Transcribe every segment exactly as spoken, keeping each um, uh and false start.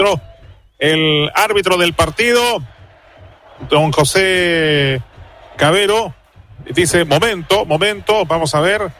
el árbitro del partido, don José Cabero, dice momento, momento, vamos a ver.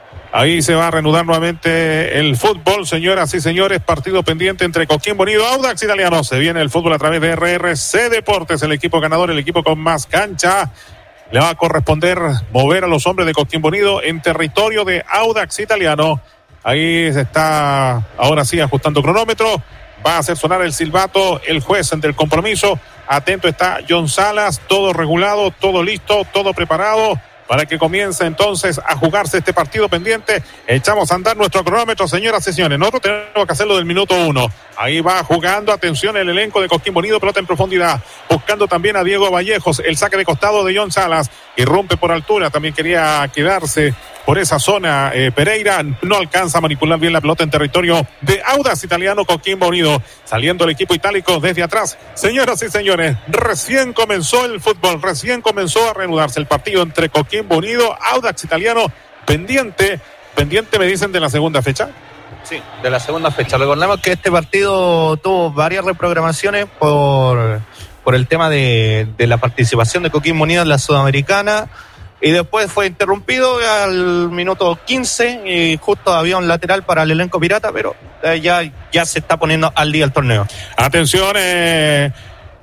Ahí se va a reanudar nuevamente el fútbol, señoras y señores, partido pendiente entre Coquimbo Unido, Audax Italiano. Se viene el fútbol a través de R R C Deportes, el equipo ganador, el equipo con más cancha. Le va a corresponder mover a los hombres de Coquimbo Unido en territorio de Audax Italiano. Ahí se está, ahora sí, ajustando cronómetro. Va a hacer sonar el silbato el juez del compromiso. Atento está John Salas, todo regulado, todo listo, todo preparado para que comience entonces a jugarse este partido pendiente. Echamos a andar nuestro cronómetro, señoras y señores. Nosotros tenemos que hacerlo del minuto uno. Ahí va jugando, atención, el elenco de Coquimbo Unido, pelota en profundidad, buscando también a Diego Vallejos, el saque de costado de John Salas, irrumpe por altura, también quería quedarse por esa zona, eh, Pereira no alcanza a manipular bien la pelota en territorio de Audax Italiano, Coquimbo Unido, saliendo el equipo itálico desde atrás. Señoras y señores, recién comenzó el fútbol, recién comenzó a reanudarse el partido entre Coquimbo Unido, Audax Italiano, pendiente, pendiente me dicen de la segunda fecha. Sí, de la segunda fecha. Recordemos que este partido tuvo varias reprogramaciones por, por el tema de, de la participación de Coquimbo Unido en la Sudamericana. Y después fue interrumpido al minuto quince y justo había un lateral para el elenco pirata, pero eh, ya, ya se está poniendo al día el torneo. Atención, eh,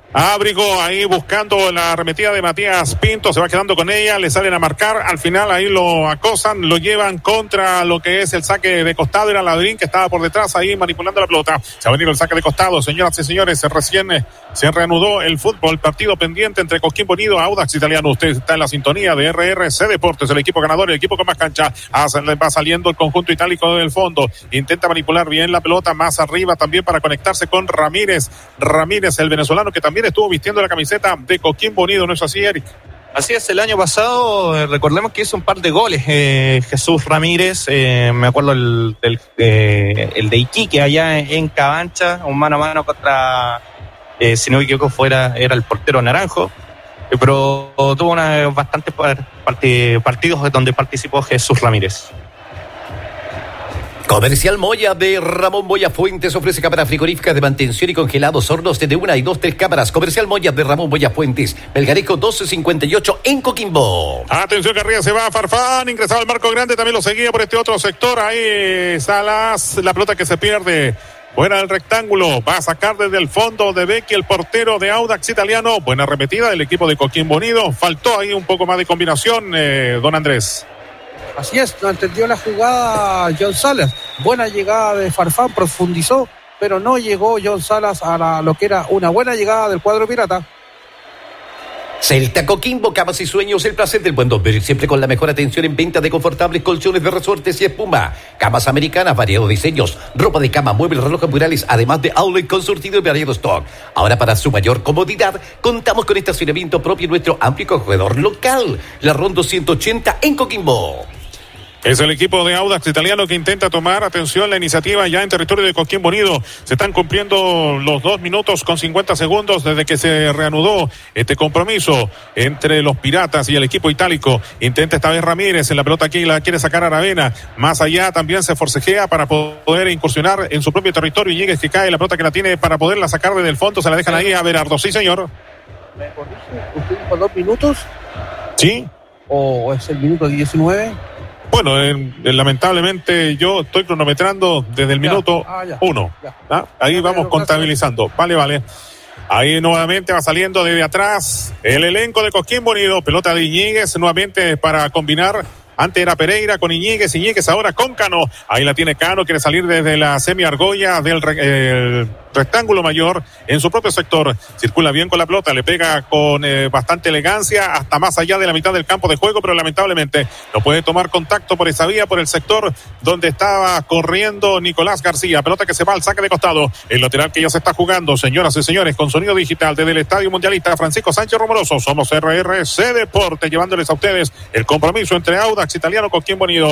Ábrigo ahí buscando la arremetida de Matías Pinto, se va quedando con ella, le salen a marcar, al final ahí lo acosan, lo llevan contra lo que es el saque de costado, era Ladrín que estaba por detrás ahí manipulando la pelota, se ha venido el saque de costado, señoras y señores, recién eh, se reanudó el fútbol, partido pendiente entre Coquimbo Unido, Audax Italiano. Usted está en la sintonía de R R C Deportes, el equipo ganador, el equipo con más cancha, va saliendo el conjunto itálico del fondo, intenta manipular bien la pelota más arriba también para conectarse con Ramírez, Ramírez el venezolano que también estuvo vistiendo la camiseta de Coquimbo Unido, ¿no es así, Eric? Así es, el año pasado, eh, recordemos que hizo un par de goles, eh, Jesús Ramírez, eh, me acuerdo el, el, eh, el de Iquique allá en, en Cabancha, un mano a mano contra, eh, si no me equivoco, fuera, era el portero Naranjo, eh, pero tuvo una, bastantes part- partidos donde participó Jesús Ramírez. Comercial Moya de Ramón Moya Fuentes ofrece cámaras frigoríficas de mantención y congelados, hornos de una y dos, tres cámaras. Comercial Moya de Ramón Moya Fuentes, Belgarejo doce cincuenta y ocho en Coquimbo. Atención que arriba se va Farfán, ingresado al marco grande, también lo seguía por este otro sector. Ahí Salas, la pelota que se pierde fuera del rectángulo, va a sacar desde el fondo de Becchi el portero de Audax Italiano. Buena arremetida del equipo de Coquimbo Unido, faltó ahí un poco más de combinación, eh, don Andrés. Así es, no entendió la jugada John Salas. Buena llegada de Farfán, profundizó, pero no llegó John Salas a la, lo que era una buena llegada del cuadro pirata. Celta Coquimbo, camas y sueños, el placer del buen dormir, siempre con la mejor atención en venta de confortables colchones de resortes y espuma, camas americanas, variados diseños, ropa de cama, muebles, relojes murales, además de outlet con surtido y variado stock. Ahora, para su mayor comodidad, contamos con estacionamiento propio en nuestro amplio corredor local, la Ronda ciento ochenta en Coquimbo. Es el equipo de Audax Italiano que intenta tomar, atención, la iniciativa ya en territorio de Coquimbo Unido. Se están cumpliendo los dos minutos con cincuenta segundos desde que se reanudó este compromiso entre los piratas y el equipo itálico. Intenta esta vez Ramírez en la pelota aquí, la quiere sacar Aravena. Más allá también se forcejea para poder incursionar en su propio territorio. Y Ñíguez que cae, la pelota que la tiene para poderla sacar desde el fondo, se la dejan ahí a Berardo. Sí, señor. ¿Me corrige? ¿Usted dijo dos minutos? Sí. ¿O es el minuto diecinueve? Bueno, eh, lamentablemente yo estoy cronometrando desde el ya. minuto ah, ya. uno. Ya. ¿Ah? Ahí ya, vamos contabilizando. Vale, vale. Ahí nuevamente va saliendo desde atrás el elenco de Coquimbo Unido. Pelota de Iñiguez nuevamente para combinar. Antes era Pereira con Iñiguez, Iñiguez ahora con Cano. Ahí la tiene Cano, quiere salir desde la semi-argolla del eh, rectángulo mayor en su propio sector. Circula bien con la pelota, le pega con eh, bastante elegancia hasta más allá de la mitad del campo de juego, pero lamentablemente no puede tomar contacto por esa vía, por el sector donde estaba corriendo Nicolás García. Pelota que se va al saque de costado. El lateral que ya se está jugando, señoras y señores, con sonido digital desde el Estadio Mundialista Francisco Sánchez Romoroso. Somos R R C Deportes, llevándoles a ustedes el compromiso entre Audax Italiano, Coquimbo Unido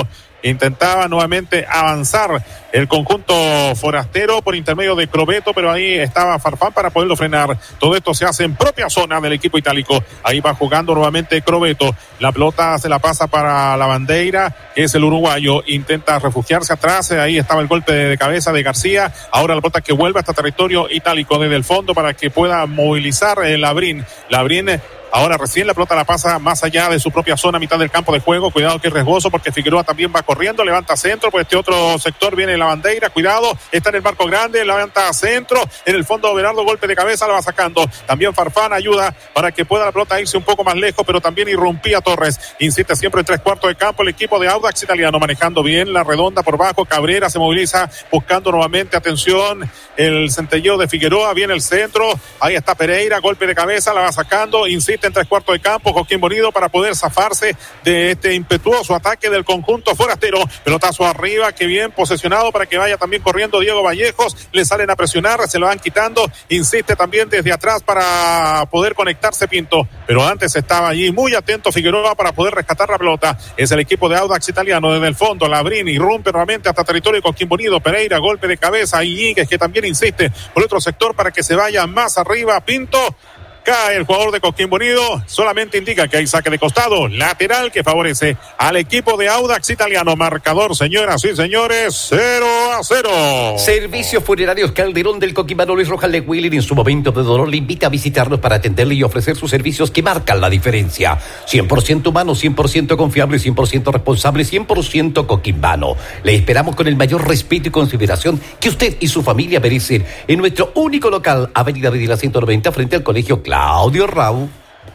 intentaba nuevamente avanzar el conjunto forastero por intermedio de Crobeto, pero ahí estaba Farfán para poderlo frenar. Todo esto se hace en propia zona del equipo itálico. Ahí va jugando nuevamente Crobeto. La pelota se la pasa para la Bandeira, que es el uruguayo. Intenta refugiarse atrás. Ahí estaba el golpe de cabeza de García. Ahora la pelota que vuelve hasta territorio itálico desde el fondo para que pueda movilizar el Labrín. Labrín ahora recién la pelota la pasa más allá de su propia zona, mitad del campo de juego. Cuidado que es riesgoso porque Figueroa también va corriendo, levanta centro, por este otro sector viene la Bandeira, cuidado, está en el marco grande, levanta centro, en el fondo Berardo, golpe de cabeza, la va sacando. También Farfán ayuda para que pueda la pelota irse un poco más lejos, pero también irrumpía Torres. Insiste siempre en tres cuartos de campo el equipo de Audax Italiano, manejando bien la redonda por bajo. Cabrera se moviliza buscando nuevamente, atención, el centelleo de Figueroa, viene el centro, ahí está Pereira, golpe de cabeza, la va sacando, insiste en tres cuartos de campo Joaquín Bonito para poder zafarse de este impetuoso ataque del conjunto forastero. Pelotazo arriba, que bien posesionado para que vaya también corriendo Diego Vallejos, le salen a presionar, se lo van quitando, insiste también desde atrás para poder conectarse Pinto, pero antes estaba allí muy atento Figueroa para poder rescatar la pelota. Es el equipo de Audax Italiano desde el fondo, Labrín irrumpe nuevamente hasta territorio con Joaquín Bonito, Pereira, golpe de cabeza, Iñiguez que también insiste por otro sector para que se vaya más arriba Pinto. Cae el jugador de Coquimbo Unido, solamente indica que hay saque de costado, lateral que favorece al equipo de Audax Italiano. Marcador, señoras y señores, cero a cero. Servicios Funerarios Calderón del Coquimbo. Luis Rojas Lewiller en su momento de dolor le invita a visitarnos para atenderle y ofrecer sus servicios que marcan la diferencia. cien por ciento humano, cien por ciento confiable, cien por ciento responsable, cien por ciento coquimbano. Le esperamos con el mayor respeto y consideración que usted y su familia merecen en nuestro único local, Avenida Videla ciento noventa, frente al Colegio Claudio Rau.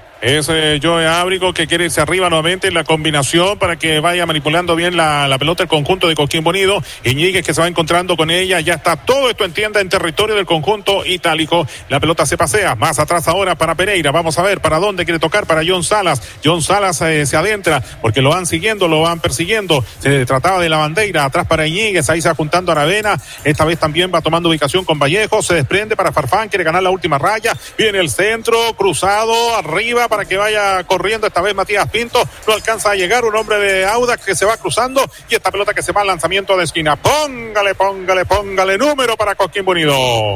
Es eh, Joe Ábrigo que quiere irse arriba nuevamente en la combinación para que vaya manipulando bien la, la pelota el conjunto de Coquimbo Unido. Iñiguez que se va encontrando con ella, ya está todo esto en tienda en territorio del conjunto itálico. La pelota se pasea, más atrás ahora para Pereira, vamos a ver para dónde quiere tocar, para John Salas. John Salas eh, se adentra porque lo van siguiendo, lo van persiguiendo. Se trataba de la Bandeira, atrás para Iñiguez, ahí se va juntando Aravena, esta vez también va tomando ubicación con Vallejo, se desprende para Farfán, quiere ganar la última raya, viene el centro, cruzado, arriba para que vaya corriendo esta vez Matías Pinto, no alcanza a llegar un hombre de Audax que se va cruzando y esta pelota que se va al lanzamiento de esquina. Póngale, póngale, póngale número para Coquimbo Unido.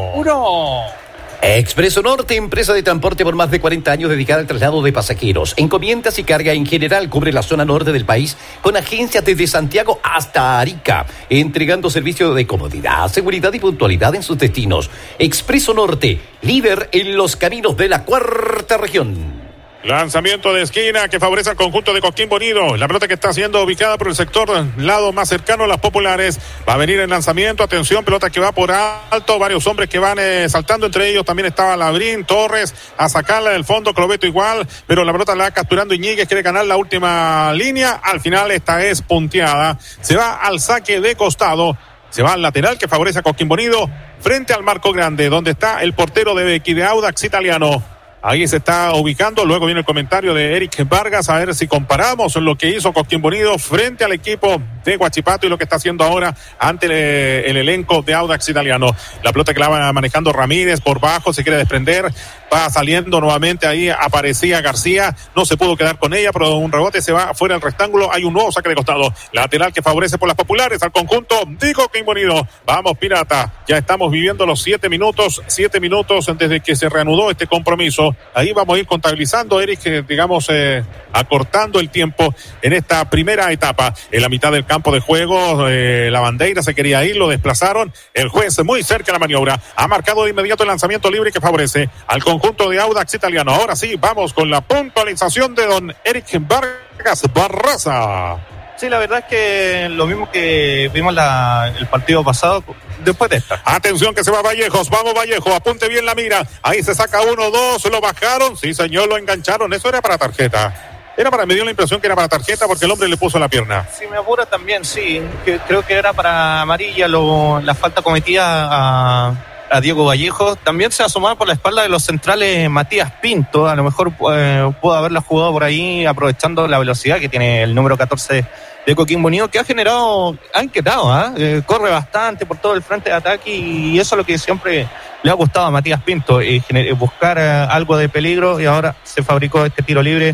Uno. Expreso Norte, empresa de transporte por más de cuarenta años dedicada al traslado de pasajeros, encomiendas y carga en general. Cubre la zona norte del país con agencias desde Santiago hasta Arica, entregando servicios de comodidad, seguridad y puntualidad en sus destinos. Expreso Norte, líder en los caminos de la cuarta región. Lanzamiento de esquina que favorece al conjunto de Coquimbo Unido. La pelota que está siendo ubicada por el sector lado más cercano a las populares. Va a venir el lanzamiento. Atención, pelota que va por alto. Varios hombres que van eh, saltando. Entre ellos también estaba Labrín, Torres a sacarla del fondo. Crobeto igual. Pero la pelota la va capturando Iñiguez. Quiere ganar la última línea. Al final esta es punteada. Se va al saque de costado. Se va al lateral que favorece a Coquimbo Unido. Frente al marco grande donde está el portero de Bequi de Audax Italiano. Ahí se está ubicando, luego viene el comentario de Eric Vargas, a ver si comparamos lo que hizo Coquimbo Unido frente al equipo de Huachipato y lo que está haciendo ahora ante el, el elenco de Audax Italiano. La pelota que la va manejando Ramírez por bajo, se quiere desprender, va saliendo nuevamente, ahí aparecía García, no se pudo quedar con ella, pero un rebote se va fuera del rectángulo, hay un nuevo saque de costado, lateral que favorece por las populares al conjunto de Coquimbo Unido. Vamos Pirata, ya estamos viviendo los siete minutos, siete minutos desde que se reanudó este compromiso. Ahí vamos a ir contabilizando, Eric, digamos, eh, acortando el tiempo en esta primera etapa. En la mitad del campo de juego, eh, la Bandeira se quería ir, lo desplazaron. El juez muy cerca de la maniobra. Ha marcado de inmediato el lanzamiento libre que favorece al conjunto de Audax Italiano. Ahora sí, vamos con la puntualización de don Eric Vargas Barraza. Sí, la verdad es que lo mismo que vimos la, el partido pasado, después de esta. Atención que se va Vallejos, vamos Vallejo, apunte bien la mira, ahí se saca uno, dos, lo bajaron, sí señor, lo engancharon, eso era para tarjeta. Era para, me dio la impresión que era para tarjeta porque el hombre le puso la pierna. Si me apura también, sí, que, creo que era para amarilla lo, la falta cometida a... a Diego Vallejo. También se asomaba por la espalda de los centrales Matías Pinto, a lo mejor eh, pudo haberla jugado por ahí aprovechando la velocidad que tiene el número catorce de Coquimbo Unido, que ha generado, ha inquietado, ¿eh? Eh, corre bastante por todo el frente de ataque y eso es lo que siempre le ha gustado a Matías Pinto, eh, gener- buscar eh, algo de peligro, y ahora se fabricó este tiro libre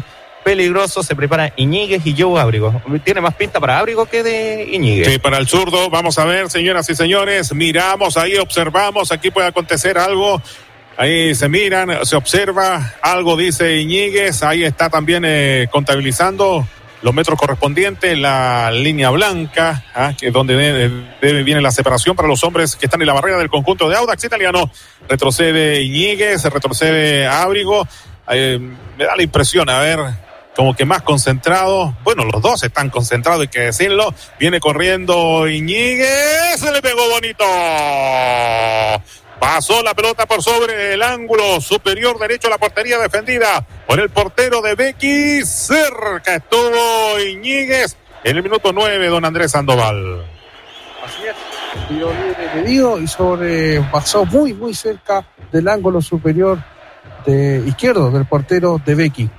peligroso. Se prepara Iñiguez y Joe Ábrigo. Tiene más pinta para Ábrigo que de Iñiguez. Sí, para el zurdo. Vamos a ver, señoras y señores. Miramos ahí, observamos. Aquí puede acontecer algo. Ahí se miran, se observa. Algo dice Iñiguez. Ahí está también eh, contabilizando los metros correspondientes, la línea blanca, ¿ah? que es donde debe, debe, viene la separación para los hombres que están en la barrera del conjunto de Audax Italiano. Retrocede Iñiguez, retrocede Ábrigo. Eh, me da la impresión, a ver, como que más concentrado. Bueno, los dos están concentrados, hay que decirlo. Viene corriendo Iñiguez, se le pegó bonito. Pasó la pelota por sobre el ángulo superior derecho a la portería defendida por el portero de Becky. Cerca estuvo Iñiguez en el minuto nueve, don Andrés Sandoval. Así es, tiro libre medido y sobre, pasó muy, muy cerca del ángulo superior de izquierdo del portero de Becky.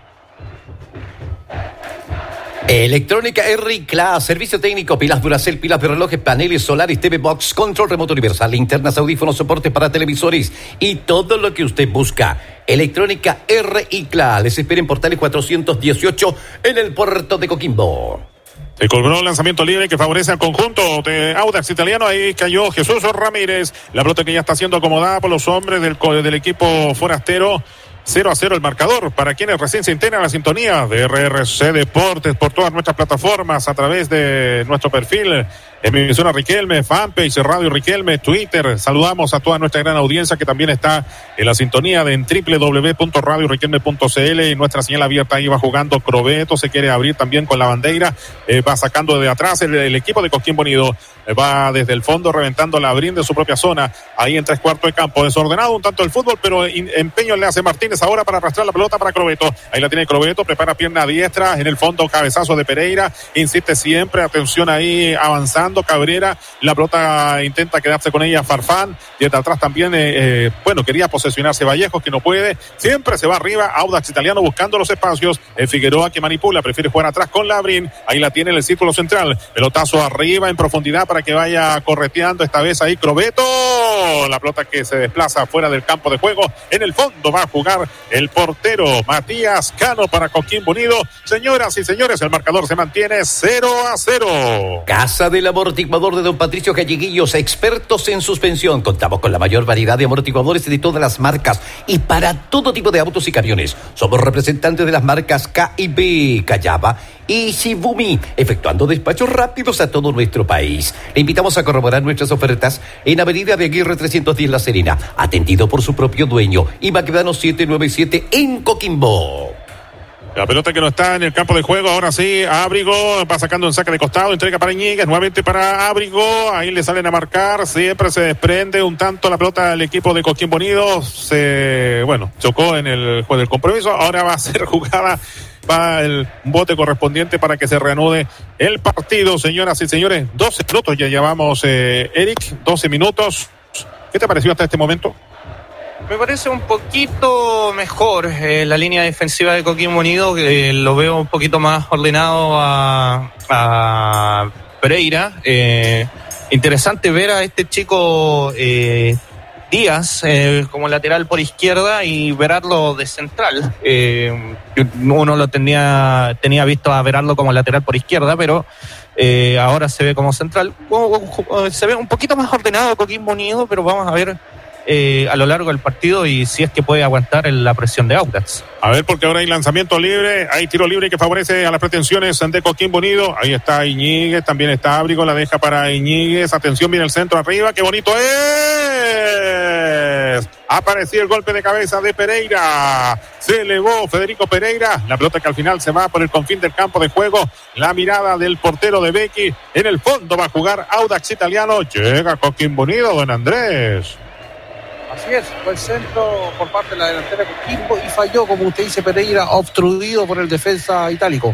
Electrónica R I Class, servicio técnico, pilas Duracell, pilas de relojes, paneles solares, T V Box, control remoto universal, linternas, audífonos, soportes para televisores y todo lo que usted busca. Electrónica R I Class, les espera en Portales cuatrocientos dieciocho en el puerto de Coquimbo. Se cobró un lanzamiento libre que favorece al conjunto de Audax Italiano. Ahí cayó Jesús Ramírez. La pelota que ya está siendo acomodada por los hombres del, del equipo forastero. cero a cero el marcador para quienes recién se integran a la sintonía de R R C Deportes por todas nuestras plataformas a través de nuestro perfil emisora Riquelme, fanpage Radio Riquelme, Twitter. Saludamos a toda nuestra gran audiencia que también está en la sintonía de en doble u doble u doble u punto radio riquelme punto c l y nuestra señal abierta. Ahí va jugando Crobeto, se quiere abrir también con la bandera, eh, va sacando de atrás el, el equipo de Coquimbo Unido, eh, va desde el fondo reventando la brin de su propia zona, ahí en tres cuartos de campo, desordenado un tanto el fútbol, pero in, empeño le hace Martínez ahora para arrastrar la pelota para Crobeto. Ahí la tiene Crobeto, prepara pierna diestra, en el fondo cabezazo de Pereira, insiste siempre, atención ahí avanzando Cabrera, la pelota intenta quedarse con ella Farfán, y desde atrás también eh, eh, bueno, quería posesionarse Vallejos, que no puede, siempre se va arriba Audax Italiano buscando los espacios, eh, Figueroa que manipula, prefiere jugar atrás con Labrín, ahí la tiene en el círculo central, pelotazo arriba en profundidad para que vaya correteando esta vez ahí Crobeto, la pelota que se desplaza fuera del campo de juego, en el fondo va a jugar el portero Matías Cano para Coquimbo Unido. Señoras y señores, el marcador se mantiene cero a cero. Casa del Amortiguador de don Patricio Galleguillos, expertos en suspensión. Contamos con la mayor variedad de amortiguadores de todas las marcas y para todo tipo de autos y camiones. Somos representantes de las marcas K y B, Callaba y Shibumi, efectuando despachos rápidos a todo nuestro país. Le invitamos a corroborar nuestras ofertas en Avenida de Aguirre trescientos diez La Serena, atendido por su propio dueño, y Baquedano setecientos noventa y siete en Coquimbo. La pelota que no está en el campo de juego, ahora sí, Ábrigo va sacando un saque de costado, entrega para Iñiguez, nuevamente para Ábrigo, ahí le salen a marcar, siempre se desprende un tanto la pelota del equipo de Coquimbo Unido, se, bueno, chocó en el juego del compromiso, ahora va a ser jugada, va el bote correspondiente para que se reanude el partido, señoras y señores, doce minutos ya llevamos, eh, Eric, doce minutos, ¿qué te pareció hasta este momento? Me parece un poquito mejor eh, la línea defensiva de Coquimbo Unido, que eh, lo veo un poquito más ordenado a, a Pereira. Eh, interesante ver a este chico eh, Díaz eh, como lateral por izquierda y Berardo de central. Eh, uno lo tenía, tenía visto a Berardo como lateral por izquierda, pero eh, ahora se ve como central. Se ve un poquito más ordenado Coquimbo Unido, pero vamos a ver Eh, a lo largo del partido y si es que puede aguantar la presión de Audax. A ver, porque ahora hay lanzamiento libre, hay tiro libre que favorece a las pretensiones de Coquimbo Unido. Ahí está Iñiguez, también está Ábrigo, la deja para Iñiguez. Atención, viene el centro arriba, qué bonito es. Apareció el golpe de cabeza de Pereira. Se elevó Federico Pereira. La pelota que al final se va por el confín del campo de juego. La mirada del portero de Becky. En el fondo va a jugar Audax Italiano. Llega Coquimbo Unido, don Andrés. Así es, fue el centro por parte de la delantera Coquimbo y falló, como usted dice, Pereira, obstruido por el defensa itálico.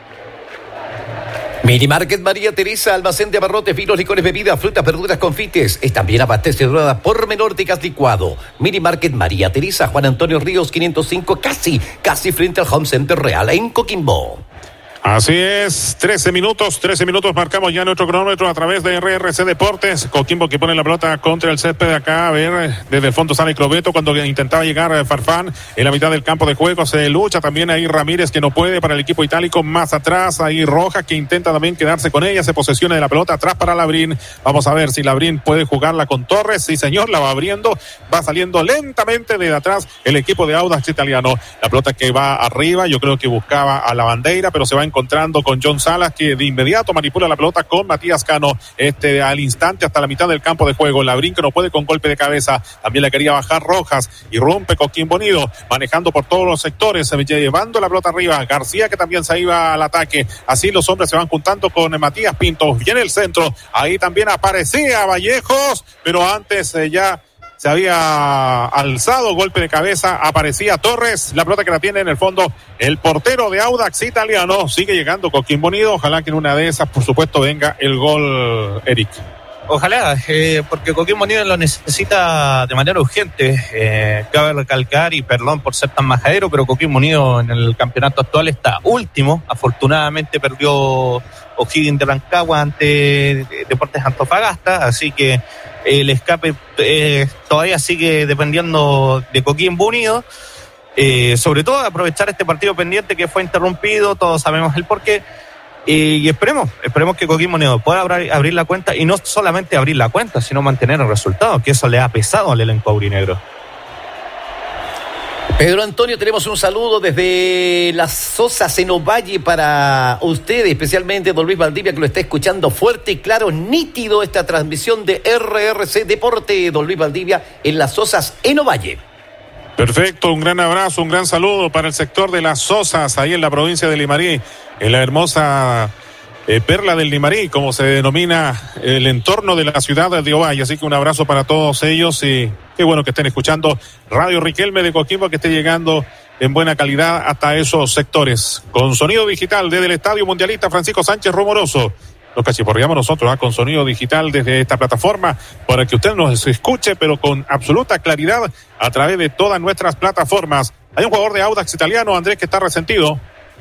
Mini Market María Teresa, almacén de abarrotes, vinos, licores, bebidas, frutas, verduras, confites. Es también abastecedora por menor de gas licuado. Mini Market María Teresa, Juan Antonio Ríos quinientos cinco, casi, casi frente al Home Center Real en Coquimbo. Así es, trece minutos, trece minutos marcamos ya nuestro cronómetro a través de R R C Deportes. Coquimbo que pone la pelota contra el césped de acá, a ver, desde el fondo sale Crobeto cuando intentaba llegar Farfán en la mitad del campo de juego, se lucha también ahí Ramírez que no puede para el equipo itálico, más atrás ahí Rojas que intenta también quedarse con ella, se posesiona de la pelota atrás para Labrín, vamos a ver si Labrín puede jugarla con Torres, sí señor, la va abriendo, va saliendo lentamente de atrás el equipo de Audax Italiano, la pelota que va arriba, yo creo que buscaba a la bandera, pero se va en encontrando con John Salas que de inmediato manipula la pelota con Matías Cano este al instante hasta la mitad del campo de juego, Labrín que no puede con golpe de cabeza, también la quería bajar Rojas, irrumpe Coquimbo Unido, manejando por todos los sectores, llevando la pelota arriba, García que también se iba al ataque, así los hombres se van juntando con Matías Pinto, viene el centro, ahí también aparecía Vallejos, pero antes eh, ya se había alzado, golpe de cabeza, aparecía Torres, la pelota que la tiene en el fondo el portero de Audax Italiano, sigue llegando Coquimbo Unido, ojalá que en una de esas por supuesto venga el gol, Eric. Ojalá, eh, porque Coquimbo Unido lo necesita de manera urgente, eh, cabe recalcar y perdón por ser tan majadero, pero Coquimbo Unido en el campeonato actual está último, afortunadamente perdió O'Higgins de Rancagua ante Deportes Antofagasta, así que el escape eh, todavía sigue dependiendo de Coquimbo Unido, eh, sobre todo aprovechar este partido pendiente que fue interrumpido, todos sabemos el porqué, eh, y esperemos, esperemos que Coquimbo Unido pueda abrir, abrir la cuenta, y no solamente abrir la cuenta, sino mantener el resultado, que eso le ha pesado al elenco aurinegro. Pedro Antonio, tenemos un saludo desde Las Sosas en Ovalle para usted, especialmente don Luis Valdivia, que lo está escuchando fuerte y claro, nítido esta transmisión de R R C Deporte, don Luis Valdivia en Las Sosas en Ovalle. Perfecto, un gran abrazo, un gran saludo para el sector de Las Sosas, ahí en la provincia de Limarí, en la hermosa eh, perla del Limarí, como se denomina el entorno de la ciudad de Ovalle, así que un abrazo para todos ellos y qué bueno que estén escuchando Radio Riquelme de Coquimbo, que esté llegando en buena calidad hasta esos sectores. Con sonido digital desde el Estadio Mundialista Francisco Sánchez Rumoroso. Nos cachiporreamos nosotros ¿eh? con sonido digital desde esta plataforma para que usted nos escuche, pero con absoluta claridad a través de todas nuestras plataformas. Hay un jugador de Audax Italiano, Andrés, que está resentido.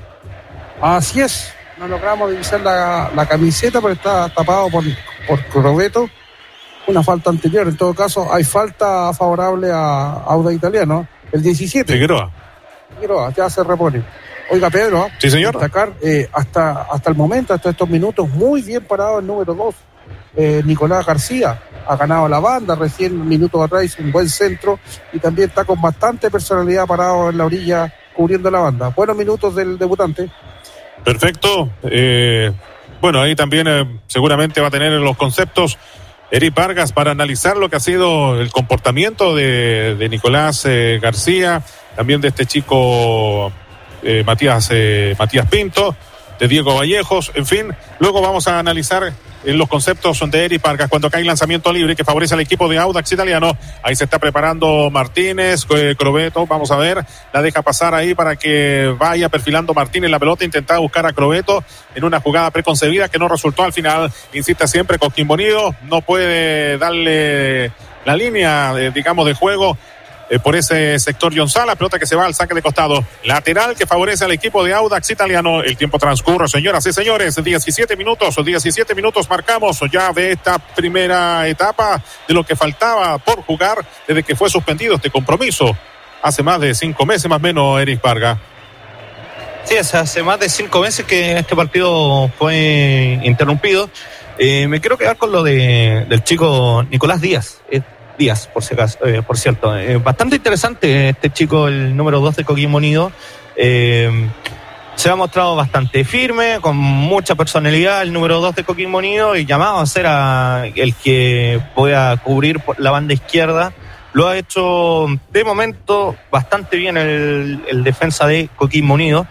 Así es. No logramos divisar la, la camiseta, pero está tapado por, por Crobeto. Una falta anterior, en todo caso hay falta favorable a Audax Italiano, el diecisiete. Figueroa. Figueroa, ya se repone. Oiga, Pedro, sí señor, destacar eh, hasta, hasta el momento, hasta estos minutos, muy bien parado el número dos, eh, Nicolás García, ha ganado la banda, recién minutos atrás hizo un buen centro y también está con bastante personalidad parado en la orilla cubriendo la banda. Buenos minutos del debutante. Perfecto, eh, bueno, ahí también eh, seguramente va a tener los conceptos Eric Vargas para analizar lo que ha sido el comportamiento de, de Nicolás eh, García, también de este chico eh, Matías eh, Matías Pinto, de Diego Vallejos, en fin, luego vamos a analizar en los conceptos de Eric Vargas cuando cae lanzamiento libre que favorece al equipo de Audax Italiano. Ahí se está preparando Martínez, eh, Crobeto, vamos a ver, la deja pasar ahí para que vaya perfilando Martínez la pelota, intentaba buscar a Crobeto en una jugada preconcebida que no resultó al final, insiste siempre Coquimbo Unido, no puede darle la línea, eh, digamos, de juego Eh, por ese sector John Sala, pelota que se va al saque de costado, lateral que favorece al equipo de Audax Italiano. El tiempo transcurre, señoras y señores, diecisiete minutos, diecisiete minutos marcamos ya de esta primera etapa de lo que faltaba por jugar desde que fue suspendido este compromiso hace más de cinco meses más o menos, Eric Vargas. Sí, hace más de cinco meses que este partido fue interrumpido. Eh, me quiero quedar con lo de del chico Nicolás Díaz. Eh, Díaz, por si acaso, eh, por cierto. Eh, bastante interesante este chico, el número dos de Coquimbo Unido. Eh, se ha mostrado bastante firme, con mucha personalidad, el número dos de Coquimbo Unido, y llamado a ser a el que pueda cubrir la banda izquierda. Lo ha hecho de momento bastante bien el, el defensa de Coquimbo Unido.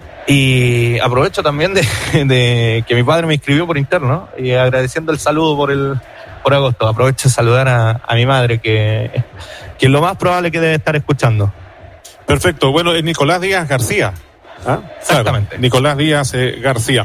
Y aprovecho también de, de que mi padre me escribió por interno y agradeciendo el saludo por el por agosto. Aprovecho de saludar a, a mi madre que, que es lo más probable que debe estar escuchando. Perfecto, bueno, es Nicolás Díaz García. ¿Ah? Exactamente. Claro, Nicolás Díaz eh, García.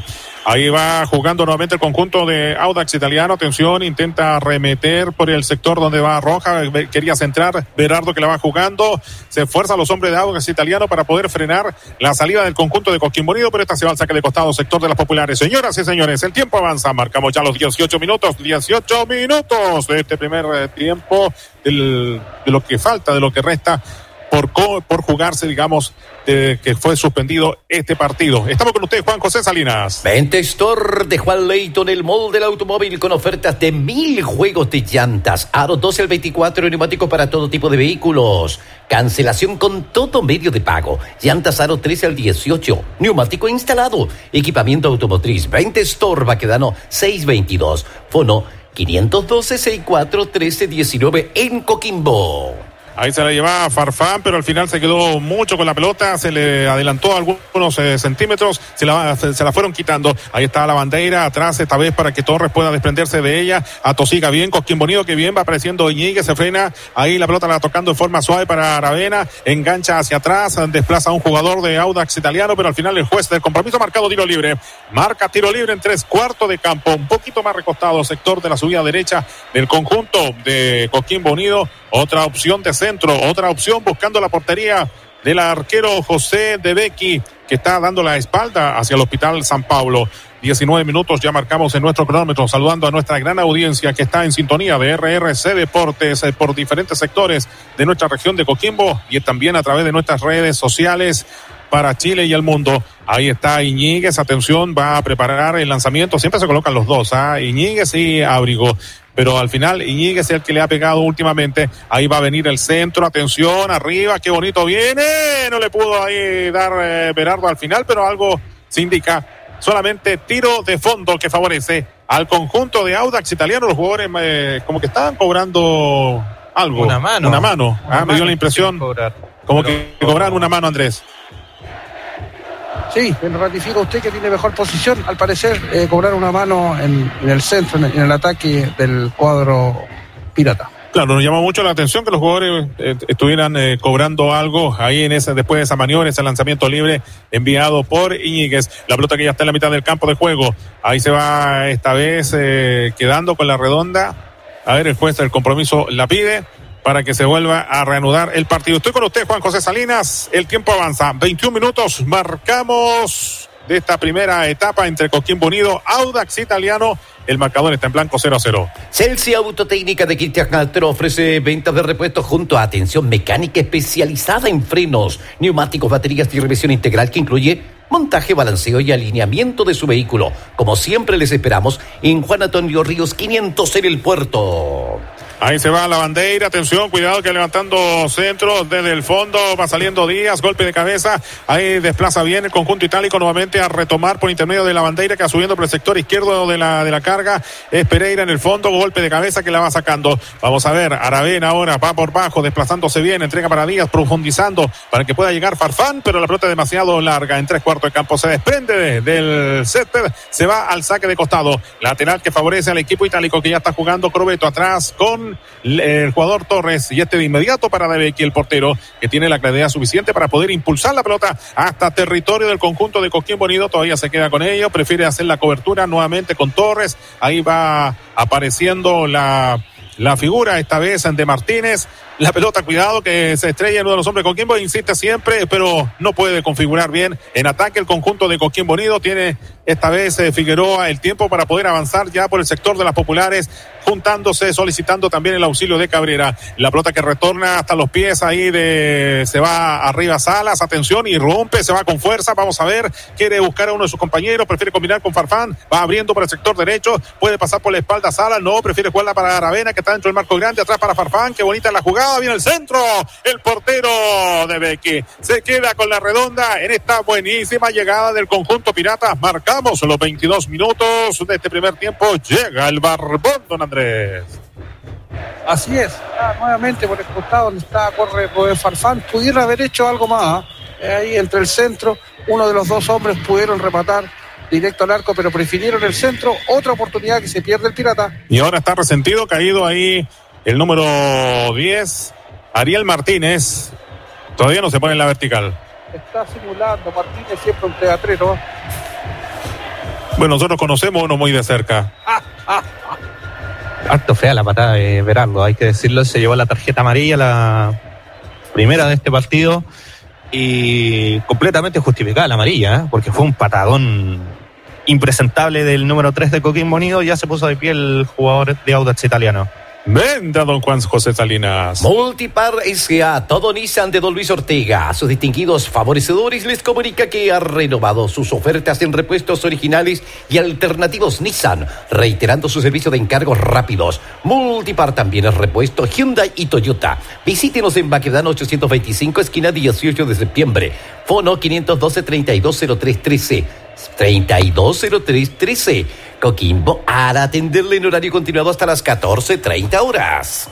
Ahí va jugando nuevamente el conjunto de Audax Italiano. Atención, intenta remeter por el sector donde va Roja. Quería centrar Berardo, que la va jugando. Se esfuerzan los hombres de Audax Italiano para poder frenar la salida del conjunto de Coquimbo Unido, pero esta se va al saque de costado, sector de las populares. Señoras y señores, el tiempo avanza. Marcamos ya los dieciocho minutos. dieciocho minutos de este primer eh, tiempo, del, de lo que falta, de lo que resta por, por jugarse, digamos, de que fue suspendido este partido. Estamos con usted, Juan José Salinas. Venta Store de Juan Leighton, el mall del automóvil, con ofertas de mil juegos de llantas, aro doce al veinticuatro, neumáticos para todo tipo de vehículos, cancelación con todo medio de pago, llantas aro trece al dieciocho, neumático instalado, equipamiento automotriz. Venta Store, Baquedano seiscientos veintidós, fono quinientos doce, sesenta y cuatro, trece diecinueve en Coquimbo. Ahí se la llevaba Farfán, pero al final se quedó mucho con la pelota, se le adelantó algunos eh, centímetros, se la, se, se la fueron quitando. Ahí está la bandera atrás esta vez para que Torres pueda desprenderse de ella. Atosiga bien, Coquimbo Unido que bien, va apareciendo Iñiguez, se frena, ahí la pelota la va tocando en forma suave para Aravena, engancha hacia atrás, desplaza a un jugador de Audax Italiano, pero al final el juez del compromiso ha marcado tiro libre. Marca tiro libre en tres cuartos de campo, un poquito más recostado, sector de la subida derecha del conjunto de Coquimbo Unido. Otra opción de centro, otra opción buscando la portería del arquero José De Becchi, que está dando la espalda hacia el Hospital San Pablo. diecinueve minutos ya marcamos en nuestro cronómetro, saludando a nuestra gran audiencia que está en sintonía de R R C Deportes eh, por diferentes sectores de nuestra región de Coquimbo y también a través de nuestras redes sociales para Chile y el mundo. Ahí está Iñiguez, atención, va a preparar el lanzamiento, siempre se colocan los dos, ¿ah? Iñiguez y Ábrigo, pero al final Iñiguez es el que le ha pegado últimamente. Ahí va a venir el centro, atención, arriba, qué bonito viene, no le pudo ahí dar eh, Berardo al final, pero algo se indica, solamente tiro de fondo que favorece al conjunto de Audax Italiano. Los jugadores eh, como que estaban cobrando algo, una mano, una mano, una ah, mano me dio la impresión como pero, que cobraron una mano, Andrés. Sí, me ratifica usted que tiene mejor posición. Al parecer, eh, cobrar una mano en, en el centro, en el, en el ataque del cuadro pirata. Claro, nos llamó mucho la atención que los jugadores eh, estuvieran eh, cobrando algo ahí en ese, después de esa maniobra, ese lanzamiento libre enviado por Iñiguez. La pelota que ya está en la mitad del campo de juego. Ahí se va esta vez eh, quedando con la redonda. A ver, el juez del compromiso la pide para que se vuelva a reanudar el partido. Estoy con usted, Juan José Salinas. El tiempo avanza. veintiún minutos. Marcamos de esta primera etapa entre Coquimbo Unido, Audax Italiano. El marcador está en blanco, cero a cero. Celsi Autotécnica de Cristian Castro ofrece ventas de repuestos junto a atención mecánica especializada en frenos, neumáticos, baterías y revisión integral que incluye montaje, balanceo y alineamiento de su vehículo. Como siempre les esperamos en Juan Antonio Ríos quinientos en el puerto. Ahí se va la bandera, atención, cuidado que levantando centro desde el fondo, va saliendo Díaz, golpe de cabeza, ahí desplaza bien el conjunto itálico nuevamente a retomar por intermedio de la bandera que va subiendo por el sector izquierdo de la, de la carga, es Pereira en el fondo, golpe de cabeza que la va sacando. Vamos a ver, Aravena ahora va por bajo, desplazándose bien, entrega para Díaz, profundizando para que pueda llegar Farfán, pero la pelota es demasiado larga, en tres cuartos de campo se desprende de, del césped, se va al saque de costado, lateral que favorece al equipo itálico que ya está jugando Crobeto atrás con el jugador Torres y este de inmediato para De Becchi, el portero, que tiene la claridad suficiente para poder impulsar la pelota hasta territorio del conjunto de Coquimbo Unido. Todavía se queda con ellos, prefiere hacer la cobertura nuevamente con Torres. Ahí va apareciendo la, la figura esta vez de Martínez. La pelota, cuidado que se estrella en uno de los hombres de Coquimbo, insiste siempre, pero no puede configurar bien en ataque el conjunto de Coquimbo Unido. Tiene esta vez eh, Figueroa el tiempo para poder avanzar ya por el sector de las populares, juntándose, solicitando también el auxilio de Cabrera. La pelota que retorna hasta los pies ahí de, se va arriba Salas, atención, irrumpe, se va con fuerza, vamos a ver, quiere buscar a uno de sus compañeros, prefiere combinar con Farfán, va abriendo por el sector derecho, puede pasar por la espalda Salas, no, prefiere jugarla para Aravena, que está dentro del marco grande, atrás para Farfán, qué bonita la jugada, viene el centro, el portero De Becchi se queda con la redonda en esta buenísima llegada del conjunto pirata. Marcamos los veintidós minutos de este primer tiempo, llega el barbón, don Andrés. Así es, ah, nuevamente por el costado donde está, corre Rubén Farfán, pudiera haber hecho algo más, ¿eh? Ahí entre el centro, uno de los dos hombres pudieron rematar directo al arco, pero prefirieron el centro, otra oportunidad que se pierde el pirata. Y ahora está resentido, caído ahí el número diez, Ariel Martínez, todavía no se pone en la vertical. Está simulando Martínez siempre un teatrero. Bueno, nosotros conocemos uno muy de cerca. Ah, ah, ah. Harto fea la patada de Berardo, hay que decirlo. Se llevó la tarjeta amarilla, la primera de este partido, y completamente justificada la amarilla, ¿eh? Porque fue un patadón impresentable del número tres de Coquimbo Unido. Ya se puso de pie el jugador de Audax Italiano. Venda, don Juan José Salinas. Multipar S A, todo Nissan de don Luis Ortega. A sus distinguidos favorecedores les comunica que ha renovado sus ofertas en repuestos originales y alternativos Nissan, reiterando su servicio de encargos rápidos. Multipar también es repuesto Hyundai y Toyota. Visítenos en Baquedano ochocientos veinticinco, esquina dieciocho de septiembre. Fono quinientos doce, treinta y dos cero tres trece. treinta y dos cero tres trece. Coquimbo hará atenderle en horario continuado hasta las catorce treinta horas.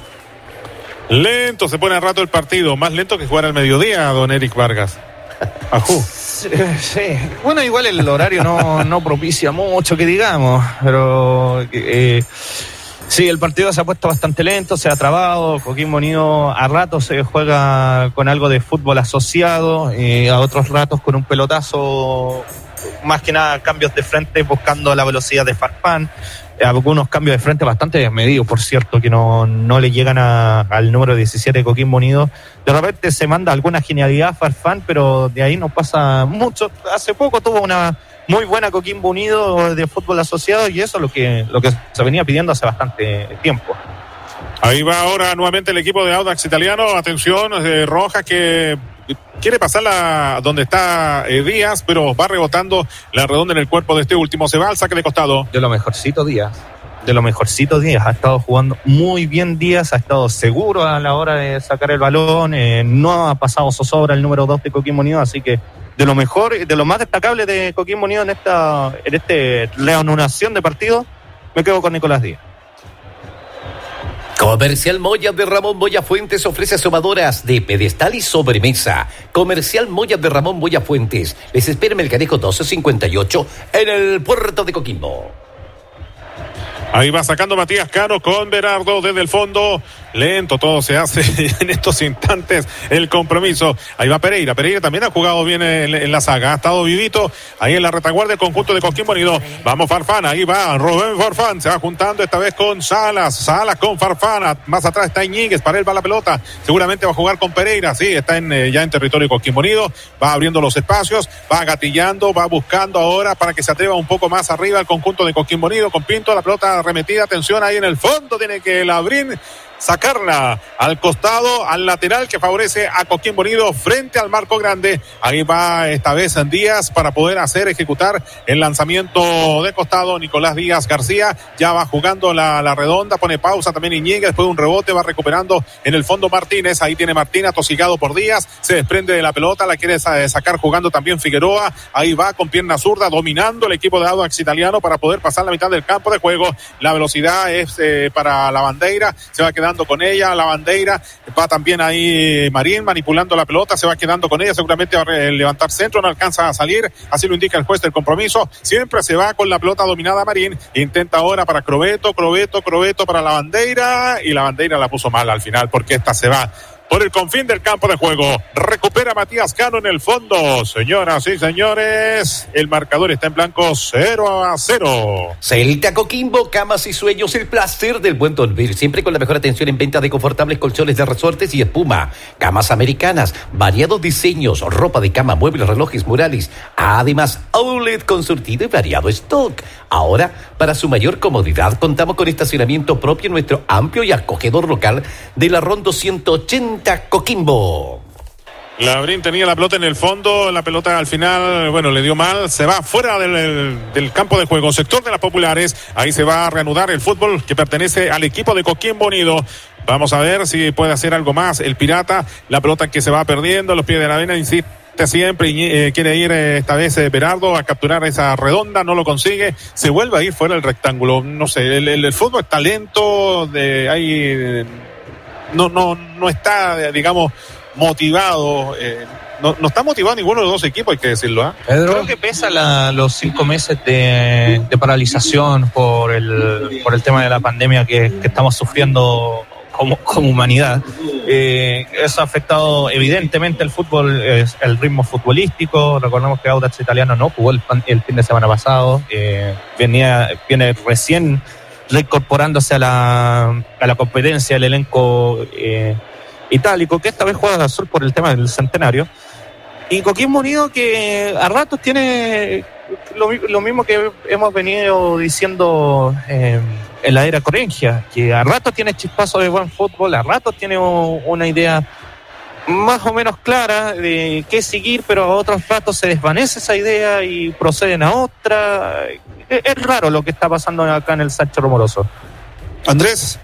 Lento se pone a rato el partido, más lento que jugar al mediodía, don Eric Vargas. Ajú. Sí, sí. Bueno, igual el horario no, no propicia mucho que digamos, pero eh, sí, el partido se ha puesto bastante lento, se ha trabado. Coquimbo Unido a ratos se juega con algo de fútbol asociado, y a otros ratos con un pelotazo. Más que nada cambios de frente buscando la velocidad de Farfán, algunos cambios de frente bastante desmedidos, por cierto, que no, no le llegan a, al número diecisiete de Coquimbo Unido. De repente se manda alguna genialidad Farfán, pero de ahí no pasa mucho. Hace poco tuvo una muy buena Coquimbo Unido de fútbol asociado, y eso es lo que, lo que se venía pidiendo hace bastante tiempo. Ahí va ahora nuevamente el equipo de Audax Italiano. Atención, de Rojas, que quiere pasarla donde está eh, Díaz, pero va rebotando la redonda en el cuerpo de este último. Se va al saque de costado. De lo mejorcito Díaz. De lo mejorcito Díaz. Ha estado jugando muy bien Díaz. Ha estado seguro a la hora de sacar el balón. Eh, no ha pasado zozobra el número dos de Coquimbo Unido. Así que de lo mejor, de lo más destacable de Coquimbo Unido en esta, en este reanudación de partido, me quedo con Nicolás Díaz. Comercial Moya de Ramón Moya Fuentes ofrece asomadoras de pedestal y sobremesa. Comercial Moya de Ramón Moya Fuentes les espera en el Canejo doce cincuenta y ocho en el puerto de Coquimbo. Ahí va sacando Matías Cano con Berardo desde el fondo. Lento todo se hace en estos instantes el compromiso. Ahí va Pereira. Pereira también ha jugado bien en, en la saga. Ha estado vivito ahí en la retaguardia del conjunto de Coquimbo Unido. Vamos Farfán. Ahí va Rubén Farfán. Se va juntando esta vez con Salas. Salas con Farfán. Más atrás está Iñiguez. Para él va la pelota. Seguramente va a jugar con Pereira. Sí, está en, eh, ya en territorio de Coquimbo Unido. Va abriendo los espacios. Va gatillando. Va buscando ahora para que se atreva un poco más arriba el conjunto de Coquimbo Unido. Con Pinto. La pelota remetida. Atención ahí en el fondo. Tiene que Labrín sacarla al costado, al lateral, que favorece a Coquimbo Unido frente al marco grande. Ahí va esta vez en Díaz para poder hacer, ejecutar el lanzamiento de costado. Nicolás Díaz García ya va jugando la, la redonda, pone pausa también Iñiguez, después de un rebote va recuperando en el fondo Martínez. Ahí tiene Martínez atosigado por Díaz, se desprende de la pelota, la quiere sacar jugando también Figueroa. Ahí va con pierna zurda dominando el equipo de Audax Italiano para poder pasar la mitad del campo de juego. La velocidad es eh, para la Bandeira, se va quedando con ella, la Bandeira, va también ahí Marín manipulando la pelota, se va quedando con ella, seguramente va a levantar centro, no alcanza a salir, así lo indica el juez del compromiso, siempre se va con la pelota dominada Marín, intenta ahora para Crobeto, Crobeto, Crobeto para la Bandeira, y la Bandeira la puso mal al final, porque esta se va por el confín del campo de juego. Recupera Matías Cano en el fondo. Señoras y señores, el marcador está en blanco cero a cero. Celta Coquimbo, camas y sueños, el placer del buen dormir. Siempre con la mejor atención en venta de confortables colchones de resortes y espuma. Camas americanas, variados diseños, ropa de cama, muebles, relojes, murales. Además, outlet con surtido y variado stock. Ahora, para su mayor comodidad, contamos con estacionamiento propio en nuestro amplio y acogedor local de la Rondo ciento ochenta Coquimbo. Labrín tenía la pelota en el fondo, la pelota al final, bueno, le dio mal, se va fuera del, del campo de juego, sector de las Populares, ahí se va a reanudar el fútbol que pertenece al equipo de Coquimbo Unido. Vamos a ver si puede hacer algo más el Pirata, la pelota que se va perdiendo, los pies de la arena, insiste siempre, y eh, quiere ir eh, esta vez eh, Berardo a capturar esa redonda, no lo consigue, se vuelve a ir fuera del rectángulo, no sé, el, el, el fútbol está lento, de ahí... Eh, no no no está, digamos, motivado, eh, no, no está motivado ninguno de los dos equipos, hay que decirlo, ¿eh? Pedro, creo que pesa la, los cinco meses de, de paralización por el por el tema de la pandemia que, que estamos sufriendo como, como humanidad. Eh, eso ha afectado evidentemente el fútbol, eh, el ritmo futbolístico. Recordemos que Audax Italiano no jugó el, el fin de semana pasado, eh, venía, viene recién reincorporándose a la, a la competencia del elenco eh, itálico, que esta vez juega de azul por el tema del centenario. Y Coquimbo Unido, que a ratos tiene lo, lo mismo que hemos venido diciendo eh, en la era Corengia, que a ratos tiene chispazos de buen fútbol, a ratos tiene una idea más o menos clara de qué seguir, pero a otros ratos se desvanece esa idea y proceden a otra. Es, es raro lo que está pasando acá en el Sancho Rumoroso. Andrés.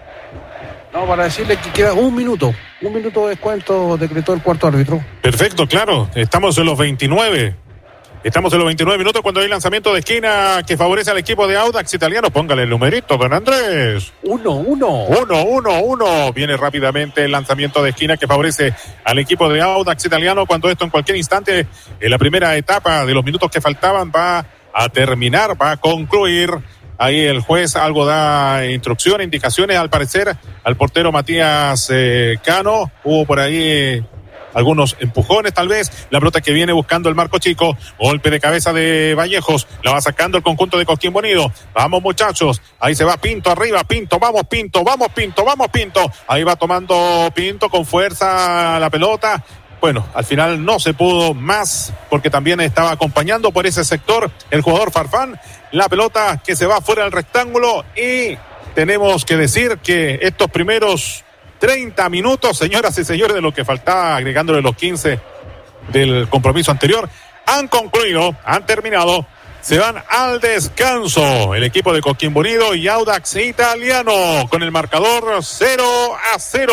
No, para decirle que queda un minuto. Un minuto de descuento decretó el cuarto árbitro. Perfecto, claro. Estamos en los veintinueve. Estamos en los veintinueve minutos cuando hay lanzamiento de esquina que favorece al equipo de Audax Italiano. Póngale el numerito, don Andrés. Uno, uno. Uno, uno, uno. Viene rápidamente el lanzamiento de esquina que favorece al equipo de Audax Italiano cuando esto en cualquier instante, en la primera etapa de los minutos que faltaban, va a terminar, va a concluir. Ahí el juez algo da instrucciones, indicaciones al parecer al portero Matías eh, Cano. Hubo por ahí eh, algunos empujones tal vez. La pelota que viene buscando el marco chico. Golpe de cabeza de Vallejos. La va sacando el conjunto de Coquimbo Unido. Vamos muchachos. Ahí se va Pinto arriba. Pinto, vamos Pinto, vamos Pinto, vamos Pinto. Ahí va tomando Pinto con fuerza la pelota. Bueno, al final no se pudo más porque también estaba acompañando por ese sector el jugador Farfán. La pelota que se va fuera del rectángulo y tenemos que decir que estos primeros treinta minutos, señoras y señores, de lo que faltaba, agregándole los quince del compromiso anterior, han concluido, han terminado, se van al descanso el equipo de Coquimbo Unido y Audax Italiano con el marcador cero a cero.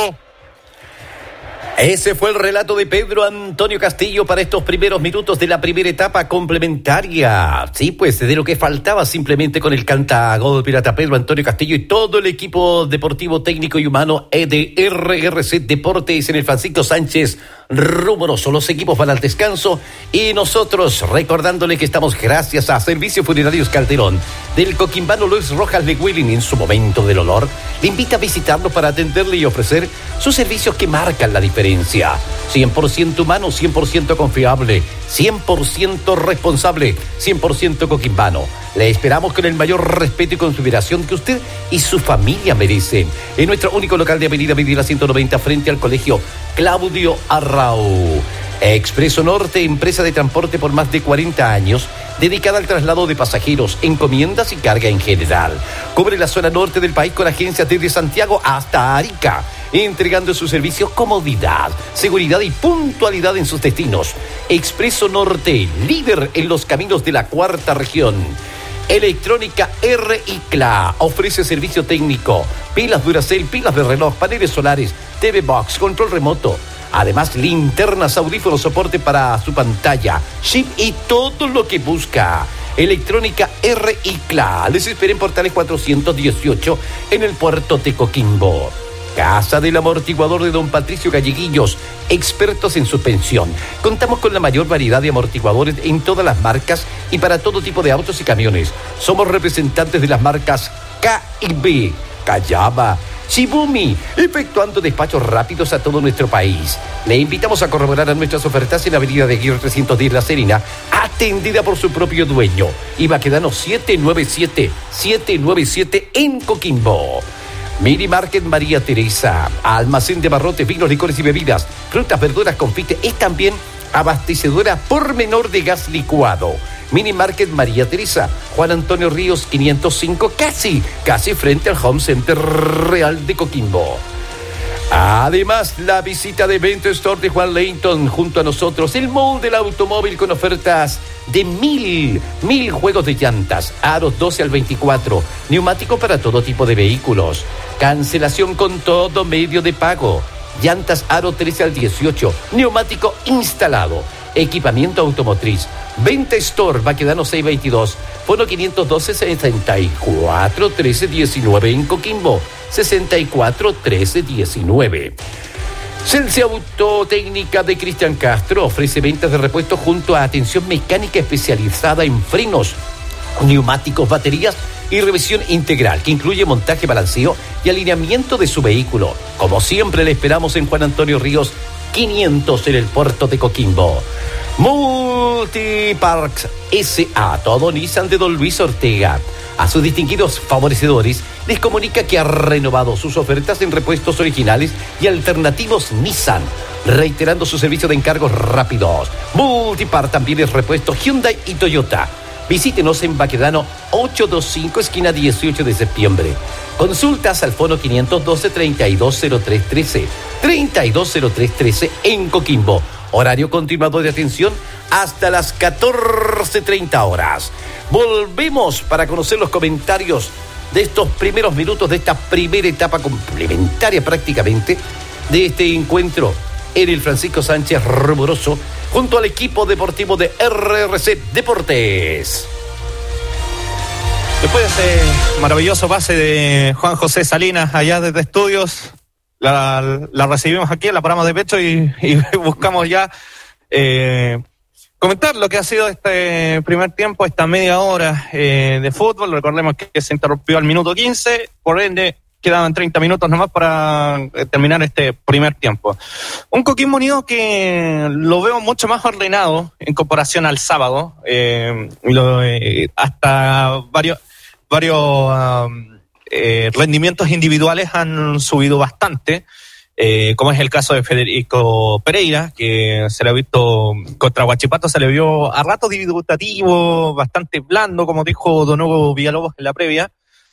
Ese fue el relato de Pedro Antonio Castillo para estos primeros minutos de la primera etapa complementaria. Sí, pues de lo que faltaba simplemente con el cantagol pirata Pedro Antonio Castillo y todo el equipo deportivo, técnico y humano de R R C Deportes en el Francisco Sánchez Rumoroso. Los equipos van al descanso y nosotros recordándole que estamos gracias a Servicios Funerarios Calderón del coquimbano Luis Rojas de Willing en su momento del olor. Le invita a visitarlo para atenderle y ofrecer sus servicios que marcan la diferencia. cien por ciento humano, cien por ciento confiable, cien por ciento responsable, cien por ciento coquimbano. Le esperamos con el mayor respeto y consideración que usted y su familia merecen. En nuestro único local de Avenida Medina ciento noventa frente al Colegio Claudio Arrau. Expreso Norte, empresa de transporte por más de cuarenta años, dedicada al traslado de pasajeros, encomiendas y carga en general. Cubre la zona norte del país con agencias desde Santiago hasta Arica, entregando sus servicios comodidad, seguridad y puntualidad en sus destinos. Expreso Norte, líder en los caminos de la cuarta región. Electrónica R I C L A ofrece servicio técnico, pilas Duracell, pilas de reloj, paneles solares, T V Box, control remoto. Además, linternas, audífonos, soporte para su pantalla, chip y todo lo que busca. Electrónica R I C L A. Les espera en Portales cuatrocientos dieciocho en el puerto de Coquimbo. Casa del Amortiguador de don Patricio Galleguillos, expertos en suspensión. Contamos con la mayor variedad de amortiguadores en todas las marcas y para todo tipo de autos y camiones. Somos representantes de las marcas K y B, Cayaba, Shibumi, efectuando despachos rápidos a todo nuestro país. Le invitamos a corroborar a nuestras ofertas en Avenida de Aguirre trescientos diez La Serena, atendida por su propio dueño. Y Baquedano siete nueve siete, siete nueve siete en Coquimbo. Mini Market María Teresa, almacén de barrotes, vinos, licores y bebidas, frutas, verduras, confite, es también abastecedora por menor de gas licuado. Mini Market María Teresa, Juan Antonio Ríos quinientos cinco, casi, casi frente al Home Center Real de Coquimbo. Además, la visita de Evento Store de Juan Leighton junto a nosotros, el mall del automóvil con ofertas de mil, mil juegos de llantas, aros doce al veinticuatro, neumático para todo tipo de vehículos, cancelación con todo medio de pago, llantas aro trece al dieciocho, neumático instalado, equipamiento automotriz. Venta Store, Baquedano seiscientos veintidós, fono quinientos doce, sesenta y cuatro, trece, diecinueve en Coquimbo, sesenta y cuatro, trece, diecinueve. Celsi Autotécnica de Cristian Castro ofrece ventas de repuestos junto a atención mecánica especializada en frenos, neumáticos, baterías y revisión integral que incluye montaje, balanceo y alineamiento de su vehículo. Como siempre le esperamos en Juan Antonio Ríos quinientos en el puerto de Coquimbo. Multiparks S A, todo Nissan de Don Luis Ortega. A sus distinguidos favorecedores les comunica que ha renovado sus ofertas en repuestos originales y alternativos Nissan, reiterando su servicio de encargos rápidos. Multipar también es repuesto Hyundai y Toyota. Visítenos en Baquedano ochocientos veinticinco, esquina dieciocho de septiembre. Consultas al fono quinientos doce, treinta y dos cero tres trece, treinta y dos cero tres trece en Coquimbo. Horario continuado de atención hasta las catorce treinta horas. Volvemos para conocer los comentarios de estos primeros minutos de esta primera etapa complementaria prácticamente de este encuentro en el Francisco Sánchez Rumoroso junto al equipo deportivo de R R C Deportes. Después de ese maravilloso pase de Juan José Salinas allá desde estudios, la, la recibimos aquí, la paramos de pecho y, y buscamos ya eh, comentar lo que ha sido este primer tiempo, esta media hora eh, de fútbol. Recordemos que se interrumpió al minuto quince, por ende quedaban treinta minutos nomás para terminar este primer tiempo. Un Coquimbo Unido que lo veo mucho más ordenado en comparación al sábado, eh, lo, eh, hasta varios, varios um, eh, rendimientos individuales han subido bastante. Eh, como es el caso de Federico Pereira, que se le ha visto contra Huachipato, se le vio a ratos dubitativo, bastante blando, como dijo Don Hugo Villalobos en la previa.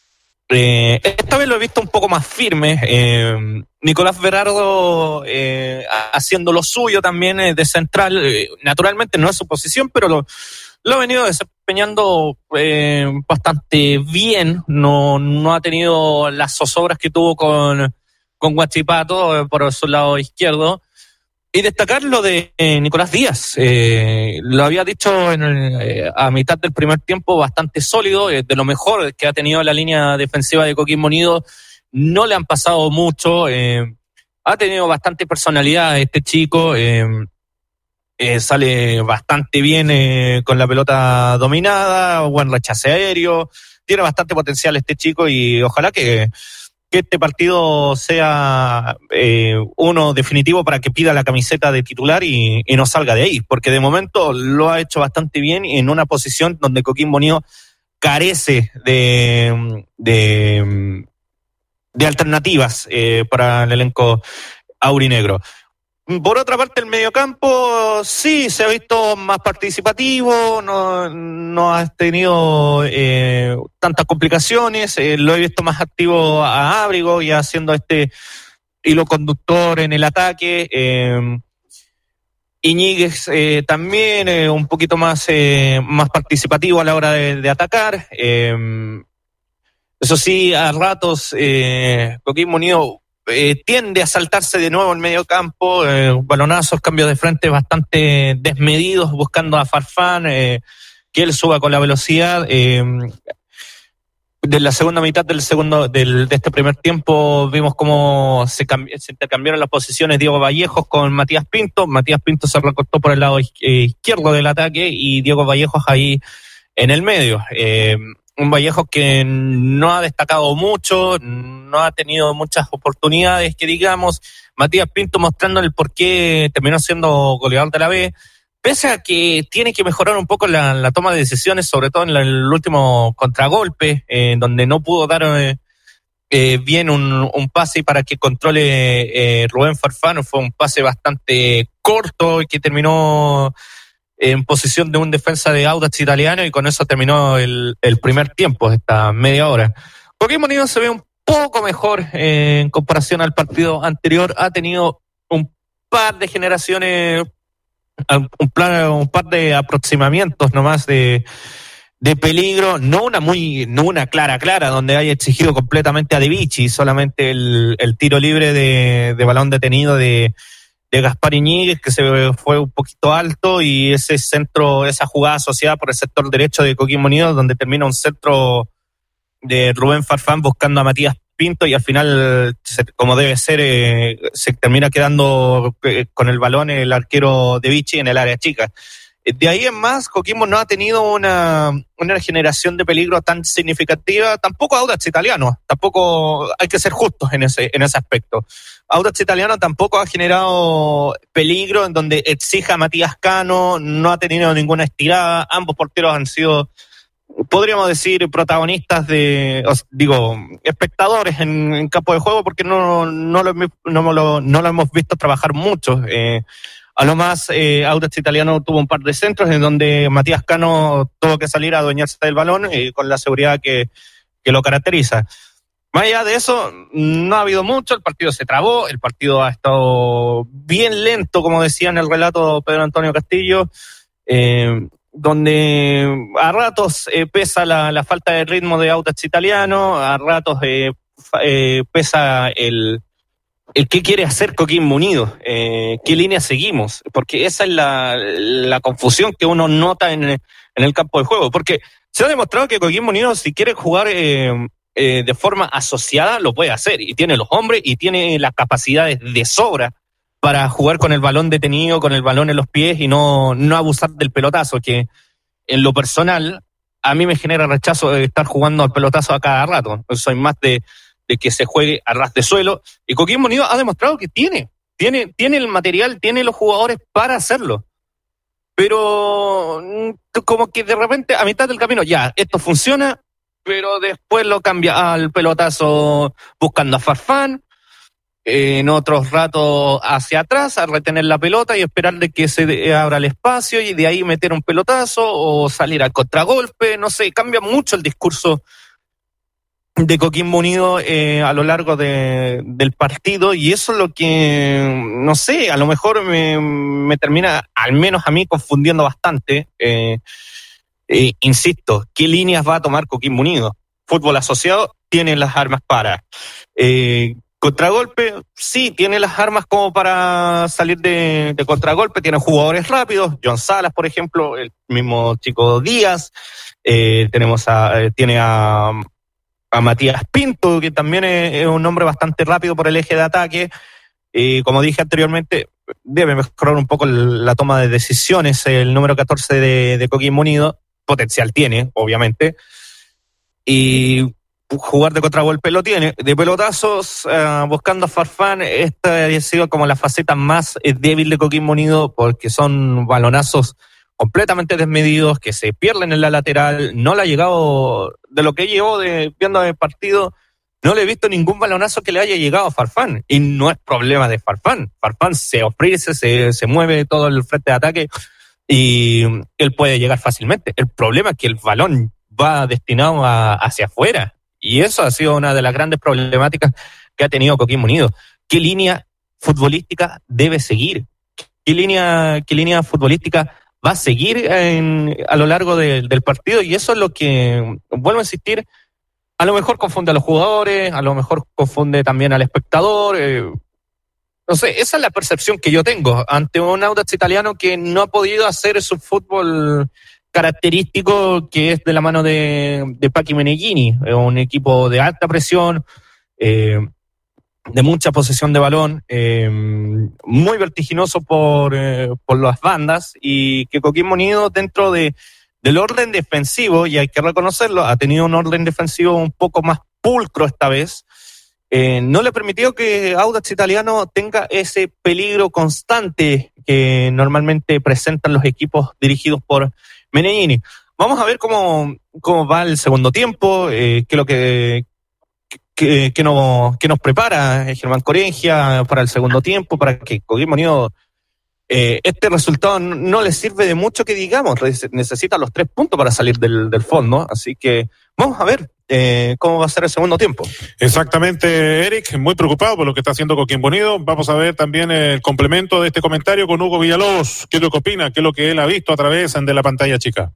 Eh, esta vez lo he visto un poco más firme. Eh, Nicolás Berardo eh, haciendo lo suyo también eh, de central. Eh, naturalmente no es su posición, pero lo, lo ha venido desempeñando eh, bastante bien. No, no ha tenido las zozobras que tuvo con con Huachipato por su lado izquierdo. Y destacar lo de eh, Nicolás Díaz. Eh, lo había dicho en el, eh, a mitad del primer tiempo, bastante sólido, eh, de lo mejor que ha tenido la línea defensiva de Coquimbo Unido. No le han pasado mucho. Eh, ha tenido bastante personalidad este chico. Eh, eh, sale bastante bien eh, con la pelota dominada, buen rechace aéreo. Tiene bastante potencial este chico y ojalá que... que este partido sea eh, uno definitivo para que pida la camiseta de titular y, y no salga de ahí, porque de momento lo ha hecho bastante bien en una posición donde Coquimbo Unido carece de, de, de alternativas eh, para el elenco aurinegro. Por otra parte, el mediocampo sí se ha visto más participativo, no, no ha tenido eh, tantas complicaciones, eh, lo he visto más activo a Ábrigo y haciendo este hilo conductor en el ataque. Eh, Iñiguez eh, también eh, un poquito más, eh, más participativo a la hora de, de atacar. Eh, eso sí, a ratos eh, Coquimbo Unido Eh, tiende a saltarse de nuevo el medio campo, eh, balonazos, cambios de frente bastante desmedidos, buscando a Farfán, eh, que él suba con la velocidad. Eh, de la segunda mitad del segundo del, de este primer tiempo vimos cómo se, cambi- se intercambiaron las posiciones Diego Vallejos con Matías Pinto. Matías Pinto se recortó por el lado izquierdo del ataque y Diego Vallejos ahí en el medio. Eh, Un Vallejo que no ha destacado mucho, no ha tenido muchas oportunidades, que digamos. Matías Pinto mostrando el por qué terminó siendo goleador de la B, pese a que tiene que mejorar un poco la, la toma de decisiones, sobre todo en la, el último contragolpe, eh, donde no pudo dar eh, eh, bien un, un pase para que controle eh, Rubén Farfán. Fue un pase bastante corto y que terminó en posición de un defensa de Audax Italiano y con eso terminó el, el primer tiempo, esta media hora. Coquimbo Unido se ve un poco mejor eh, en comparación al partido anterior. Ha tenido un par de generaciones, un, plan, un par de aproximamientos nomás de, de peligro, no una muy, no una clara clara donde haya exigido completamente a De Vichy, solamente el, el tiro libre de, de balón detenido de de Gaspar Iñiguez, que se fue un poquito alto, y ese centro, esa jugada asociada por el sector derecho de Coquimbo Unido, donde termina un centro de Rubén Farfán buscando a Matías Pinto, y al final, como debe ser, eh, se termina quedando con el balón el arquero De Vichy en el área chica. De ahí en más, Coquimbo no ha tenido una, una generación de peligro tan significativa, tampoco Audax Italiano, tampoco hay que ser justos en ese, en ese aspecto. Audax Italiano tampoco ha generado peligro en donde exija a Matías Cano, no ha tenido ninguna estirada, ambos porteros han sido, podríamos decir, protagonistas de, os, digo, espectadores en, en campo de juego, porque no, no, lo, no, lo, no lo hemos visto trabajar mucho. Eh, A lo más, eh, Audax Italiano tuvo un par de centros en donde Matías Cano tuvo que salir a adueñarse del balón eh, con la seguridad que, que lo caracteriza. Más allá de eso, no ha habido mucho, el partido se trabó, el partido ha estado bien lento, como decía en el relato Pedro Antonio Castillo, eh, donde a ratos eh, pesa la, la falta de ritmo de Audax Italiano, a ratos eh, eh, pesa el... el qué quiere hacer Coquimbo Unido, eh, qué línea seguimos, porque esa es la, la confusión que uno nota en, en el campo de juego, porque se ha demostrado que Coquimbo Unido, si quiere jugar eh, eh, de forma asociada, lo puede hacer, y tiene los hombres y tiene las capacidades de sobra para jugar con el balón detenido, con el balón en los pies y no, no abusar del pelotazo, que en lo personal a mí me genera rechazo de estar jugando al pelotazo a cada rato. Soy más de de que se juegue a ras de suelo, y Coquimbo Unido ha demostrado que tiene, tiene, tiene el material, tiene los jugadores para hacerlo, pero como que de repente a mitad del camino, ya, esto funciona, pero después lo cambia al pelotazo buscando a Farfán, eh, en otros ratos hacia atrás, a retener la pelota y esperar de que se abra el espacio, y de ahí meter un pelotazo, o salir al contragolpe, no sé, cambia mucho el discurso de Coquimbo Unido eh, a lo largo de, del partido, y eso es lo que, no sé, a lo mejor me, me termina, al menos a mí, confundiendo bastante. Eh, eh, insisto, ¿qué líneas va a tomar Coquimbo Unido? Fútbol asociado tiene las armas para. Eh, contragolpe, sí, tiene las armas como para salir de, de contragolpe, tiene jugadores rápidos, John Salas, por ejemplo, el mismo Chico Díaz, eh, tenemos a, eh, tiene a a Matías Pinto, que también es, es un hombre bastante rápido por el eje de ataque. Y como dije anteriormente, debe mejorar un poco el, la toma de decisiones el número catorce de, de Coquimbo Unido. Potencial tiene, obviamente. Y jugar de contragolpe lo tiene. De pelotazos, uh, buscando a Farfán, esta ha sido como la faceta más eh, débil de Coquimbo Unido, porque son balonazos completamente desmedidos, que se pierden en la lateral. No le ha llegado, de lo que llevo de, viendo el partido, no le he visto ningún balonazo que le haya llegado a Farfán, y no es problema de Farfán. Farfán se ofrece, se, se mueve todo el frente de ataque y él puede llegar fácilmente. El problema es que el balón va destinado a, hacia afuera, y eso ha sido una de las grandes problemáticas que ha tenido Coquimbo Unido. ¿Qué línea futbolística debe seguir? ¿Qué línea, qué línea futbolística va a seguir en, a lo largo de, del partido? Y eso es lo que, vuelvo a insistir, a lo mejor confunde a los jugadores, a lo mejor confunde también al espectador. Eh, no sé, esa es la percepción que yo tengo ante un Audax Italiano que no ha podido hacer su fútbol característico, que es de la mano de, de Paqui Meneghini, un equipo de alta presión, eh, de mucha posesión de balón, eh, muy vertiginoso por, eh, por las bandas, y que Coquimbo Unido, dentro de, del orden defensivo, y hay que reconocerlo, ha tenido un orden defensivo un poco más pulcro esta vez, eh, no le permitió que Audax Italiano tenga ese peligro constante que normalmente presentan los equipos dirigidos por Meneghini. Vamos a ver cómo, cómo va el segundo tiempo, eh, qué es lo que Que, que, no, que nos prepara Germán Corengia para el segundo tiempo, para que Coquimbo Unido, eh, este resultado no le sirve de mucho que digamos, necesita los tres puntos para salir del, del fondo, así que vamos a ver eh, cómo va a ser el segundo tiempo. Exactamente, Eric, muy preocupado por lo que está haciendo Coquimbo Unido. Vamos a ver también el complemento de este comentario con Hugo Villalobos. ¿Qué es lo que opina? ¿Qué es lo que él ha visto a través de la pantalla chica?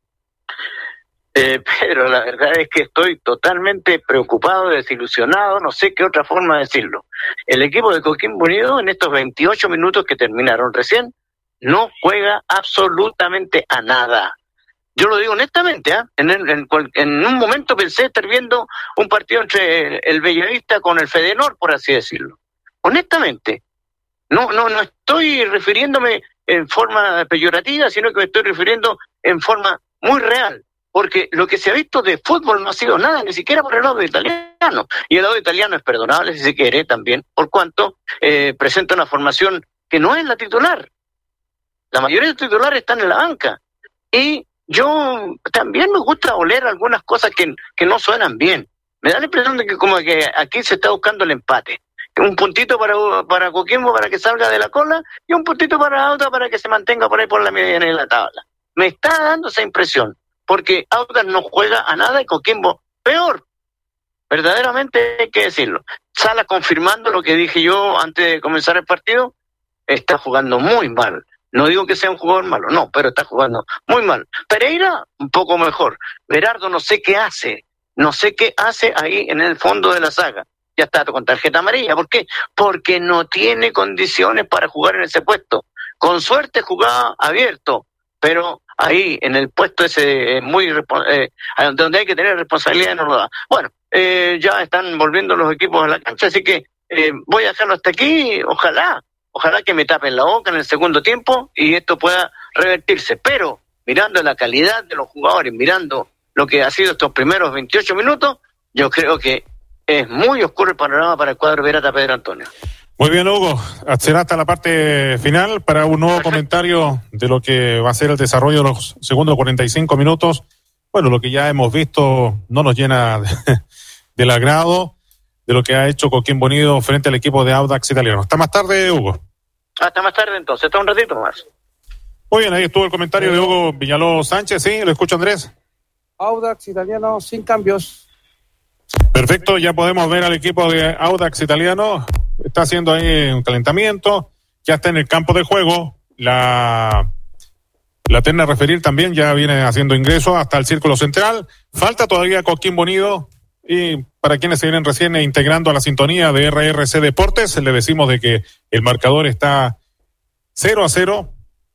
Eh, Pedro, la verdad es que estoy totalmente preocupado, desilusionado, no sé qué otra forma de decirlo. El equipo de Coquimbo Unido en estos veintiocho minutos que terminaron recién no juega absolutamente a nada. Yo lo digo honestamente, ¿eh? en, el, en, cual, en un momento pensé estar viendo un partido entre el, el Bellavista con el Fedenor, por así decirlo. Honestamente, no, no, no estoy refiriéndome en forma peyorativa, sino que me estoy refiriendo en forma muy real. Porque lo que se ha visto de fútbol no ha sido nada, ni siquiera por el lado italiano. Y el lado italiano es perdonable, si se quiere, también, por cuanto eh, presenta una formación que no es la titular. La mayoría de los titulares están en la banca. Y yo también me gusta oler algunas cosas que, que no suenan bien. Me da la impresión de que como que aquí se está buscando el empate. Un puntito para, para Coquimbo para que salga de la cola y un puntito para Audax para que se mantenga por ahí por la mediana de la tabla. Me está dando esa impresión. Porque Audax no juega a nada y Coquimbo peor. Verdaderamente hay que decirlo. Sala confirmando lo que dije yo antes de comenzar el partido, está jugando muy mal. No digo que sea un jugador malo, no, pero está jugando muy mal. Pereira, un poco mejor. Berardo no sé qué hace, no sé qué hace ahí en el fondo de la saga. Ya está con tarjeta amarilla. ¿Por qué? Porque no tiene condiciones para jugar en ese puesto. Con suerte jugaba abierto, pero ahí en el puesto ese eh, muy eh, donde hay que tener responsabilidad no lo da. Bueno, eh, ya están volviendo los equipos a la cancha, así que eh, voy a dejarlo hasta aquí. Ojalá, ojalá que me tapen la boca en el segundo tiempo y esto pueda revertirse. Pero mirando la calidad de los jugadores, mirando lo que ha sido estos primeros veintiocho minutos, yo creo que es muy oscuro el panorama para el cuadro Pirata Pedro Antonio. Muy bien, Hugo. Será hasta la parte final para un nuevo Perfecto. comentario de lo que va a ser el desarrollo de los segundos cuarenta y cinco minutos. Bueno, lo que ya hemos visto no nos llena de, del agrado de lo que ha hecho Coquimbo Unido frente al equipo de Audax Italiano. Hasta más tarde, Hugo. Hasta más tarde entonces, hasta un ratito más. Muy bien, ahí estuvo el comentario de Hugo Villalobos Sánchez. Sí, lo escucho, Andrés. Audax Italiano sin cambios. Perfecto, ya podemos ver al equipo de Audax Italiano. Está haciendo ahí un calentamiento, ya está en el campo de juego. La, la terna a referir también ya viene haciendo ingreso hasta el círculo central. Falta todavía Coquimbo Unido. Y para quienes se vienen recién integrando a la sintonía de R R C Deportes, le decimos de que el marcador está cero a cero.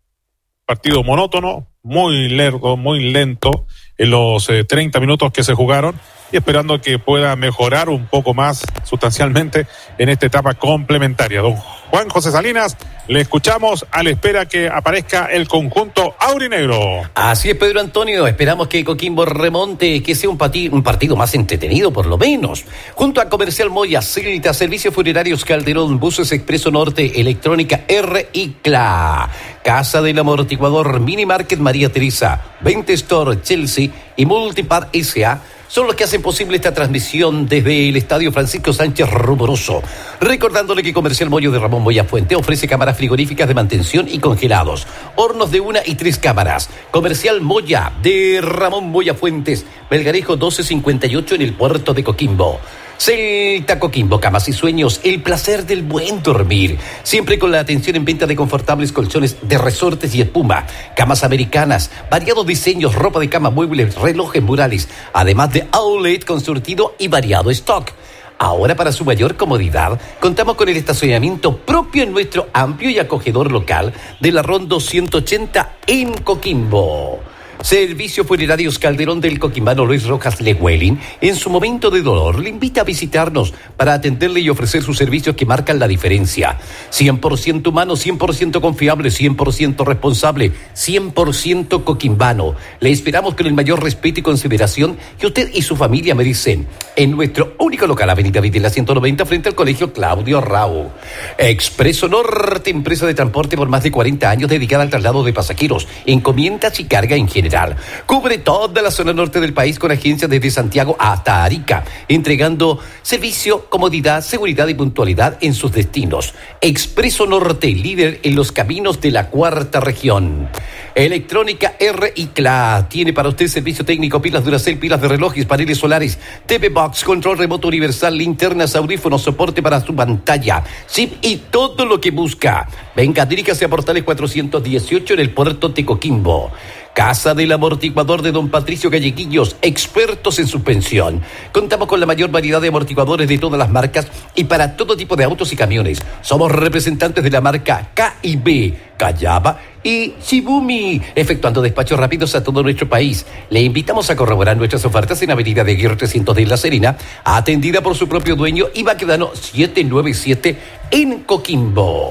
Partido monótono, muy lerdo, muy lento en los eh, treinta minutos que se jugaron y esperando que pueda mejorar un poco más sustancialmente en esta etapa complementaria. Don Juan José Salinas, le escuchamos a la espera que aparezca el conjunto aurinegro. Así es, Pedro Antonio, esperamos que Coquimbo remonte, que sea un, pati- un partido más entretenido por lo menos. Junto a Comercial Moya, Celta, Servicios Funerarios Calderón, Buses Expreso Norte, Electrónica R y C L A, Casa del Amortiguador, Mini Market María Teresa, veinte Store Chelsea y Multipar S A son los que hacen posible esta transmisión desde el Estadio Francisco Sánchez Rumoroso. Recordándole que Comercial Moyo de Ramón Moya Fuente ofrece cámaras frigoríficas de mantención y congelados, hornos de una y tres cámaras. Comercial Moya de Ramón Moya Fuentes, Belgarejo doce cincuenta y ocho en el puerto de Coquimbo. Celta Coquimbo, camas y sueños, el placer del buen dormir. Siempre con la atención en venta de confortables colchones de resortes y espuma, camas americanas, variados diseños, ropa de cama, muebles, relojes murales, además de outlet con surtido y variado stock. Ahora, para su mayor comodidad, contamos con el estacionamiento propio en nuestro amplio y acogedor local de la Rondo ciento ochenta en Coquimbo. Servicios Funerarios Calderón del Coquimbano Luis Rojas Lewelin, en su momento de dolor, le invita a visitarnos para atenderle y ofrecer sus servicios que marcan la diferencia. cien por ciento humano, cien por ciento confiable, cien por ciento responsable, cien por ciento coquimbano. Le esperamos con el mayor respeto y consideración que usted y su familia merecen. En nuestro único local, Avenida Videla ciento noventa, frente al Colegio Claudio Rau. Expreso Norte, empresa de transporte por más de cuarenta años dedicada al traslado de pasajeros, encomiendas y carga en general. Cubre toda la zona norte del país con agencias desde Santiago hasta Arica, entregando servicio, comodidad, seguridad y puntualidad en sus destinos. Expreso Norte, líder en los caminos de la cuarta región. Electrónica R y C L A tiene para usted servicio técnico, pilas Duracell, pilas de relojes, paneles solares, T V Box, control remoto universal, linternas, audífonos, soporte para su pantalla, chip y todo lo que busca. Venga, diríjase a Portales cuatrocientos dieciocho en el puerto de Coquimbo. Casa del Amortiguador de Don Patricio Galleguillos, expertos en suspensión. Contamos con la mayor variedad de amortiguadores de todas las marcas y para todo tipo de autos y camiones. Somos representantes de la marca K y B, Callaba y Shibumi, efectuando despachos rápidos a todo nuestro país. Le invitamos a corroborar nuestras ofertas en Avenida de Aguirre trescientos de La Serena, atendida por su propio dueño y Baquedano setecientos noventa y siete en Coquimbo.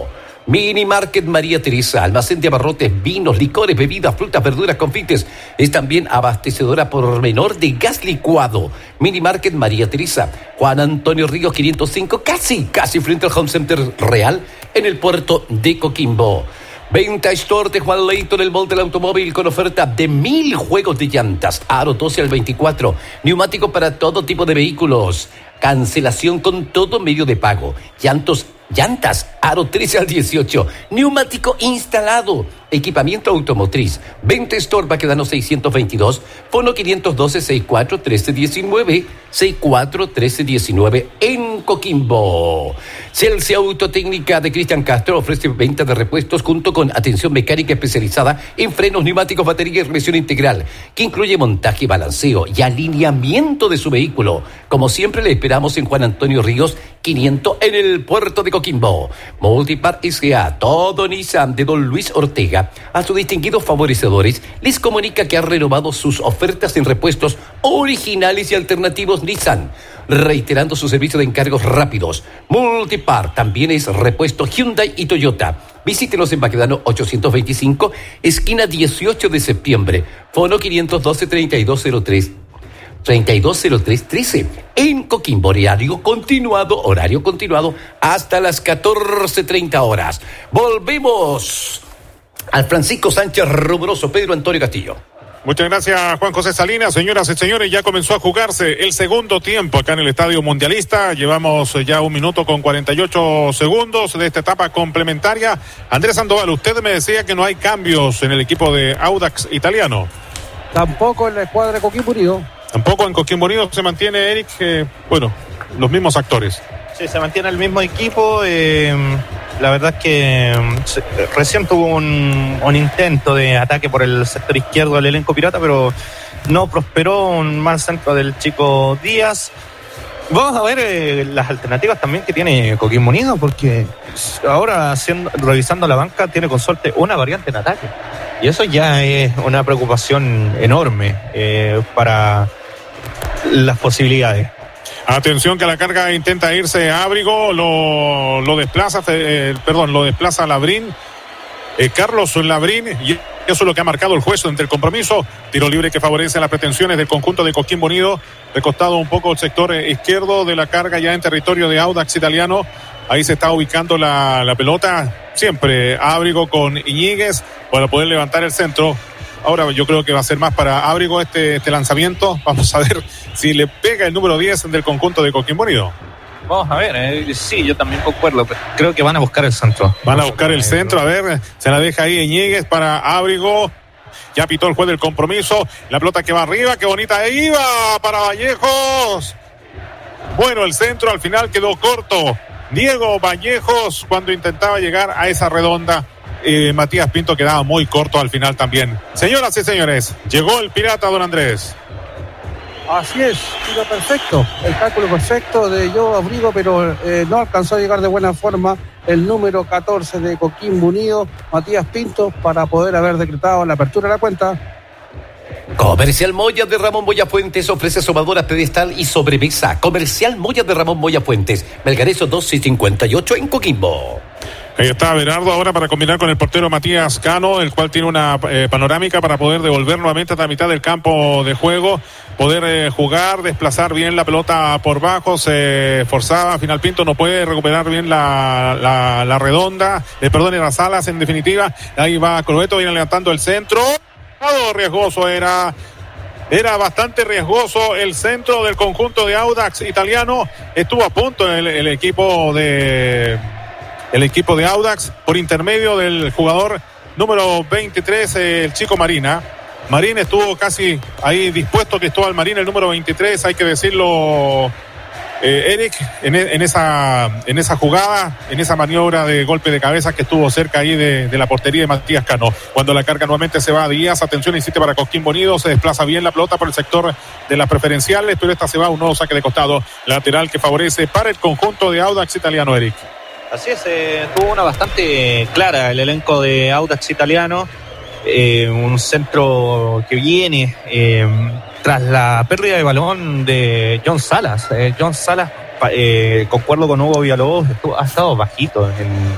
Mini Market María Teresa, almacén de abarrotes, vinos, licores, bebidas, frutas, verduras, confites. Es también abastecedora por menor de gas licuado. Mini Market María Teresa, Juan Antonio Ríos quinientos cinco, casi, casi frente al Home Center Real, en el puerto de Coquimbo. Venta Store de Juan Leito en el Mall del Automóvil con oferta de mil juegos de llantas. Aro doce al veinticuatro. Neumático para todo tipo de vehículos. Cancelación con todo medio de pago. Llantos, llantas, aro trece al dieciocho. Neumático instalado. Equipamiento automotriz. Venta Store Baquedano seiscientos veintidós. Fono quinientos doce, sesenta y cuatro, trece diecinueve. sesenta y cuatro, trece diecinueve en Coquimbo. Celsia Autotécnica de Cristian Castro ofrece venta de repuestos junto con atención mecánica especializada en frenos, neumáticos, batería y revisión integral, que incluye montaje, balanceo y alineamiento de su vehículo. Como siempre, le esperamos en Juan Antonio Ríos quinientos en el puerto de Coquimbo. Multipar S A, todo Nissan de Don Luis Ortega, a sus distinguidos favorecedores, les comunica que ha renovado sus ofertas en repuestos originales y alternativos Nissan, reiterando su servicio de encargos rápidos. Multipar también es repuesto Hyundai y Toyota. Visítenos en Baquedano ochocientos veinticinco, esquina dieciocho de septiembre. Fono quinientos doce, treinta y dos cero tres. treinta y dos cero tres trece en Coquimbo, horario continuado, horario continuado hasta las catorce treinta horas. Volvemos al Francisco Sánchez Rumoroso. Pedro Antonio Castillo. Muchas gracias, Juan José Salinas. Señoras y señores, ya comenzó a jugarse el segundo tiempo acá en el Estadio Mundialista. Llevamos ya un minuto con cuarenta y ocho segundos de esta etapa complementaria. Andrés Sandoval, usted me decía que no hay cambios en el equipo de Audax Italiano. Tampoco en la escuadra de Coquimbo Unido. Tampoco en Coquimbo Unido se mantiene, Eric, eh, bueno, los mismos actores. Sí, se mantiene el mismo equipo. Eh, la verdad es que eh, recién tuvo un, un intento de ataque por el sector izquierdo del elenco pirata, pero no prosperó. Un mal centro del chico Díaz. Vamos a ver eh, las alternativas también que tiene Coquimbo Unido, porque ahora haciendo, revisando la banca tiene con suerte una variante en ataque. Y eso ya es una preocupación enorme eh, para las posibilidades. Atención que a la carga intenta irse Ábrigo, lo, lo desplaza, eh, perdón, lo desplaza Labrín, eh, Carlos Labrín, y eso es lo que ha marcado el juez ante el compromiso. Tiro libre que favorece las pretensiones del conjunto de Coquimbo Unido, recostado un poco el sector eh, izquierdo de la carga ya en territorio de Audax Italiano. Ahí se está ubicando la, la pelota, siempre Ábrigo con Iñiguez para poder levantar el centro. Ahora yo creo que va a ser más para Ábrigo este, este lanzamiento. Vamos a ver si le pega el número diez del conjunto de Coquimbo Unido. Vamos a ver, eh, sí, yo también concuerdo. Creo que van a buscar el centro. Van a buscar el centro, a ver, se la deja ahí Iñiguez para Ábrigo. Ya pitó el juez del compromiso. La pelota que va arriba, qué bonita iba para Vallejos. Bueno, el centro al final quedó corto. Diego Vallejos cuando intentaba llegar a esa redonda. Eh, Matías Pinto quedaba muy corto al final también. Señoras y señores, llegó el Pirata, don Andrés. Así es, tiro perfecto, el cálculo perfecto de Joe Ábrigo, pero eh, no alcanzó a llegar de buena forma el número catorce de Coquimbo Unido, Matías Pinto, para poder haber decretado la apertura de la cuenta. Comercial Moya de Ramón Moya Fuentes ofrece asomadoras pedestal y sobremesa. Comercial Moya de Ramón Moya Fuentes, Melgareso doce cincuenta y ocho en Coquimbo. Ahí está Berardo ahora para combinar con el portero Matías Cano, el cual tiene una eh, panorámica para poder devolver nuevamente a la mitad del campo de juego, poder eh, jugar, desplazar bien la pelota por bajo. Se forzaba, al final Pinto no puede recuperar bien la, la, la redonda, eh, perdón, las alas en definitiva. Ahí va Coloeto, viene levantando el centro. Oh, riesgoso era... Era bastante riesgoso el centro del conjunto de Audax Italiano. Estuvo a punto el, el equipo de... El equipo de Audax por intermedio del jugador número veintitrés, el chico Marina. Marín estuvo casi ahí dispuesto que estuvo al Marín, el número veintitrés, hay que decirlo, eh, Eric, en, en, esa, en esa jugada, en esa maniobra de golpe de cabeza que estuvo cerca ahí de, de la portería de Matías Cano. Cuando la carga nuevamente se va a Díaz, atención, insiste para Coquimbo Unido, se desplaza bien la pelota por el sector de las preferenciales, pero esta se va a un nuevo saque de costado, lateral que favorece para el conjunto de Audax Italiano, Eric. Así es, eh, tuvo una bastante clara el elenco de Audax Italiano, eh, un centro que viene eh, tras la pérdida de balón de John Salas. Eh, John Salas, eh, concuerdo con Hugo Villalobos, estuvo, ha estado bajito en,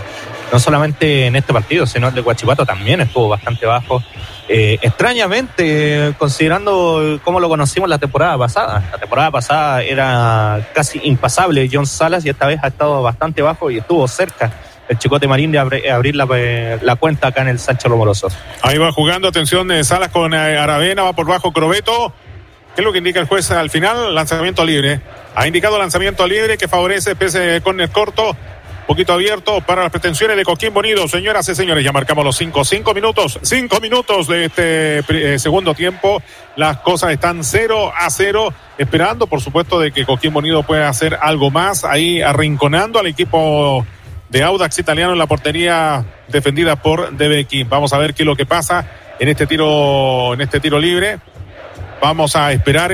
no solamente en este partido, sino el de Huachipato también estuvo bastante bajo. Eh, extrañamente, considerando cómo lo conocimos la temporada pasada. La temporada pasada era casi impasable John Salas y esta vez ha estado bastante bajo y estuvo cerca el Chicote Marín de abrir, abrir la, la cuenta acá en el Sánchez Lomoroso. Ahí va jugando, atención de Salas con Aravena, va por bajo Crobeto. ¿Qué es lo que indica el juez al final? Lanzamiento libre. Ha indicado lanzamiento libre que favorece pese córner corto. Poquito abierto para las pretensiones de Coquimbo Unido. Señoras y señores, ya marcamos los cinco, cinco minutos, cinco minutos de este eh, segundo tiempo. Las cosas están cero a cero, esperando, por supuesto, de que Coquimbo Unido pueda hacer algo más, ahí arrinconando al equipo de Audax Italiano en la portería defendida por Debecki. Vamos a ver qué es lo que pasa en este tiro, en este tiro libre. Vamos a esperar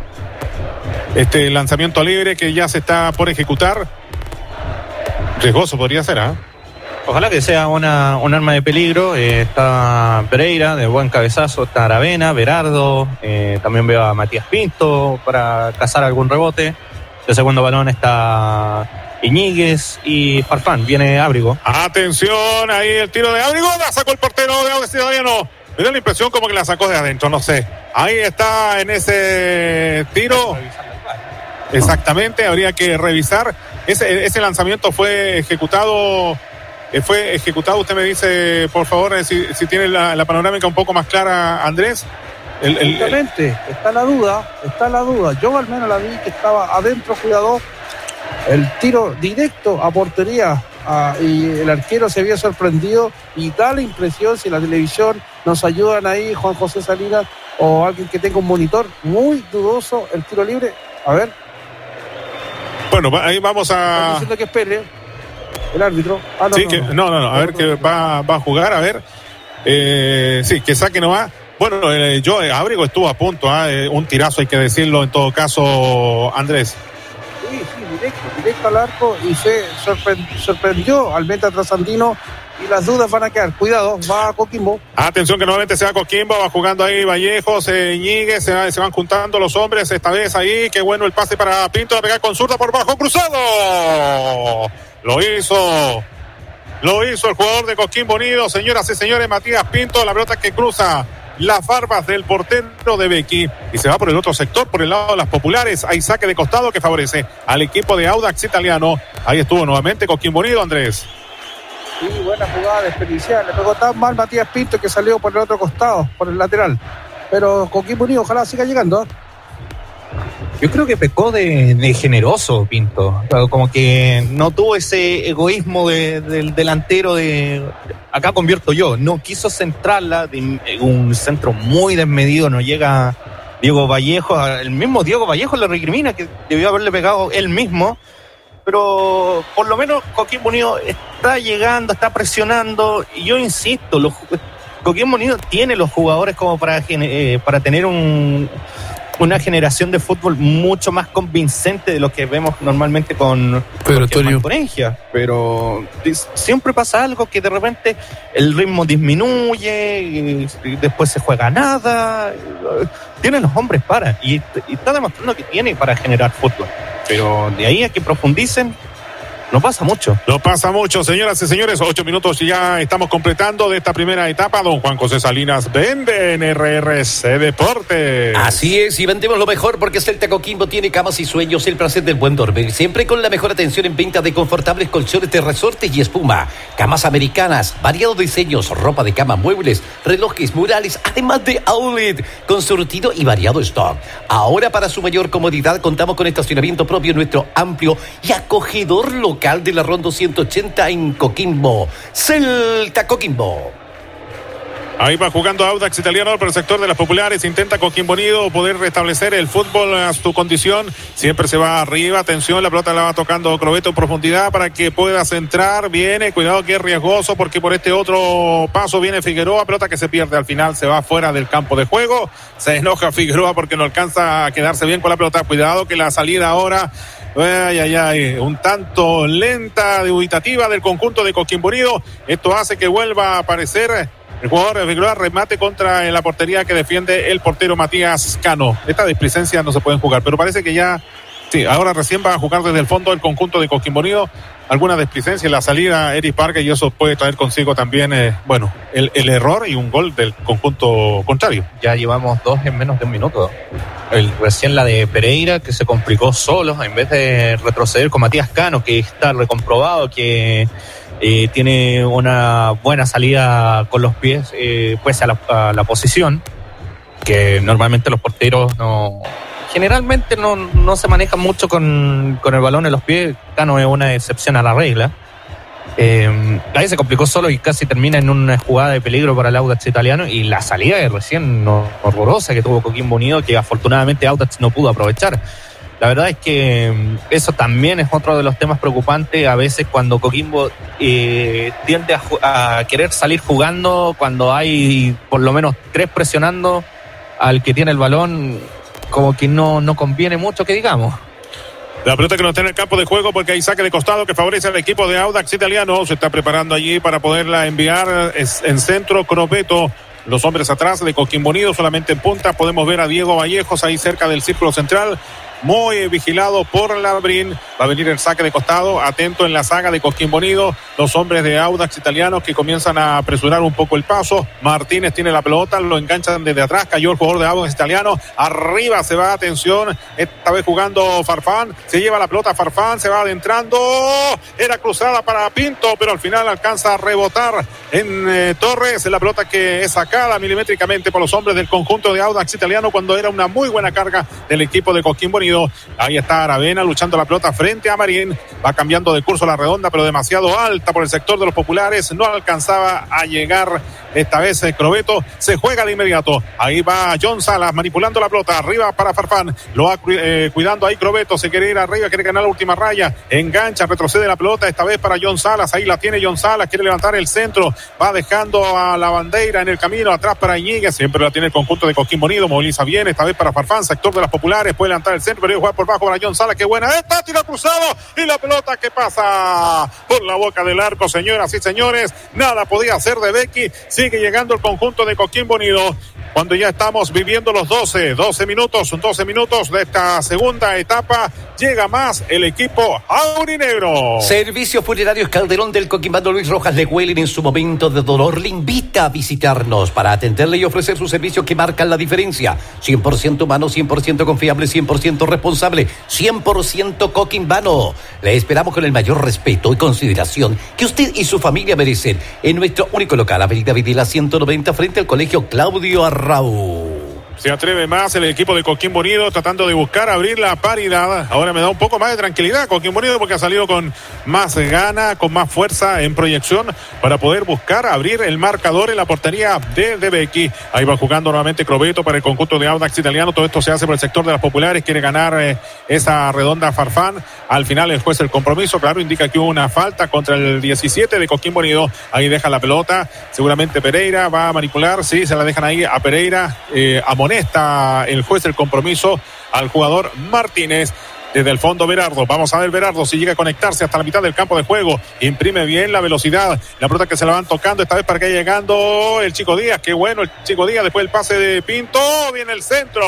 este lanzamiento libre que ya se está por ejecutar. Riesgoso podría ser, ¿ah? ¿eh? Ojalá que sea una, un arma de peligro. Eh, está Pereira de buen cabezazo, está Aravena, Berardo, eh, también veo a Matías Pinto para cazar algún rebote. De segundo balón está Iñiguez y Farfán, viene Ábrigo. Atención, ahí el tiro de Ábrigo, la sacó el portero de Audax Italiano. Me da la impresión como que la sacó de adentro, no sé. Ahí está en ese tiro. Exactamente, habría que revisar. Ese, ese lanzamiento fue ejecutado, eh, fue ejecutado, usted me dice, por favor, eh, si, si tiene la, la panorámica un poco más clara, Andrés. El, el, Exactamente, el... está la duda, está la duda. Yo al menos la vi que estaba adentro, cuidado. El tiro directo a portería a, y el arquero se había sorprendido y da la impresión, si la televisión nos ayudan ahí, Juan José Salinas o alguien que tenga un monitor, muy dudoso el tiro libre. A ver. Bueno, ahí vamos a... Están diciendo que espere el árbitro. Ah, no, sí, no, que, no, no, no, no, a ver que va, va a jugar, a ver. Eh, sí, que saque nomás. Bueno, eh, yo, eh, Ábrigo estuvo a punto, ¿eh? Un tirazo, hay que decirlo en todo caso, Andrés. Sí, sí, directo, directo al arco y se sorprendió, sorprendió al meta trasandino. Y las dudas van a quedar. Cuidado, va Coquimbo. Atención que nuevamente se va Coquimbo, va jugando ahí Vallejos, eh, Ñíguez, se, va, se van juntando los hombres esta vez ahí. Qué bueno el pase para Pinto, a pegar con zurda por bajo, cruzado. Lo hizo, lo hizo el jugador de Coquimbo Unido, señoras y señores, Matías Pinto, la pelota que cruza las barbas del portero de Becky y se va por el otro sector, por el lado de las populares. Hay saque de costado que favorece al equipo de Audax Italiano. Ahí estuvo nuevamente Coquimbo Unido, Andrés. Sí, buena jugada desperdiciada. Le pegó tan mal Matías Pinto que salió por el otro costado, por el lateral. Pero Coquimbo Unido ojalá siga llegando. Yo creo que pecó de, de generoso Pinto. Como que no tuvo ese egoísmo de, del delantero de acá convierto yo. No quiso centrarla, de un centro muy desmedido, no llega Diego Vallejo. El mismo Diego Vallejo le recrimina que debió haberle pegado él mismo. Pero por lo menos Coquimbo Unido está llegando, está presionando. Y yo insisto, los, Coquimbo Unido tiene los jugadores como para, eh, para tener un, una generación de fútbol mucho más convincente de lo que vemos normalmente con Corengia. Pero siempre pasa algo que de repente el ritmo disminuye, y después se juega nada. Tiene los hombres para, y, y está demostrando que tiene para generar fútbol. Pero de ahí a que profundicen, no pasa mucho. No pasa mucho, señoras y señores. Ocho minutos y ya estamos completando de esta primera etapa. Don Juan José Salinas vende en R R C Deportes. Así es, y vendemos lo mejor porque Celta Coquimbo tiene camas y sueños, el placer del buen dormir. Siempre con la mejor atención en venta de confortables colchones de resortes y espuma. Camas americanas, variados diseños, ropa de cama, muebles, relojes, murales, además de outlet, con surtido y variado stock. Ahora, para su mayor comodidad, contamos con estacionamiento propio en nuestro amplio y acogedor local de la Ronda ciento ochenta en Coquimbo. Celta Coquimbo. Ahí va jugando Audax Italiano por el sector de las populares. Intenta Coquimbo Unido poder restablecer el fútbol a su condición. Siempre se va arriba. Atención, la pelota la va tocando Crobeto en profundidad para que pueda centrar. Viene, cuidado que es riesgoso porque por este otro paso viene Figueroa. Pelota que se pierde al final, se va fuera del campo de juego. Se enoja Figueroa porque no alcanza a quedarse bien con la pelota. Cuidado que la salida ahora... Ay, ay, ay, un tanto lenta, dubitativa del conjunto de Coquimbo Unido. Esto hace que vuelva a aparecer el jugador de Figueroa, remate contra la portería que defiende el portero Matías Cano. Estas displicencias no se pueden jugar, pero parece que ya, sí, ahora recién va a jugar desde el fondo el conjunto de Coquimbo Unido. alguna displicencia en la salida Eric Parker y eso puede traer consigo también, eh, bueno, el, el error y un gol del conjunto contrario. Ya llevamos dos en menos de un minuto. El, recién la de Pereira, que se complicó solo, en vez de retroceder con Matías Cano, que está recomprobado que eh, tiene una buena salida con los pies, eh, pues a la, a la posición, que normalmente los porteros no... Generalmente no, no se manejan mucho con, con el balón en los pies. Cano es una excepción a la regla. Eh, ahí se complicó solo y casi termina en una jugada de peligro para el Audax italiano. Y la salida de recién no, horrorosa que tuvo Coquimbo Unido, que afortunadamente Audax no pudo aprovechar. La verdad es que eso también es otro de los temas preocupantes. A veces cuando Coquimbo eh, tiende a, a querer salir jugando, cuando hay por lo menos tres presionando al que tiene el balón, como que no, no conviene mucho que digamos. La pelota que no está en el campo de juego porque hay saque de costado que favorece al equipo de Audax italiano. Se está preparando allí para poderla enviar en centro. Cropeto, los hombres atrás de Coquimbo Unido, solamente en punta. Podemos ver a Diego Vallejos ahí cerca del círculo central, muy vigilado por Labrín. Va a venir el saque de costado, atento en la saga de Coquimbo Unido, los hombres de Audax italianos que comienzan a apresurar un poco el paso. Martínez tiene la pelota, lo enganchan desde atrás, cayó el jugador de Audax italiano, arriba se va, atención, esta vez jugando Farfán, se lleva la pelota Farfán, se va adentrando, era cruzada para Pinto, pero al final alcanza a rebotar en eh, Torres, la pelota que es sacada milimétricamente por los hombres del conjunto de Audax italiano cuando era una muy buena carga del equipo de Coquimbo Unido. Ahí está Aravena luchando la pelota frente a Marín, va cambiando de curso la redonda pero demasiado alta por el sector de los populares, no alcanzaba a llegar esta vez el Crobeto, se juega de inmediato, ahí va John Salas manipulando la pelota, arriba para Farfán, lo va eh, cuidando ahí Crobeto, se quiere ir arriba, quiere ganar la última raya, engancha, retrocede la pelota, esta vez para John Salas, ahí la tiene John Salas, quiere levantar el centro, va dejando a la bandera en el camino, atrás para Iñiguez, siempre la tiene el conjunto de Coquimbo Unido, moviliza bien, esta vez para Farfán, sector de las populares, puede levantar el centro, pero jugar por bajo para John Salas, qué buena esta, tiro cruzado y la pelota que pasa por la boca del arco, señoras y señores, nada podía hacer de Becky, sigue llegando el conjunto de Coquimbo Unido, cuando ya estamos viviendo los doce, doce minutos, doce minutos de esta segunda etapa, llega más el equipo aurinegro. Servicios Funerarios Calderón del Coquimbano Luis Rojas Le Huelen en su momento de dolor le invita a visitarnos para atenderle y ofrecer sus servicios que marcan la diferencia. cien por ciento humano, cien por ciento confiable, cien por ciento responsable, cien por ciento Coquimbano. Le esperamos con el mayor respeto y consideración que usted y su familia merecen en nuestro único local, Avenida Videla ciento noventa, frente al Colegio Claudio Arrau. Se atreve más el equipo de Coquimbo Unido tratando de buscar abrir la paridad. Ahora me da un poco más de tranquilidad Coquimbo Unido porque ha salido con más gana, con más fuerza en proyección para poder buscar abrir el marcador en la portería de De Becky. Ahí va jugando nuevamente Crobeto para el conjunto de Audax italiano. Todo esto se hace por el sector de las populares. Quiere ganar eh, esa redonda Farfán. Al final el juez el compromiso, claro, indica que hubo una falta contra el diecisiete de Coquimbo Unido. Ahí deja la pelota. Seguramente Pereira va a manipular. Sí, se la dejan ahí a Pereira. Eh, a Está el juez del compromiso al jugador Martínez. Desde el fondo Berardo, vamos a ver Berardo si llega a conectarse hasta la mitad del campo de juego, imprime bien la velocidad, la pelota que se la van tocando esta vez para que haya llegando el Chico Díaz, qué bueno el Chico Díaz, después el pase de Pinto, viene el centro,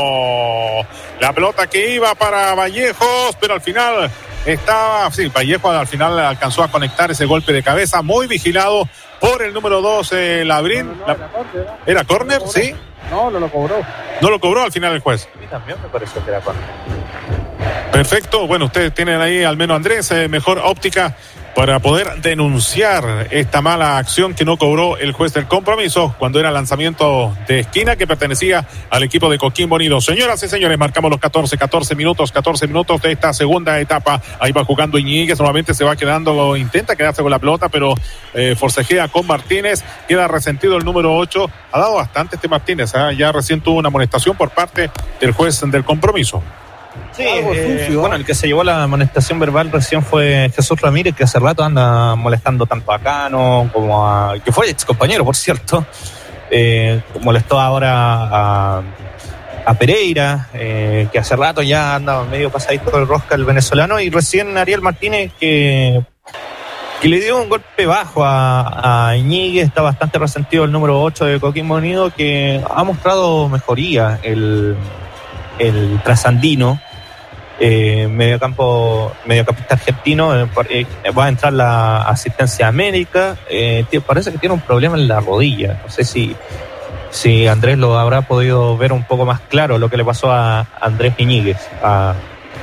la pelota que iba para Vallejos, pero al final estaba, sí, Vallejo al final alcanzó a conectar ese golpe de cabeza, muy vigilado por el número dos, eh, Labrín. No, no, no, la... era córner, ¿no? ¿Era córner? No, Sí. No, no lo cobró. No lo cobró al final el juez. A mí también me pareció que era córner. Perfecto, bueno, ustedes tienen ahí al menos Andrés, eh, mejor óptica para poder denunciar esta mala acción que no cobró el juez del compromiso cuando era lanzamiento de esquina que pertenecía al equipo de Coquimbo Unido. Señoras y señores, marcamos los catorce, catorce minutos, catorce minutos de esta segunda etapa. Ahí va jugando Iñiguez, nuevamente se va quedando, intenta quedarse con la pelota, pero eh, forcejea con Martínez, queda resentido el número ocho. Ha dado bastante este Martínez, ¿eh? Ya recién tuvo una amonestación por parte del juez del compromiso. Sí, eh, bueno, el que se llevó la amonestación verbal recién fue Jesús Ramírez, que hace rato anda molestando tanto a Cano como a... que fue ex compañero, por cierto. Eh, molestó ahora a, a Pereira, eh, que hace rato ya andaba medio pasadito de rosca el venezolano, y recién Ariel Martínez, que... que le dio un golpe bajo a, a Iñiguez. Está bastante resentido el número ocho de Coquimbo Unido, que ha mostrado mejoría el, el trasandino. eh, mediocampo, mediocampista argentino. Eh, eh, va a entrar la asistencia médica. Eh, tío, parece que tiene un problema en la rodilla. No sé si, si Andrés lo habrá podido ver un poco más claro lo que le pasó a Andrés Iñiguez, a,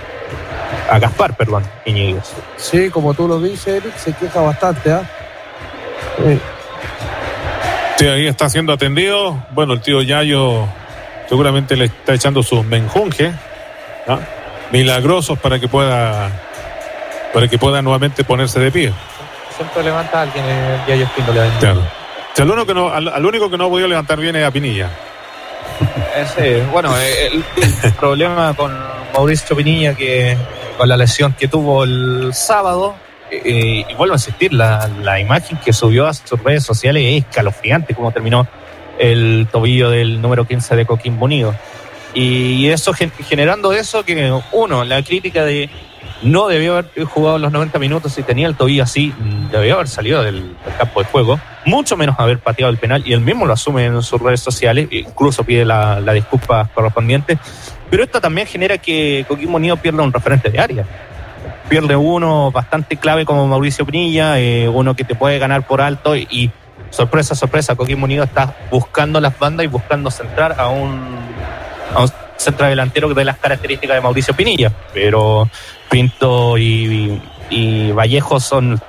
a Gaspar, perdón, Iñiguez. Sí, como tú lo dices, Eric, se queja bastante, ¿ah? ¿eh? Sí. Sí, ahí está siendo atendido. Bueno, el tío Yayo seguramente le está echando sus menjunjes, ¿no? Milagrosos para que pueda para que pueda nuevamente ponerse de pie. Siempre levanta a alguien el Yayo Espino. Claro. O sea, al, único que no, al, al único que no ha podido levantar bien es a Pinilla. Ese, bueno, el, el problema con Mauricio Pinilla, que con la lesión que tuvo el sábado, eh, y vuelvo a insistir, la, la imagen que subió a sus redes sociales es escalofriante, como terminó el tobillo del número quince de Coquimbo Unido. Y eso, generando eso, que uno, la crítica de no debió haber jugado los noventa minutos si tenía el tobillo así, debió haber salido del, del campo de juego, mucho menos haber pateado el penal, y él mismo lo asume en sus redes sociales, incluso pide la, la disculpa correspondiente. Pero esto también genera que Coquimbo Unido pierda un referente de área. Pierde uno bastante clave como Mauricio Pinilla, eh, uno que te puede ganar por alto, y, y sorpresa, sorpresa, Coquimbo Unido está buscando las bandas y buscando centrar a un, a un centrodelantero de las características de Mauricio Pinilla, pero Pinto y, y Vallejo son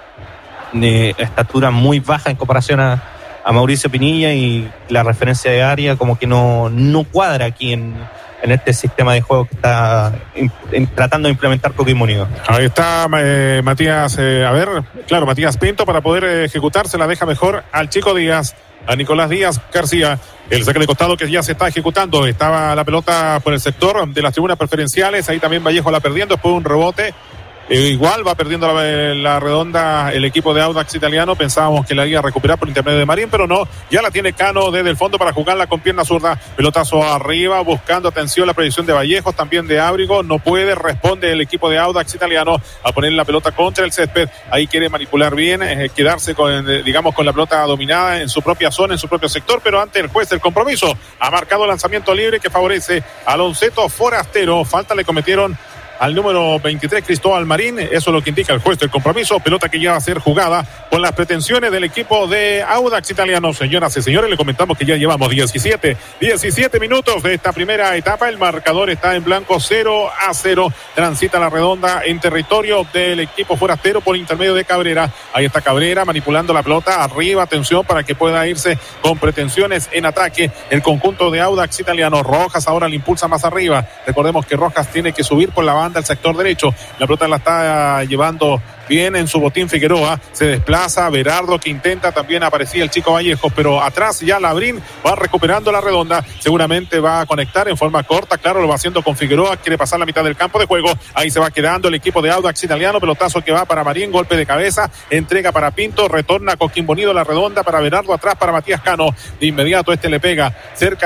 de estatura muy baja en comparación a, a Mauricio Pinilla, y la referencia de área como que no, no cuadra aquí en, en este sistema de juego que está in, in, tratando de implementar Coquimbo Unido. Ahí está eh, Matías, eh, a ver, claro, Matías Pinto para poder eh, ejecutar, se la deja mejor al Chico Díaz, a Nicolás Díaz García. El saque de costado que ya se está ejecutando. Estaba la pelota por el sector de las tribunas preferenciales. Ahí también Vallejo la perdiendo. Después un rebote. Eh, igual va perdiendo la, la redonda el equipo de Audax Italiano. Pensábamos que la iba a recuperar por intermedio de Marín, pero no. Ya la tiene Cano desde el fondo para jugarla con pierna zurda. Pelotazo arriba, buscando atención la predicción de Vallejos, también de Ábrigo. No puede, responde el equipo de Audax Italiano a poner la pelota contra el césped. Ahí quiere manipular bien, eh, quedarse con, eh, digamos, con la pelota dominada en su propia zona, en su propio sector, pero ante el juez el compromiso. Ha marcado lanzamiento libre que favorece al onceto forastero. Falta le cometieron al número veintitrés, Cristóbal Marín. Eso es lo que indica el juez del compromiso. Pelota que ya va a ser jugada con las pretensiones del equipo de Audax Italiano. Señoras y señores, le comentamos que ya llevamos diecisiete minutos de esta primera etapa. El marcador está en blanco, cero a cero. Transita la redonda en territorio del equipo forastero por intermedio de Cabrera. Ahí está Cabrera manipulando la pelota arriba. Atención para que pueda irse con pretensiones en ataque el conjunto de Audax Italiano. Rojas ahora le impulsa más arriba. Recordemos que Rojas tiene que subir por la banda al sector derecho. La pelota la está llevando bien en su botín Figueroa. Se desplaza Berardo, que intenta, también aparecía el Chico Vallejo, pero atrás ya Labrín va recuperando la redonda. Seguramente va a conectar en forma corta. Claro, lo va haciendo con Figueroa. Quiere pasar la mitad del campo de juego. Ahí se va quedando el equipo de Audax Italiano. Pelotazo que va para Marín. Golpe de cabeza. Entrega para Pinto. Retorna Coquimbo Unido la redonda para Berardo. Atrás para Matías Cano. De inmediato este le pega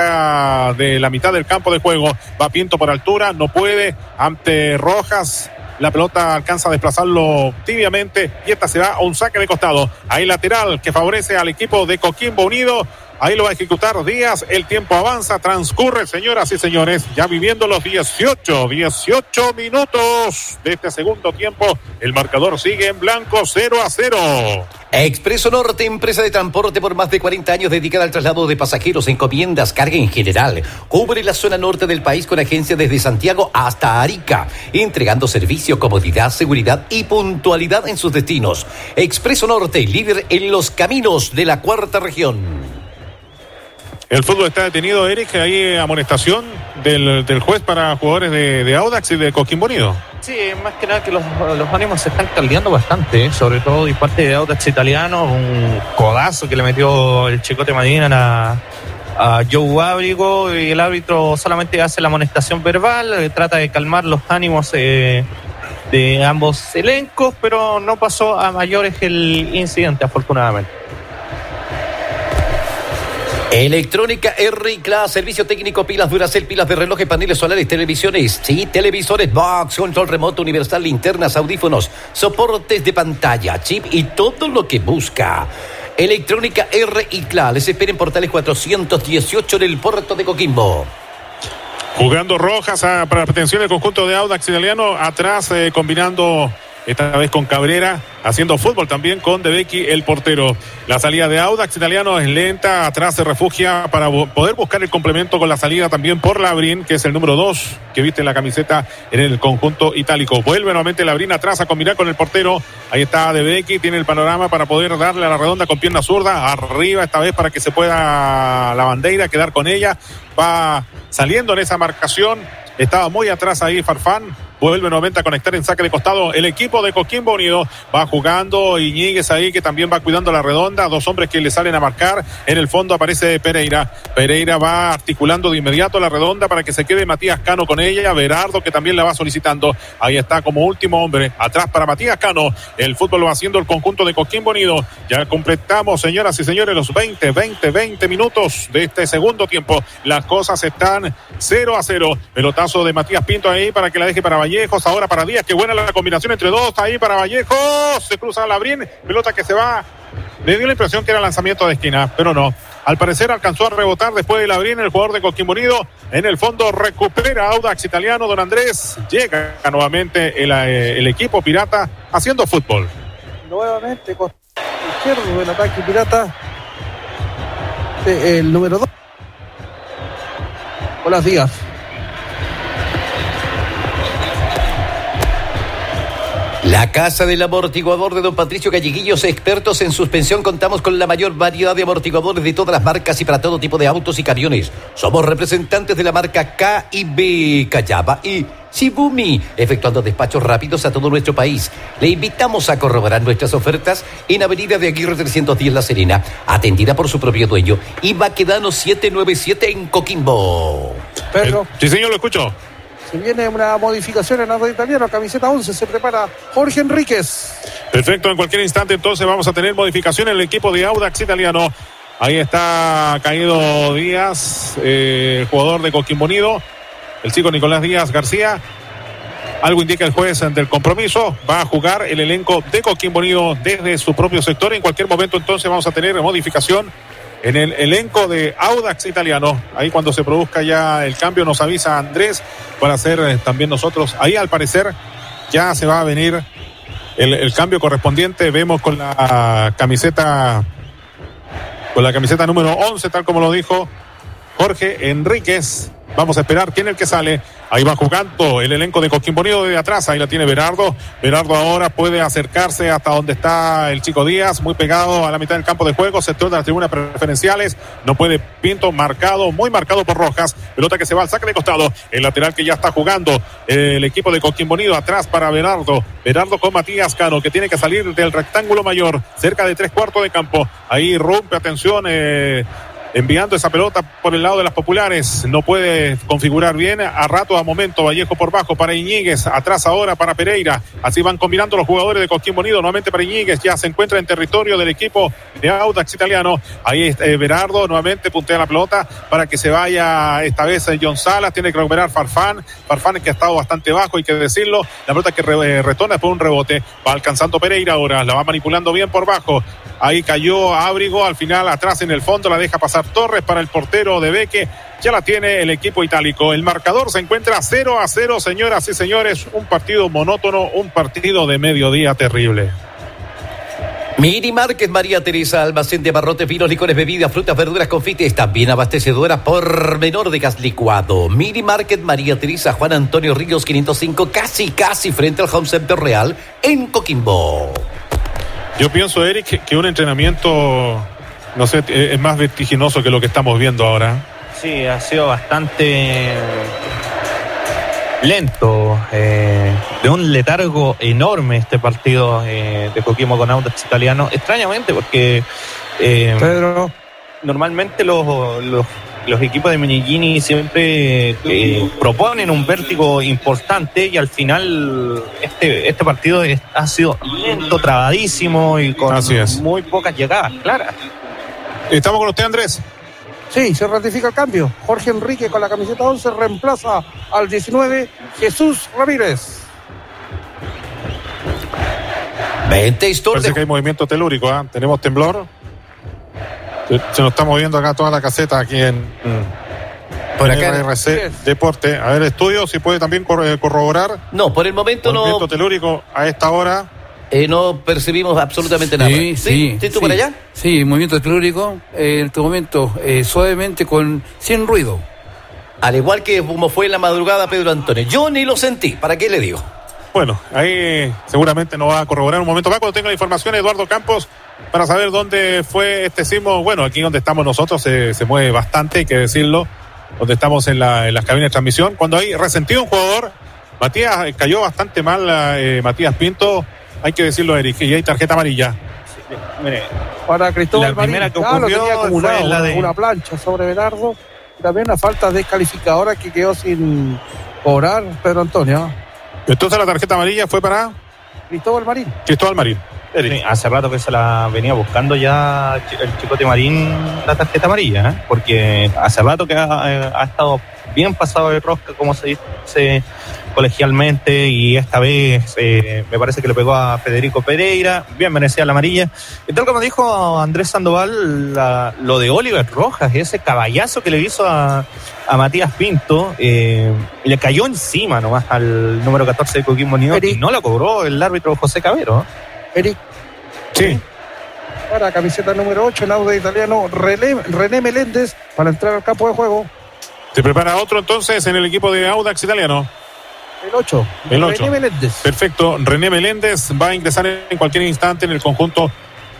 cerca de la mitad del campo de juego. Va Pinto por altura. No puede ante Rojas. La pelota alcanza a desplazarlo tibiamente y esta se va a un saque de costado. Ahí lateral que favorece al equipo de Coquimbo Unido. Ahí lo va a ejecutar Díaz. El tiempo avanza, transcurre, señoras y señores. Ya viviendo los dieciocho minutos de este segundo tiempo. El marcador sigue en blanco, cero a cero. Expreso Norte, empresa de transporte por más de cuarenta años dedicada al traslado de pasajeros, encomiendas, carga en general. Cubre la zona norte del país con agencias desde Santiago hasta Arica, entregando servicio, comodidad, seguridad y puntualidad en sus destinos. Expreso Norte, líder en los caminos de la cuarta región. El fútbol está detenido, Eric. Hay amonestación del, del juez para jugadores de, de Audax y de Coquimbo Unido. Sí, más que nada que los, los ánimos se están caldeando bastante, ¿eh? Sobre todo de parte de Audax Italiano. Un codazo que le metió el Chicote Medina a, a Joe Ábrigo, y el árbitro solamente hace la amonestación verbal, eh, trata de calmar los ánimos eh, de ambos elencos, pero no pasó a mayores el incidente, afortunadamente. Electrónica R y Class, servicio técnico, pilas Duracell, pilas de relojes, paneles solares, televisiones, sí, televisores, box, control remoto universal, linternas, audífonos, soportes de pantalla, chip y todo lo que busca. Electrónica R y Class, les espera en Portales cuatrocientos dieciocho en el puerto de Coquimbo. Jugando Rojas a, para la pretensión del conjunto de Audax Italiano, atrás eh, combinando esta vez con Cabrera, haciendo fútbol también con De Becchi, el portero. La salida de Audax Italiano es lenta, atrás se refugia para poder buscar el complemento con la salida también por Labrín, que es el número dos que viste en la camiseta en el conjunto itálico. Vuelve nuevamente Labrín atrás a combinar con el portero. Ahí está De Becchi, tiene el panorama para poder darle a la redonda con pierna zurda, arriba esta vez para que se pueda la bandera quedar con ella. Va saliendo en esa marcación, estaba muy atrás ahí Farfán. Vuelve nuevamente a conectar en saque de costado el equipo de Coquimbo Unido. Va jugando Iñiguez ahí, que también va cuidando la redonda. Dos hombres que le salen a marcar. En el fondo aparece Pereira. Pereira va articulando de inmediato la redonda para que se quede Matías Cano con ella. Berardo, que también la va solicitando. Ahí está como último hombre. Atrás para Matías Cano. El fútbol lo va haciendo el conjunto de Coquimbo Unido. Ya completamos, señoras y señores, los veinte, veinte, veinte minutos de este segundo tiempo. Las cosas están cero a cero. Pelotazo de Matías Pinto ahí para que la deje para Vallejos, ahora para Díaz, qué buena la combinación entre dos, ahí para Vallejos, se cruza Labrín, pelota que se va, me dio la impresión que era lanzamiento de esquina, pero no, al parecer alcanzó a rebotar después de Labrín, el jugador de Coquimbo Unido, en el fondo recupera Audax Italiano, don Andrés, llega nuevamente el, el equipo pirata haciendo fútbol. Nuevamente, con izquierdo del ataque pirata, el número dos. Hola, Díaz. La Casa del Amortiguador de don Patricio Galleguillos, expertos en suspensión. Contamos con la mayor variedad de amortiguadores de todas las marcas y para todo tipo de autos y camiones. Somos representantes de la marca K y B, Callaba y Shibumi, efectuando despachos rápidos a todo nuestro país. Le invitamos a corroborar nuestras ofertas en Avenida de Aguirre trescientos diez La Serena, atendida por su propio dueño, y Baquedano setecientos noventa y siete en Coquimbo. Pedro. Eh, sí, señor, lo escucho. Se viene una modificación en el italiano, camiseta once, se prepara Jorge Enríquez. Perfecto, en cualquier instante entonces vamos a tener modificación en el equipo de Audax Italiano. Ahí está caído Díaz, eh, el jugador de Coquimbo Unido, el chico Nicolás Díaz García. Algo indica el juez del compromiso. Va a jugar el elenco de Coquimbo Unido desde su propio sector. En cualquier momento entonces vamos a tener modificación en el elenco de Audax Italiano. Ahí cuando se produzca ya el cambio nos avisa Andrés para hacer eh, también nosotros. Ahí al parecer ya se va a venir el, el cambio correspondiente. Vemos con la camiseta con la camiseta número once, tal como lo dijo Jorge Enríquez. Vamos a esperar quién es el que sale. Ahí va jugando el elenco de Coquimbo Unido de atrás. Ahí la tiene Berardo. Berardo ahora puede acercarse hasta donde está el chico Díaz, muy pegado a la mitad del campo de juego, sector de las tribunas preferenciales. No puede Pinto, marcado, muy marcado por Rojas. Pelota que se va al saque de costado. El lateral que ya está jugando el equipo de Coquimbo Unido atrás para Berardo. Berardo con Matías Cano, que tiene que salir del rectángulo mayor, cerca de tres cuartos de campo. Ahí rompe, atención, eh, enviando esa pelota por el lado de las populares. No puede configurar bien. A rato, a momento, Vallejo por bajo para Iñiguez. Atrás ahora para Pereira. Así van combinando los jugadores de Coquimbo Unido. Nuevamente para Iñiguez. Ya se encuentra en territorio del equipo de Audax Italiano. Ahí eh, Berardo nuevamente puntea la pelota para que se vaya esta vez eh, John Salas. Tiene que recuperar Farfán. Farfán que ha estado bastante bajo, hay que decirlo. La pelota que re, eh, retorna después de un rebote. Va alcanzando Pereira ahora. La va manipulando bien por bajo. Ahí cayó Ábrigo. Al final, atrás en el fondo, la deja pasar Torres para el portero de Beque. Ya la tiene el equipo itálico. El marcador se encuentra cero a cero, señoras y señores. Un partido monótono, un partido de mediodía terrible. Mini Market María Teresa, almacén de abarrotes, vinos, licores, bebidas, frutas, verduras, confites, también abastecedora por menor de gas licuado. Mini Market María Teresa, Juan Antonio Ríos quinientos cinco, casi, casi frente al Home Center Real en Coquimbo. Yo pienso, Eric, que un entrenamiento, no sé, es más vertiginoso que lo que estamos viendo ahora. Sí, ha sido bastante lento, eh, de un letargo enorme este partido eh, de Coquimbo con Audax Italiano. Extrañamente, porque eh, Pedro, normalmente los, los, los equipos de Meneghini siempre eh, proponen un vértigo importante y al final este, este partido es, ha sido lento, trabadísimo y con muy pocas llegadas claras. ¿Estamos con usted, Andrés? Sí, se ratifica el cambio. Jorge Enrique con la camiseta once reemplaza al diecinueve Jesús Ramírez. veinte historias. Parece que hay movimiento telúrico, ¿eh? Tenemos temblor. Se nos está moviendo acá toda la caseta aquí en, Por acá R C Deporte. A ver, estudio, si puede también corroborar. No, por el momento no. Movimiento telúrico a esta hora. Eh, no percibimos absolutamente nada. Sí, sí. ¿Sí? ¿Tú sí, por allá? Sí, movimiento telúrico, eh, en este momento, eh, suavemente, con sin ruido. Al igual que como fue en la madrugada Pedro Antonio. Yo ni lo sentí, ¿para qué le digo? Bueno, ahí seguramente nos va a corroborar un momento más cuando tenga la información Eduardo Campos para saber dónde fue este sismo. Bueno, aquí donde estamos nosotros se, se mueve bastante, hay que decirlo, donde estamos en, la, en las cabinas de transmisión. Cuando hay resentido un jugador, Matías cayó bastante mal, eh, Matías Pinto, hay que decirlo, Eric, y hay tarjeta amarilla. Sí, mire, para Cristóbal la Marín, primera que ya lo ocurrió tenía acumulado, fue la de... una plancha sobre Berardo, también una falta descalificadora que quedó sin cobrar Pedro Antonio. Entonces la tarjeta amarilla fue para Cristóbal Marín. Cristóbal Marín. Sí, hace rato que se la venía buscando ya el Chicote Marín la tarjeta amarilla, ¿eh? Porque hace rato que ha, ha estado bien pasado de rosca, como se dice colegialmente, y esta vez eh, me parece que le pegó a Federico Pereira, bien merecía la amarilla. Y tal como dijo Andrés Sandoval, la, lo de Oliver Rojas, ese caballazo que le hizo a, a Matías Pinto, eh, le cayó encima nomás al número catorce de Coquimbo Unido y no la cobró el árbitro José Cabero. Eric. Sí. Para camiseta número ocho, el Auda italiano René, René Meléndez para entrar al campo de juego. Se prepara otro entonces en el equipo de Audax italiano. El ocho. El ocho. René Meléndez. Perfecto. René Meléndez va a ingresar en cualquier instante en el conjunto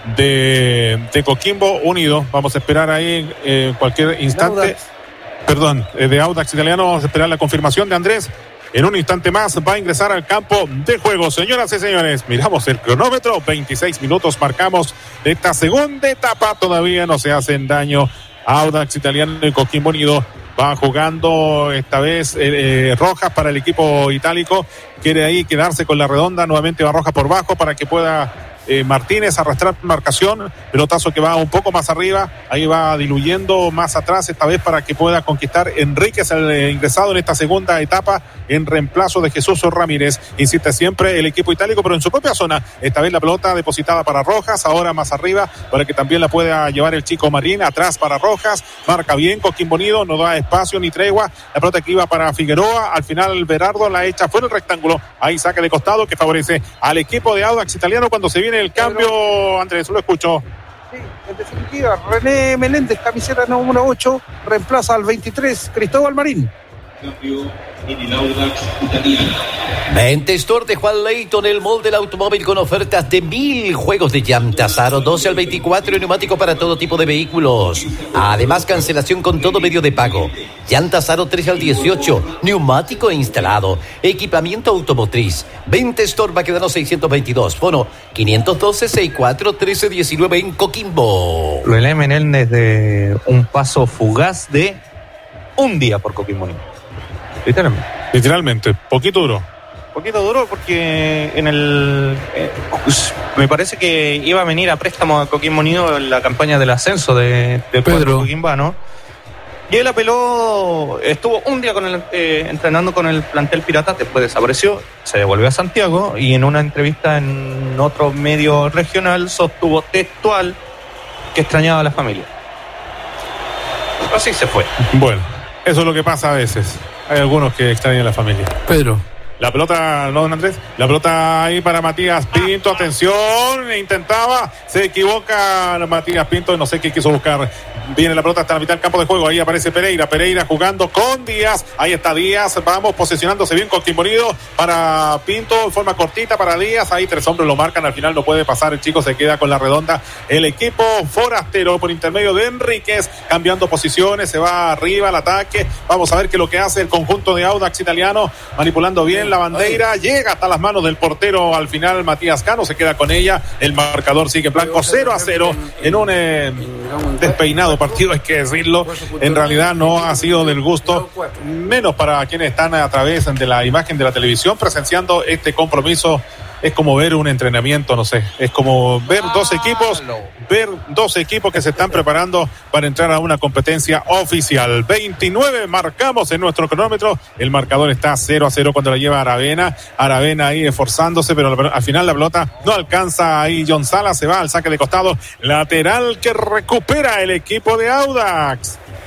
de, de Coquimbo Unido. Vamos a esperar ahí en cualquier instante. Audax. Perdón, de Audax italiano. Vamos a esperar la confirmación de Andrés. En un instante más va a ingresar al campo de juego. Señoras y señores, miramos el cronómetro. veintiséis minutos marcamos de esta segunda etapa. Todavía no se hacen daño. Audax italiano y Coquimbo Unido va jugando esta vez eh, eh, Rojas para el equipo itálico. Quiere ahí quedarse con la redonda. Nuevamente va Rojas por bajo para que pueda eh, Martínez arrastrar marcación. Pelotazo que va un poco más arriba. Ahí va diluyendo más atrás esta vez para que pueda conquistar Enríquez, el eh, ingresado en esta segunda etapa en reemplazo de Jesús Ramírez. Insiste siempre el equipo itálico, pero en su propia zona. Esta vez la pelota depositada para Rojas, ahora más arriba para que también la pueda llevar el chico Marín. Atrás para Rojas, marca bien Coquimbo Unido, no da espacio ni tregua. La pelota que iba para Figueroa, al final Berardo la echa fuera el rectángulo. Ahí saque de costado que favorece al equipo de Audax italiano cuando se viene el cambio. Andrés, lo escucho. Sí, en definitiva, René Meléndez, camiseta número ocho, reemplaza al veintitrés, Cristóbal Marín. En el Audax italiano. Mente Store de Juan Leighton, el mall del automóvil con ofertas de mil juegos de llantas, aro doce al veinticuatro y neumático para todo tipo de vehículos. Además, cancelación con todo medio de pago. Llantas aro trece al dieciocho, neumático instalado, equipamiento automotriz. Mente Store Baquedano seiscientos veintidós, fono quinientos doce, sesenta y cuatro, trece diecinueve en Coquimbo. René Menéndez de un paso fugaz de un día por Coquimbo Unido. Literalmente. Literalmente, poquito duro. Poquito duro porque en el eh, me parece que iba a venir a préstamo a Coquimbo Unido en la campaña del ascenso de, del cuadro coquimbano. Y él apeló, estuvo un día con el, eh, entrenando con el plantel pirata, después desapareció, se devolvió a Santiago y en una entrevista en otro medio regional sostuvo textual que extrañaba a la familia. Así se fue. Bueno, eso es lo que pasa a veces. Hay algunos que extrañan a la familia. Pedro. La pelota, ¿no, don Andrés? La pelota ahí para Matías Pinto. Atención, intentaba, se equivoca Matías Pinto. No sé qué quiso buscar. Viene la pelota hasta la mitad del campo de juego. Ahí aparece Pereira. Pereira jugando con Díaz. Ahí está Díaz. Vamos, posesionándose bien con Timbonido para Pinto. En forma cortita para Díaz. Ahí tres hombres lo marcan. Al final no puede pasar. El chico se queda con la redonda. El equipo forastero por intermedio de Enríquez. Cambiando posiciones. Se va arriba al ataque. Vamos a ver qué es lo que hace el conjunto de Audax italiano. Manipulando bien la bandera, llega hasta las manos del portero al final Matías Cano, se queda con ella, el marcador sigue blanco, cero a cero en un eh, despeinado partido, hay que decirlo, en realidad no ha sido del gusto, menos para quienes están a través de la imagen de la televisión presenciando este compromiso. Es como ver un entrenamiento, no sé, es como ver dos equipos, ver dos equipos que se están preparando para entrar a una competencia oficial. veintinueve marcamos en nuestro cronómetro, el marcador está cero a cero cuando la lleva Aravena, Aravena ahí esforzándose, pero al final la pelota no alcanza ahí John Sala, se va al saque de costado, lateral que recupera el equipo de Audax.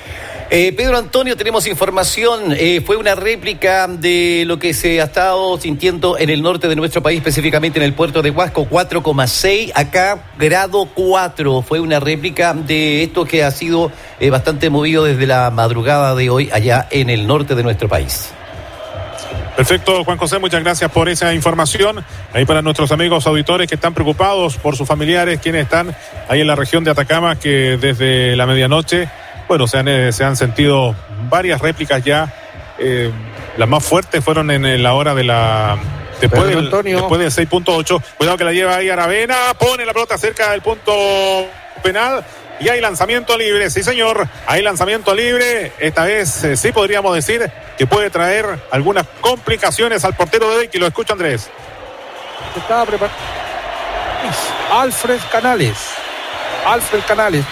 Eh, Pedro Antonio, tenemos información. Eh, fue una réplica de lo que se ha estado sintiendo en el norte de nuestro país, específicamente en el puerto de Huasco, cuatro coma seis, acá grado cuatro. Fue una réplica de esto que ha sido eh, bastante movido desde la madrugada de hoy allá en el norte de nuestro país. Perfecto, Juan José, muchas gracias por esa información. Ahí para nuestros amigos auditores que están preocupados por sus familiares, quienes están ahí en la región de Atacama, que desde la medianoche, bueno, se han, eh, se han sentido varias réplicas ya. Eh, las más fuertes fueron en, en la hora de la... Después del, después del seis punto ocho. Cuidado que la lleva ahí Aravena, pone la pelota cerca del punto penal. Y hay lanzamiento libre, sí señor, hay lanzamiento libre. Esta vez eh, sí podríamos decir que puede traer algunas complicaciones al portero de Deiki. Lo escucha Andrés. Estaba preparado Alfred Canales. Alfred Canales.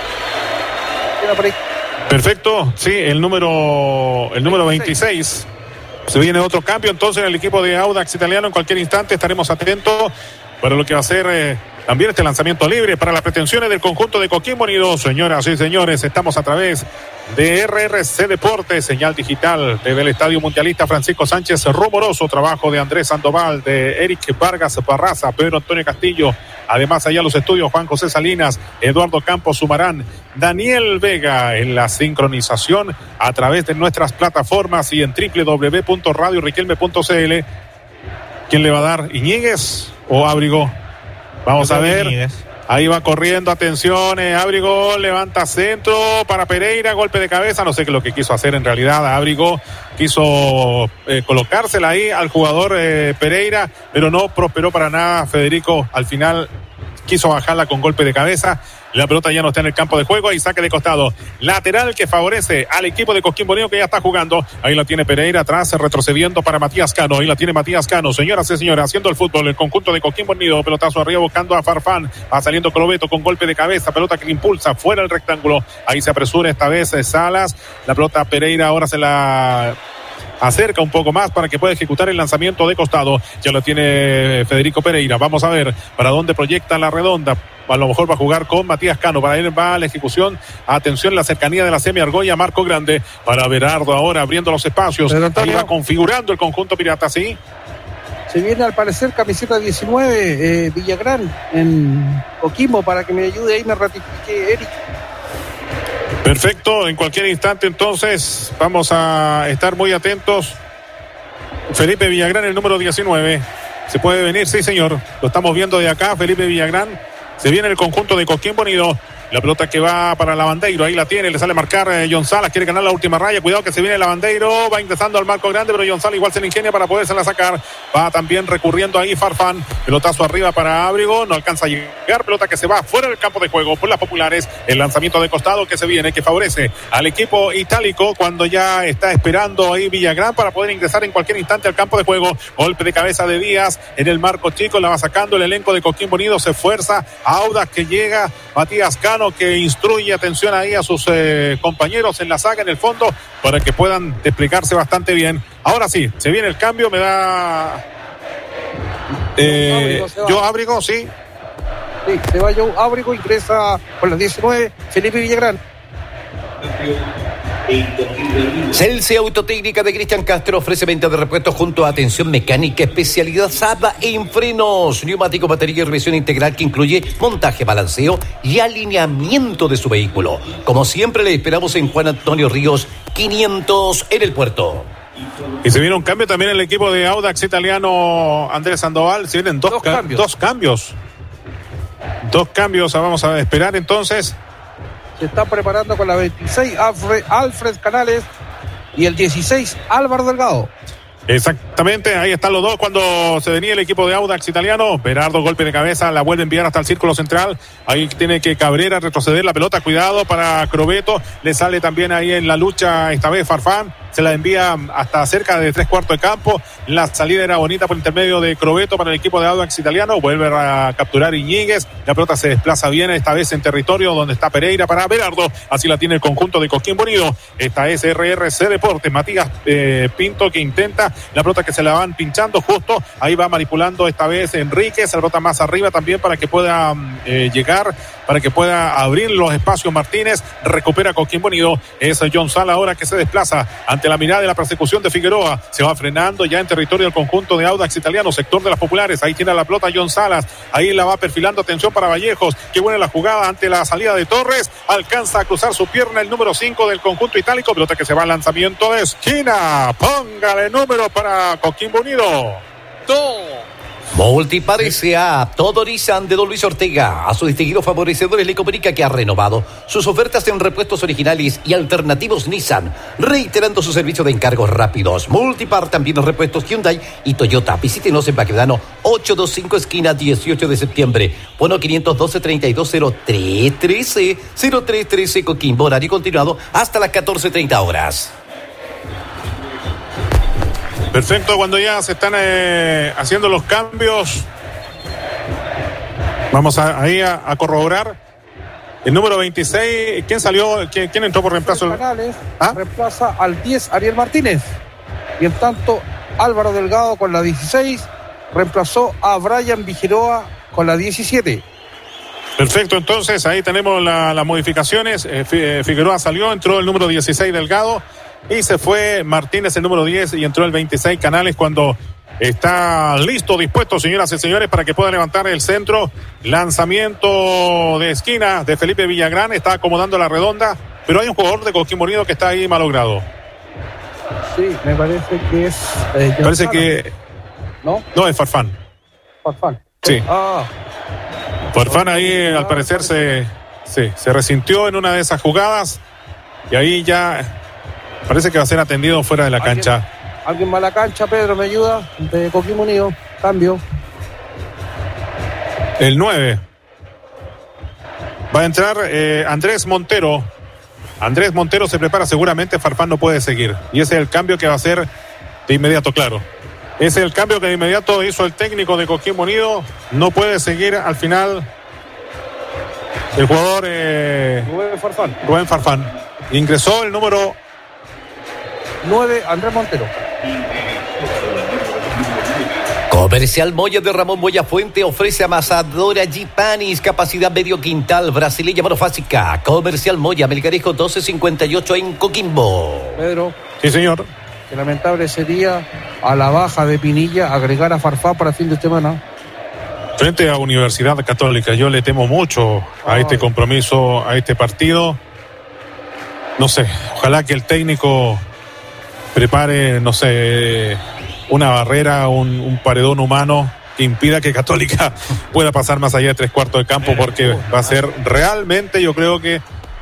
Perfecto, sí, el número el número veintiséis. Se viene otro cambio entonces en el equipo de Audax Italiano. En cualquier instante estaremos atentos para lo que va a ser eh, también este lanzamiento libre para las pretensiones del conjunto de Coquimbo Unido. Señoras y señores, estamos a través de R R C Deportes, señal digital desde el Estadio Mundialista Francisco Sánchez Rumoroso, trabajo de Andrés Sandoval, de Eric Vargas Barraza, Pedro Antonio Castillo, además allá los estudios Juan José Salinas, Eduardo Campos Sumarán, Daniel Vega en la sincronización a través de nuestras plataformas y en doble u doble u doble u punto radio riquelme punto c l. ¿Quién le va a dar? ¿Iñiguez o Ábrigo? Vamos a ver. Iñiguez. Ahí va corriendo, atención, eh, Ábrigo levanta centro para Pereira, golpe de cabeza, no sé qué es lo que quiso hacer en realidad. Ábrigo quiso eh, colocársela ahí al jugador eh, Pereira, pero no prosperó para nada. Federico al final quiso bajarla con golpe de cabeza. La pelota ya no está en el campo de juego. Ahí saque de costado. Lateral que favorece al equipo de Coquimbo Unido, que ya está jugando. Ahí la tiene Pereira atrás, retrocediendo para Matías Cano. Ahí la tiene Matías Cano. Señoras y señores, haciendo el fútbol, el conjunto de Coquimbo Unido. Pelotazo arriba buscando a Farfán. Va saliendo Clobeto con golpe de cabeza. Pelota que impulsa fuera del rectángulo. Ahí se apresura esta vez Salas. La pelota Pereira ahora se la acerca un poco más para que pueda ejecutar el lanzamiento de costado. Ya lo tiene Federico Pereira. Vamos a ver para dónde proyecta la redonda. A lo mejor va a jugar con Matías Cano. Para él va a la ejecución. Atención, la cercanía de la semi Argolla. Marco Grande para Berardo ahora abriendo los espacios. Ahí va configurando el conjunto pirata, ¿sí? Se viene al parecer camiseta diecinueve, eh, Villagrán en Coquimbo, para que me ayude ahí, me ratifique Eric. Perfecto, en cualquier instante entonces vamos a estar muy atentos. Felipe Villagrán, el número diecinueve. ¿Se puede venir? Sí, señor. Lo estamos viendo de acá, Felipe Villagrán. Se viene el conjunto de Coquimbo Unido. La pelota que va para Lavandeiro, ahí la tiene, le sale a marcar eh, John Salas, quiere ganar la última raya, cuidado que se viene Lavandeiro, va ingresando al marco grande, pero John Salas igual se le ingenia para podérsela sacar, va también recurriendo ahí Farfán, pelotazo arriba para Ábrigo, no alcanza a llegar, pelota que se va fuera del campo de juego por las populares, el lanzamiento de costado que se viene, que favorece al equipo itálico cuando ya está esperando ahí Villagrán para poder ingresar en cualquier instante al campo de juego, golpe de cabeza de Díaz en el marco chico, la va sacando el elenco de Coquimbo Unido, se esfuerza, Audax que llega, Matías Cano que instruye, atención ahí a sus eh, compañeros en la saga en el fondo para que puedan explicarse bastante bien. Ahora sí, se viene el cambio, me da eh, yo Ábrigo, sí. Sí, se va yo Ábrigo, ingresa con las diecinueve, Felipe Villagrán. Celsia Autotécnica de Cristian Castro ofrece venta de repuestos junto a atención mecánica especializada en frenos, neumático, batería y revisión integral que incluye montaje, balanceo y alineamiento de su vehículo. Como siempre, le esperamos en Juan Antonio Ríos quinientos en el puerto. Y se viene un cambio también en el equipo de Audax Italiano, Andrés Sandoval. Se vienen dos, dos, ca- cambios. dos cambios. Dos cambios, vamos a esperar entonces. Se está preparando con la veintiséis Alfred, Alfred Canales y el dieciséis Álvaro Delgado. Exactamente, ahí están los dos cuando se venía el equipo de Audax Italiano. Berardo, golpe de cabeza, la vuelve a enviar hasta el círculo central. Ahí tiene que Cabrera retroceder la pelota, cuidado para Crobeto. Le sale también ahí en la lucha esta vez Farfán. se la envía hasta cerca de tres cuartos de campo. La salida era bonita por intermedio de Crobeto para el equipo de Audax Italiano. Vuelve a capturar Iñiguez. La pelota se desplaza bien, esta vez en territorio donde está Pereira para Berardo. Así la tiene el conjunto de Coquimbo Unido. Esta es R R C Deportes. Matías eh, Pinto que intenta la pelota que se la van pinchando justo. Ahí va manipulando esta vez Enríquez. La pelota más arriba también para que pueda eh, llegar, para que pueda abrir los espacios Martínez. Recupera Coquimbo Unido. Es John Sala ahora que se desplaza ante la mirada de la persecución de Figueroa. Se va frenando ya en territorio del conjunto de Audax Italiano, sector de las populares. Ahí tiene la pelota John Salas. Ahí la va perfilando. Atención para Vallejos. Qué buena la jugada ante la salida de Torres. Alcanza a cruzar su pierna el número cinco del conjunto itálico. Pelota que se va al lanzamiento de esquina. Póngale número para Coquimbo Unido. Dos. Multiparece a todo Nissan de Don Luis Ortega. A sus distinguidos favorecedores le comunica que ha renovado sus ofertas en repuestos originales y alternativos Nissan, reiterando su servicio de encargos rápidos. Multipar también en repuestos Hyundai y Toyota. Visítenos en Baquedano ochocientos veinticinco, esquina dieciocho de septiembre. Bono quinientos doce, treinta y dos, cero tres trece, cero tres trece Coquimbo. Horario continuado hasta las catorce treinta horas. Perfecto, cuando ya se están eh, haciendo los cambios, vamos a, ahí a, a corroborar. El número veintiséis, ¿quién salió? ¿Quién, quién entró por reemplazo? Canales ¿Ah? reemplaza al diez Ariel Martínez. Y en tanto, Álvaro Delgado con la dieciséis reemplazó a Brian Vigeroa con la diecisiete. Perfecto, entonces ahí tenemos la, las modificaciones. Eh, Figueroa salió, entró el número dieciséis Delgado. Y se fue Martínez, el número diez, y entró el veintiséis Canales cuando está listo, dispuesto, señoras y señores, para que pueda levantar el centro. Lanzamiento de esquina de Felipe Villagrán, está acomodando la redonda, pero hay un jugador de Coquimbo Unido que está ahí malogrado. Sí, me parece que es... Eh, parece Gonzalo. que... ¿No? No, es Farfán. Farfán. Sí. Ah. Farfán ahí, al parecer, se, sí, se resintió en una de esas jugadas, y ahí ya... Parece que va a ser atendido fuera de la ¿Alguien, cancha. Alguien va a la cancha, Pedro, me ayuda. De Coquimbo Unido, cambio. El nueve. Va a entrar eh, Andrés Montero. Andrés Montero se prepara, seguramente Farfán no puede seguir. Y ese es el cambio que va a hacer de inmediato, claro. Ese es el cambio que de inmediato hizo el técnico de Coquimbo Unido. No puede seguir al final el jugador eh, Rubén Farfán. Rubén Farfán. Ingresó el número nueve, Andrés Montero. Comercial Moya de Ramón Moya Fuente ofrece amasadora Gipanis, capacidad medio quintal, brasileña monofásica. Comercial Moya, Melgarejo doce cincuenta y ocho en Coquimbo. Pedro. Sí, señor. Que lamentable sería a la baja de Pinilla agregar a Farfán para fin de semana. Frente a Universidad Católica, yo le temo mucho a Ay. este compromiso, a este partido. No sé, ojalá que el técnico prepare, no sé, una barrera, un, un paredón humano que impida que Católica pueda pasar más allá de tres cuartos de campo, porque va a ser realmente, yo creo que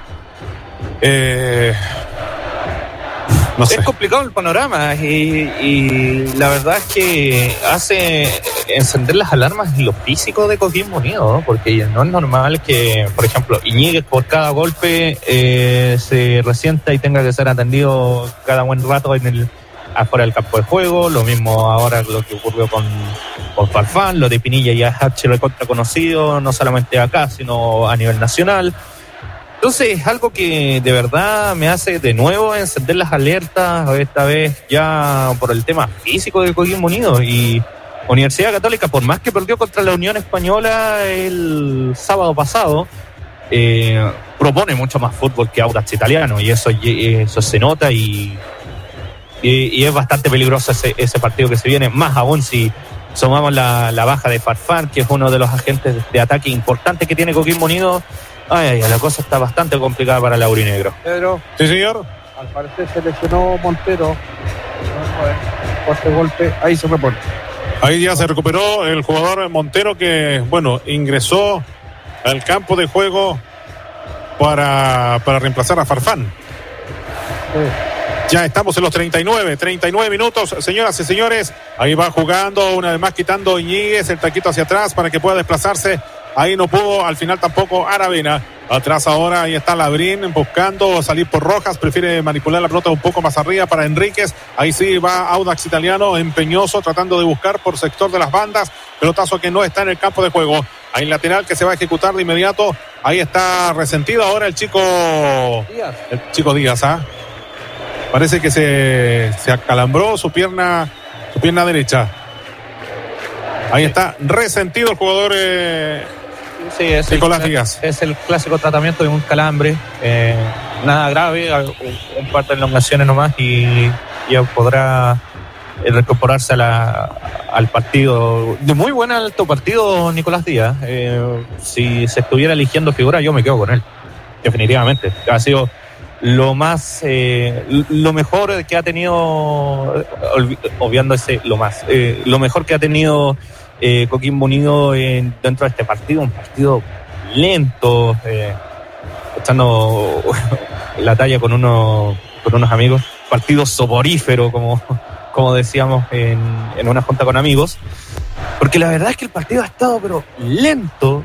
eh, no sé. Es complicado el panorama y, y la verdad es que hace encender las alarmas en lo físico de Coquimbo Unido, ¿no? Porque no es normal que, por ejemplo, Iñiguez por cada golpe eh, se resienta y tenga que ser atendido cada buen rato en el afuera del campo de juego. Lo mismo ahora lo que ocurrió con, con Farfán, lo de Pinilla ya es H recontra conocido, no solamente acá, sino a nivel nacional. Entonces es algo que de verdad me hace de nuevo encender las alertas, esta vez ya por el tema físico de Coquimbo Unido. Y Universidad Católica, por más que perdió contra la Unión Española el sábado pasado, eh, propone mucho más fútbol que Audax Italiano, y eso, eso se nota y, y, y es bastante peligroso ese, ese partido que se viene, más aún si sumamos la, la baja de Farfán, que es uno de los agentes de ataque importantes que tiene Coquimbo Unido. Ay, ay, la cosa está bastante complicada para el aurinegro. Pedro. Sí, señor. Al parecer se lesionó Montero. Fuerte golpe, ahí se repone. Ahí ya se recuperó el jugador Montero, que, bueno, ingresó al campo de juego para, para reemplazar a Farfán. Sí. Ya estamos en los treinta y nueve, treinta y nueve minutos, señoras y señores. Ahí va jugando, una vez más quitando Iñiguez el taquito hacia atrás para que pueda desplazarse. Ahí no pudo, al final tampoco Aravena. Atrás ahora, ahí está Labrín buscando salir por Rojas, prefiere manipular la pelota un poco más arriba para Enríquez. Ahí sí va Audax Italiano, empeñoso, tratando de buscar por sector de las bandas. Pelotazo que no está en el campo de juego. Hay lateral que se va a ejecutar de inmediato. Ahí está resentido ahora el chico Díaz. El chico Díaz, ¿ah? ¿eh? Parece que se, se acalambró su pierna, su pierna derecha. Ahí está resentido el jugador eh, sí, es Nicolás el, Díaz. Es el clásico tratamiento de un calambre. Eh, nada grave, un par de elongaciones nomás y ya podrá reincorporarse a la, al partido. De muy buen alto partido Nicolás Díaz. Eh, si se estuviera eligiendo figura, yo me quedo con él. Definitivamente. Ha sido lo más, eh, lo mejor que ha tenido, obviando ese lo más, eh, lo mejor que ha tenido eh, Coquimbo Unido en, dentro de este partido. Un partido lento, eh, echando la talla con, uno, con unos amigos. Partido soporífero, como... como decíamos en, en una junta con amigos, porque la verdad es que el partido ha estado pero lento,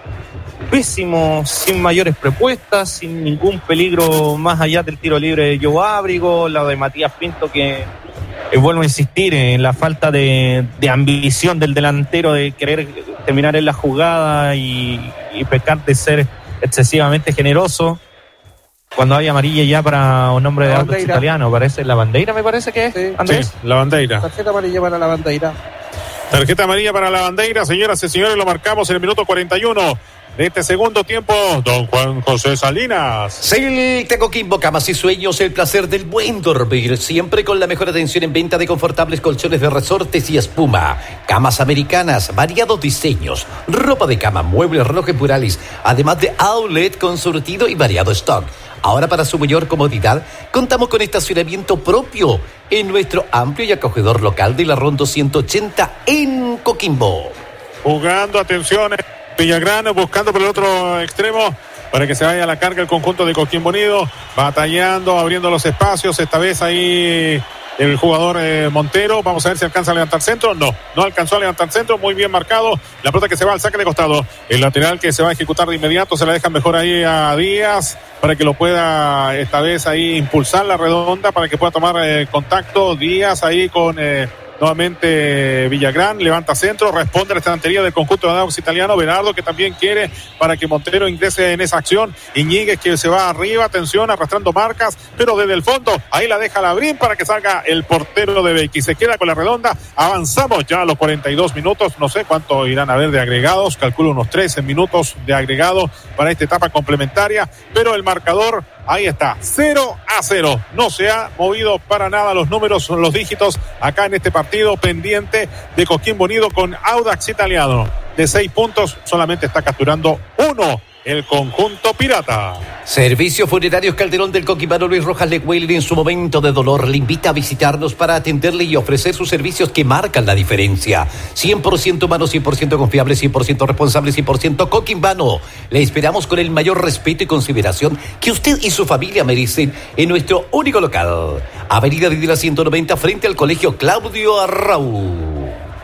pésimo, sin mayores propuestas, sin ningún peligro más allá del tiro libre de Joe Ábrigo, la de Matías Pinto, que eh, vuelvo a insistir en la falta de, de ambición del delantero, de querer terminar en la jugada y, y pecar de ser excesivamente generoso. Cuando hay amarilla ya para un hombre de Audax Italiano, parece la bandera, me parece que es, sí, Andrés. Sí, la bandera. Tarjeta amarilla para la bandera. Tarjeta amarilla para la bandera, señoras y señores, lo marcamos en el minuto cuarenta y uno de este segundo tiempo. Don Juan José Salinas. Celta Coquimbo, camas y sueños, el placer del buen dormir, siempre con la mejor atención en venta de confortables colchones de resortes y espuma, camas americanas, variados diseños, ropa de cama, muebles, relojes murales, además de outlet con surtido y variado stock. Ahora, para su mayor comodidad, contamos con estacionamiento propio en nuestro amplio y acogedor local de la Ronda ciento ochenta en Coquimbo. Jugando, atención, Villagrán buscando por el otro extremo para que se vaya a la carga el conjunto de Coquimbo Unido, batallando, abriendo los espacios, esta vez ahí el jugador eh, Montero. Vamos a ver si alcanza a levantar centro. No, no alcanzó a levantar centro. Muy bien marcado. La pelota que se va al saque de costado. El lateral que se va a ejecutar de inmediato. Se la dejan mejor ahí a Díaz para que lo pueda esta vez ahí impulsar la redonda para que pueda tomar eh, contacto. Díaz ahí con eh, nuevamente Villagrán. Levanta centro. Responde a la estantería del conjunto de Audax Italiano. Bernardo, que también quiere para que Montero ingrese en esa acción. Iñiguez, que se va arriba. Atención, arrastrando marcas, pero desde el fondo ahí la deja Labrín para que salga el portero de Becky. Se queda con la redonda. Avanzamos ya a los cuarenta y dos minutos. No sé cuánto irán a haber de agregados. Calculo unos trece minutos de agregado para esta etapa complementaria, pero el marcador ahí está, cero a cero. No se ha movido para nada los números, los dígitos acá en este partido pendiente de Coquimbo Unido con Audax Italiano. De seis puntos solamente está capturando uno el conjunto pirata. Servicios Funerarios Calderón del Coquimano. Luis Rojas Leguel, en su momento de dolor, le invita a visitarnos para atenderle y ofrecer sus servicios que marcan la diferencia. cien por ciento humano, cien por ciento confiable, cien por ciento responsable, cien por ciento coquimbano. Le esperamos con el mayor respeto y consideración que usted y su familia merecen en nuestro único local. Avenida Videla ciento noventa, frente al Colegio Claudio Arrau.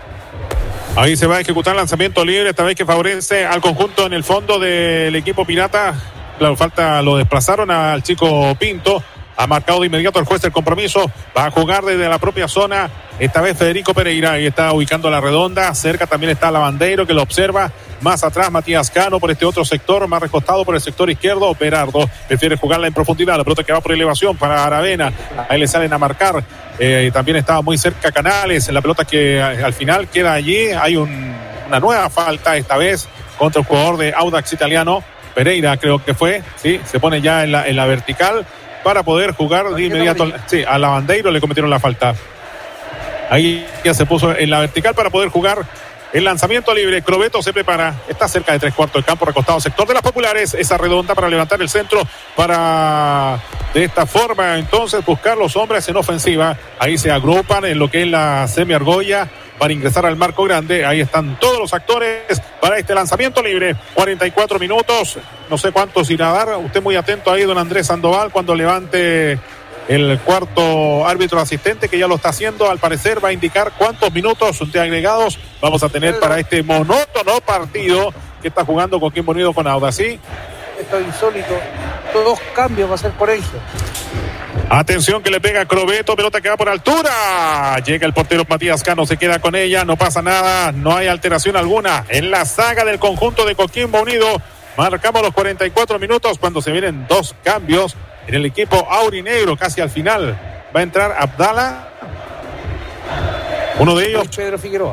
Ahí se va a ejecutar lanzamiento libre, esta vez que favorece al conjunto en el fondo del equipo pirata. Claro, falta, lo desplazaron al chico Pinto. Ha marcado de inmediato el juez del compromiso. Va a jugar desde la propia zona. Esta vez Federico Pereira. Ahí está ubicando la redonda. Cerca también está Lavandeiro, que lo observa. Más atrás Matías Cano por este otro sector. Más recostado por el sector izquierdo. Berardo prefiere jugarla en profundidad. La pelota que va por elevación para Aravena. Ahí le salen a marcar. Eh, también estaba muy cerca Canales. La pelota que al final queda allí. Hay un, una nueva falta esta vez contra el jugador de Audax Italiano. Pereira creo que fue. Sí, se pone ya en la, en la vertical para poder jugar de inmediato. Sí, a Lavandeiro le cometieron la falta. Ahí ya se puso en la vertical para poder jugar el lanzamiento libre. Crobeto se prepara. Está cerca de tres cuartos del campo, recostado sector de las populares. Esa redonda para levantar el centro. Para de esta forma entonces buscar los hombres en ofensiva. Ahí se agrupan en lo que es la semi-argolla para ingresar al marco grande. Ahí están todos los actores para este lanzamiento libre. cuarenta y cuatro minutos. No sé cuántos irá a dar. Usted muy atento ahí, don Andrés Sandoval, cuando levante el cuarto árbitro asistente, que ya lo está haciendo. Al parecer va a indicar cuántos minutos de agregados vamos a tener para este monótono partido que está jugando Coquimbo Unido con Audax. ¿Sí? Esto es insólito. Dos cambios va a ser Colegio. Atención que le pega Crobeto, pelota que va por altura. Llega el portero Matías Cano, se queda con ella, no pasa nada, no hay alteración alguna en la saga del conjunto de Coquimbo Unido. Marcamos los cuarenta y cuatro minutos cuando se vienen dos cambios en el equipo aurinegro. Casi al final va a entrar Abdala, uno de ellos. Luis Pedro Figueroa.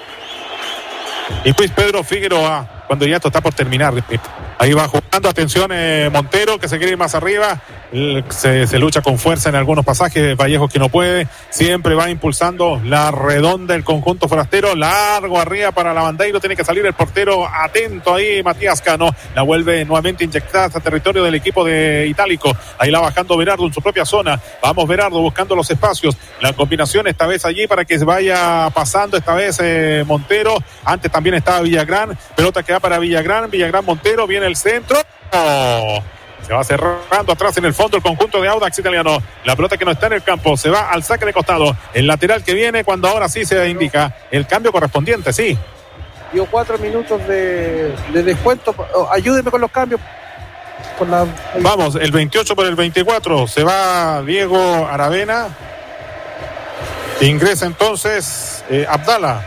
Y Luis Pedro Figueroa, cuando ya esto está por terminar. Ahí va jugando, atención eh, Montero, que se quiere ir más arriba. Se, se lucha con fuerza en algunos pasajes, Vallejos que no puede, siempre va impulsando la redonda el conjunto forastero, largo arriba para la Bandeiro, tiene que salir el portero, atento ahí Matías Cano, la vuelve nuevamente inyectada hasta territorio del equipo de Itálico, ahí la bajando Berardo en su propia zona, vamos Berardo buscando los espacios, la combinación esta vez allí para que se vaya pasando esta vez eh, Montero, antes también estaba Villagrán, pelota que va para Villagrán, Villagrán Montero, viene el centro, oh. Se va cerrando atrás en el fondo el conjunto de Audax Italiano. La pelota que no está en el campo se va al saque de costado. El lateral que viene cuando ahora sí se indica el cambio correspondiente, sí. Dio cuatro minutos de, de descuento. Oh, ayúdeme con los cambios. Con la... Vamos, el veintiocho por el veinticuatro. Se va Diego Aravena. Ingresa entonces eh, Abdala.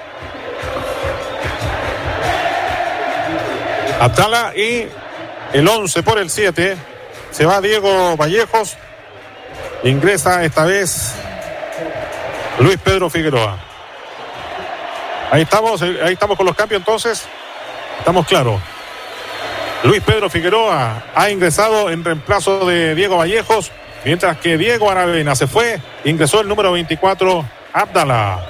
Abdala y... el once por el siete, se va Diego Vallejos, ingresa esta vez Luis Pedro Figueroa. Ahí estamos, ahí estamos con los cambios entonces, estamos claros. Luis Pedro Figueroa ha ingresado en reemplazo de Diego Vallejos, mientras que Diego Aravena se fue, ingresó el número veinticuatro, Abdala.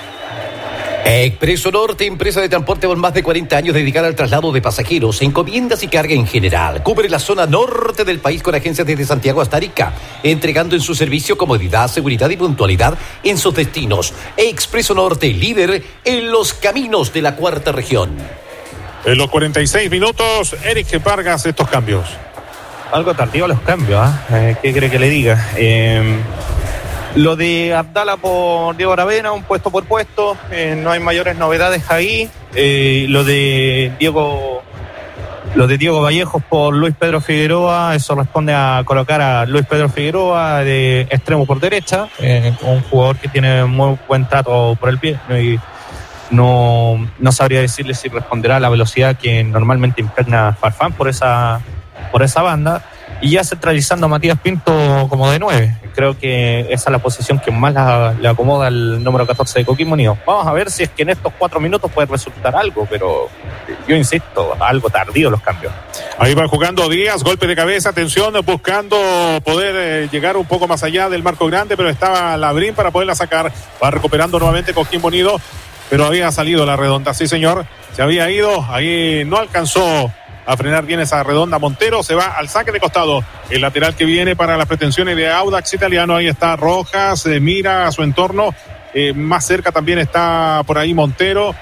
Expreso Norte, empresa de transporte con más de cuarenta años dedicada al traslado de pasajeros, encomiendas y carga en general. Cubre la zona norte del país con agencias desde Santiago hasta Arica, entregando en su servicio comodidad, seguridad y puntualidad en sus destinos. Expreso Norte, líder en los caminos de la cuarta región. En los cuarenta y seis minutos, Eric Vargas, estos cambios. Algo tardío los cambios, ¿eh? ¿Qué cree que le diga? Eh... Lo de Abdala por Diego Aravena, un puesto por puesto, eh, no hay mayores novedades ahí. Eh, lo de Diego, lo de Diego Vallejos por Luis Pedro Figueroa, eso responde a colocar a Luis Pedro Figueroa de extremo por derecha, eh, un jugador que tiene muy buen trato por el pie. Y no, no sabría decirle si responderá a la velocidad que normalmente impregna Farfán por esa, por esa banda. Y ya centralizando a Matías Pinto como de nueve. Creo que esa es la posición que más la, le acomoda el número catorce de Coquimbo Unido. Vamos a ver si es que en estos cuatro minutos puede resultar algo, pero yo insisto, algo tardío los cambios. Ahí va jugando Díaz, golpe de cabeza, atención, buscando poder eh, llegar un poco más allá del marco grande, pero estaba Labrín para poderla sacar. Va recuperando nuevamente Coquimbo Unido, pero había salido la redonda, sí señor, se había ido, ahí no alcanzó a frenar bien esa redonda Montero, se va al saque de costado, el lateral que viene para las pretensiones de Audax Italiano, ahí está Rojas, eh, mira a su entorno, eh, más cerca también está por ahí Montero,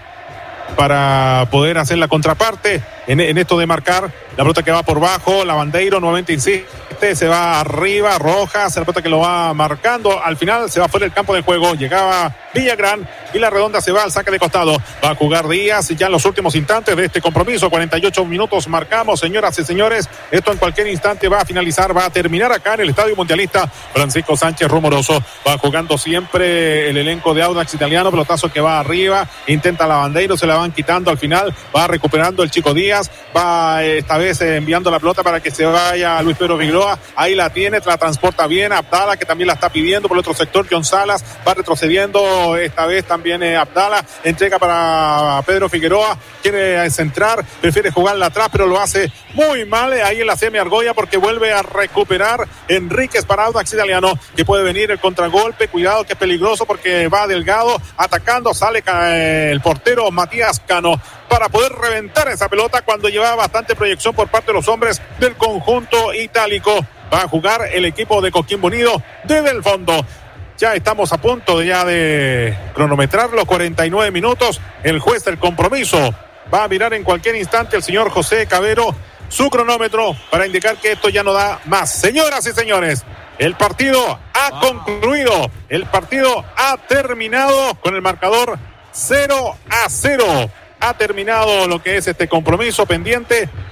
para poder hacer la contraparte en, en esto de marcar, la pelota que va por bajo, la Bandeiro nuevamente insiste, se va arriba, Rojas, la pelota que lo va marcando, al final se va fuera del campo de juego, llegaba Villagrán y la redonda se va al saque de costado, va a jugar Díaz ya en los últimos instantes de este compromiso, cuarenta y ocho minutos marcamos, señoras y señores, esto en cualquier instante va a finalizar, va a terminar acá en el Estadio Mundialista. Francisco Sánchez Rumoroso va jugando siempre el elenco de Audax Italiano, pelotazo que va arriba, intenta la Bandeiro, se la van quitando al final, va recuperando el Chico Díaz, va esta vez enviando la pelota para que se vaya Luis Pedro Figueroa, ahí la tiene, la transporta bien, Abdala que también la está pidiendo por el otro sector, John Salas va retrocediendo esta vez también eh, Abdala, entrega para Pedro Figueroa, quiere centrar, prefiere jugarla atrás, pero lo hace muy mal, eh, ahí en la semi argolla porque vuelve a recuperar Enríquez para Audax Italiano, que puede venir el contragolpe, cuidado que es peligroso porque va Delgado atacando, sale eh, el portero Matías Cano para poder reventar esa pelota cuando llevaba bastante proyección por parte de los hombres del conjunto itálico. Va a jugar el equipo de Coquimbo Unido desde el fondo. Ya estamos a punto de ya de cronometrar los cuarenta y nueve minutos. El juez del compromiso va a mirar en cualquier instante el señor José Cabero su cronómetro para indicar que esto ya no da más. Señoras y señores, el partido ha concluido. El partido ha terminado con el marcador cero a cero. Ha terminado lo que es este compromiso pendiente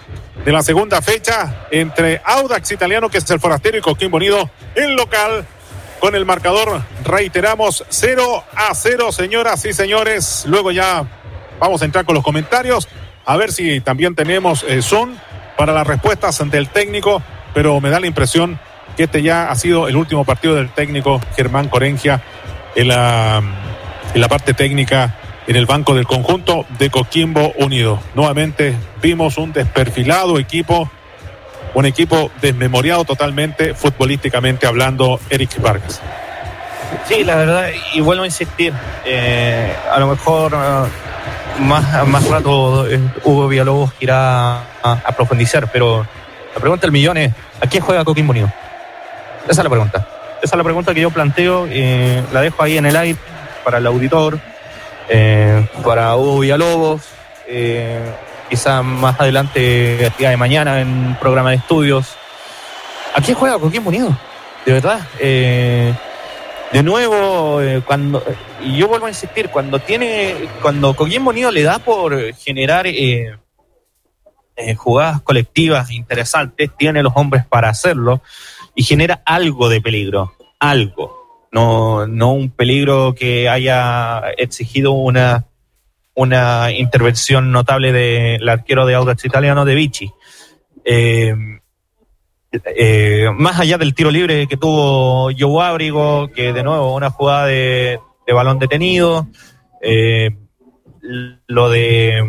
de la segunda fecha entre Audax Italiano, que es el forastero, y Coquimbo Unido, el local, con el marcador, reiteramos, cero a cero, señoras y señores. Luego ya vamos a entrar con los comentarios, a ver si también tenemos eh, Zoom para las respuestas del técnico, pero me da la impresión que este ya ha sido el último partido del técnico Germán Corengia en la, en la parte técnica, en el banco del conjunto de Coquimbo Unido. Nuevamente vimos un desperfilado equipo, un equipo desmemoriado totalmente, futbolísticamente hablando, Eric Vargas. Sí, la verdad, y vuelvo a insistir, eh, a lo mejor uh, más, más rato eh, Hugo Villalobos irá a, a profundizar, pero la pregunta del millón es, ¿a quién juega Coquimbo Unido? Esa es la pregunta. Esa es la pregunta que yo planteo, eh, la dejo ahí en el aire para el auditor, eh, para Hugo Villalobos, eh, quizás más adelante, el día de mañana, en un programa de estudios. ¿A quién juega Coquimbo Unido? De verdad. Eh, de nuevo, eh, cuando y yo vuelvo a insistir, cuando tiene, cuando Coquimbo Unido le da por generar eh, eh, jugadas colectivas interesantes, tiene los hombres para hacerlo y genera algo de peligro, algo. No, no un peligro que haya exigido una, una intervención notable del arquero de Audax Italiano, de Vichy. Eh, eh, más allá del tiro libre que tuvo Joe Ábrigo, que de nuevo una jugada de, de balón detenido, eh, lo de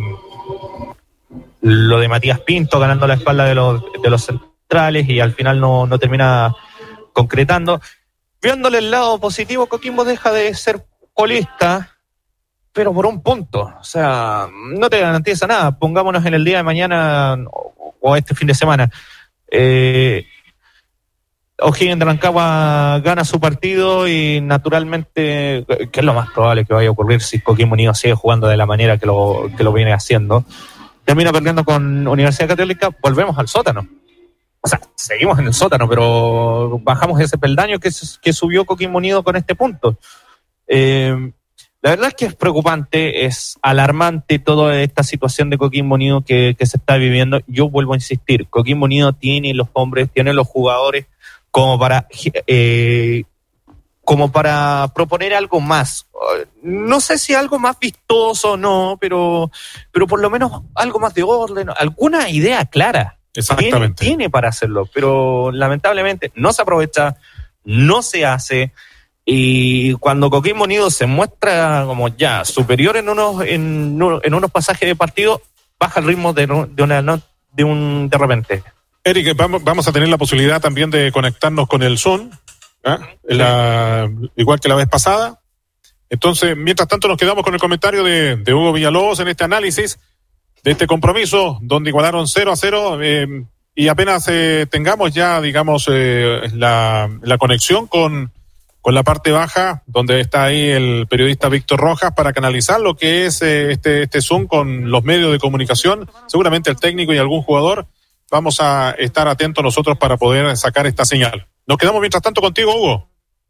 lo de Matías Pinto ganando la espalda de los, de los centrales y al final no, no termina concretando. Viéndole el lado positivo, Coquimbo deja de ser colista, pero por un punto. O sea, no te garantiza nada. Pongámonos en el día de mañana o, o este fin de semana. Eh, O'Higgins de Rancagua gana su partido y naturalmente, que es lo más probable que vaya a ocurrir si Coquimbo Unido sigue jugando de la manera que lo, que lo viene haciendo, termina perdiendo con Universidad Católica, volvemos al sótano. O sea, seguimos en el sótano, pero bajamos ese peldaño que, que subió Coquimbo Unido con este punto. Eh, la verdad es que es preocupante, es alarmante toda esta situación de Coquimbo Unido que, que se está viviendo. Yo vuelvo a insistir, Coquimbo Unido tiene los hombres, tiene los jugadores como para eh, como para proponer algo más. No sé si algo más vistoso o no, pero, pero por lo menos algo más de orden, alguna idea clara. Exactamente. Tiene, tiene para hacerlo, pero lamentablemente no se aprovecha, no se hace. Y cuando Coquimbo Unido se muestra como ya superior en unos en, en unos pasajes de partido, baja el ritmo de, de una de un de repente. Eric, vamos, vamos a tener la posibilidad también de conectarnos con el Zoom, ¿eh? la, igual que la vez pasada. Entonces, mientras tanto nos quedamos con el comentario de, de Hugo Villalobos en este análisis de este compromiso, donde igualaron cero a cero, eh, y apenas eh, tengamos ya, digamos, eh, la, la conexión con con la parte baja, donde está ahí el periodista Víctor Rojas, para canalizar lo que es eh, este, este Zoom con los medios de comunicación, seguramente el técnico y algún jugador. Vamos a estar atentos nosotros para poder sacar esta señal. Nos quedamos mientras tanto contigo, Hugo.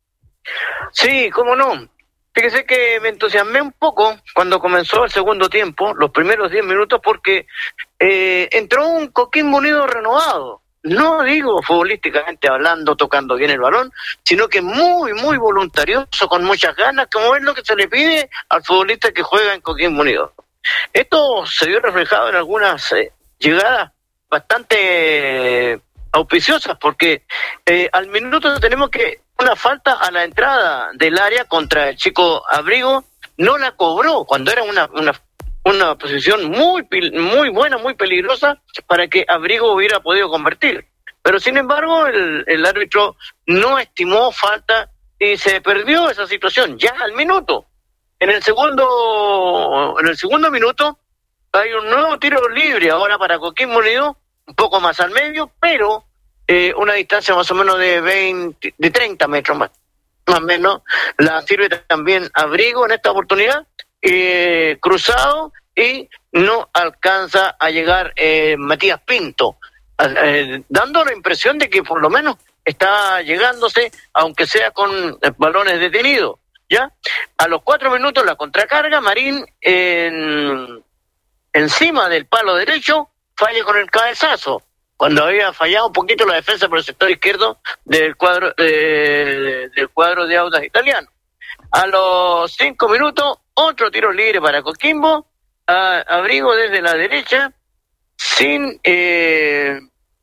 Sí, cómo no. Fíjese que me entusiasmé un poco cuando comenzó el segundo tiempo, los primeros diez minutos, porque eh, entró un Coquimbo Unido renovado. No digo futbolísticamente hablando, tocando bien el balón, sino que muy, muy voluntarioso, con muchas ganas, como es lo que se le pide al futbolista que juega en Coquimbo Unido. Esto se vio reflejado en algunas eh, llegadas bastante eh, auspiciosas, porque eh, al minuto tenemos que una falta a la entrada del área contra el chico Abrigo, no la cobró cuando era una... una una posición muy muy buena, muy peligrosa para que Abrigo hubiera podido convertir. Pero sin embargo el, el árbitro no estimó falta y se perdió esa situación ya al minuto. En el segundo en el segundo minuto hay un nuevo tiro libre ahora para Coquimbo Unido, un poco más al medio, pero eh, una distancia más o menos de veinte, de treinta metros más, más o menos. La sirve también Abrigo en esta oportunidad. Eh, cruzado y no alcanza a llegar eh, Matías Pinto, eh, dando la impresión de que por lo menos está llegándose, aunque sea con eh, balones detenidos. Ya a los cuatro minutos la contracarga, Marín en, encima del palo derecho falle con el cabezazo, cuando había fallado un poquito la defensa por el sector izquierdo del cuadro eh, del cuadro de Audax Italiano. A los cinco minutos, otro tiro libre para Coquimbo, a, Abrigo desde la derecha, sin eh,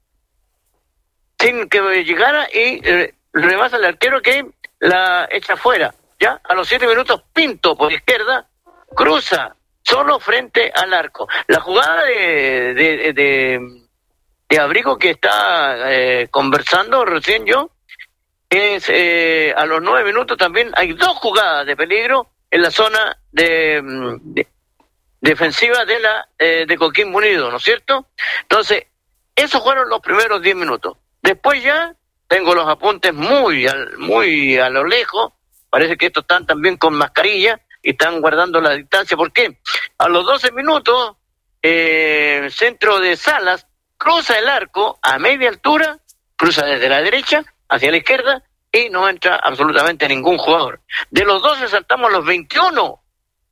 sin que llegara y eh, rebasa el arquero que la echa fuera. Ya a los siete minutos, Pinto por izquierda cruza solo frente al arco. La jugada de de, de, de Abrigo que está eh, conversando recién yo es eh, a los nueve minutos también hay dos jugadas de peligro en la zona de, de defensiva de la eh, de Coquimbo Unido, ¿no es cierto? Entonces, esos fueron los primeros diez minutos. Después ya tengo los apuntes muy al, muy a lo lejos. Parece que estos están también con mascarilla y están guardando la distancia. ¿Por qué? A los doce minutos, eh, centro de Salas cruza el arco a media altura, cruza desde la derecha hacia la izquierda y no entra absolutamente ningún jugador. De los doce saltamos a los veintiuno,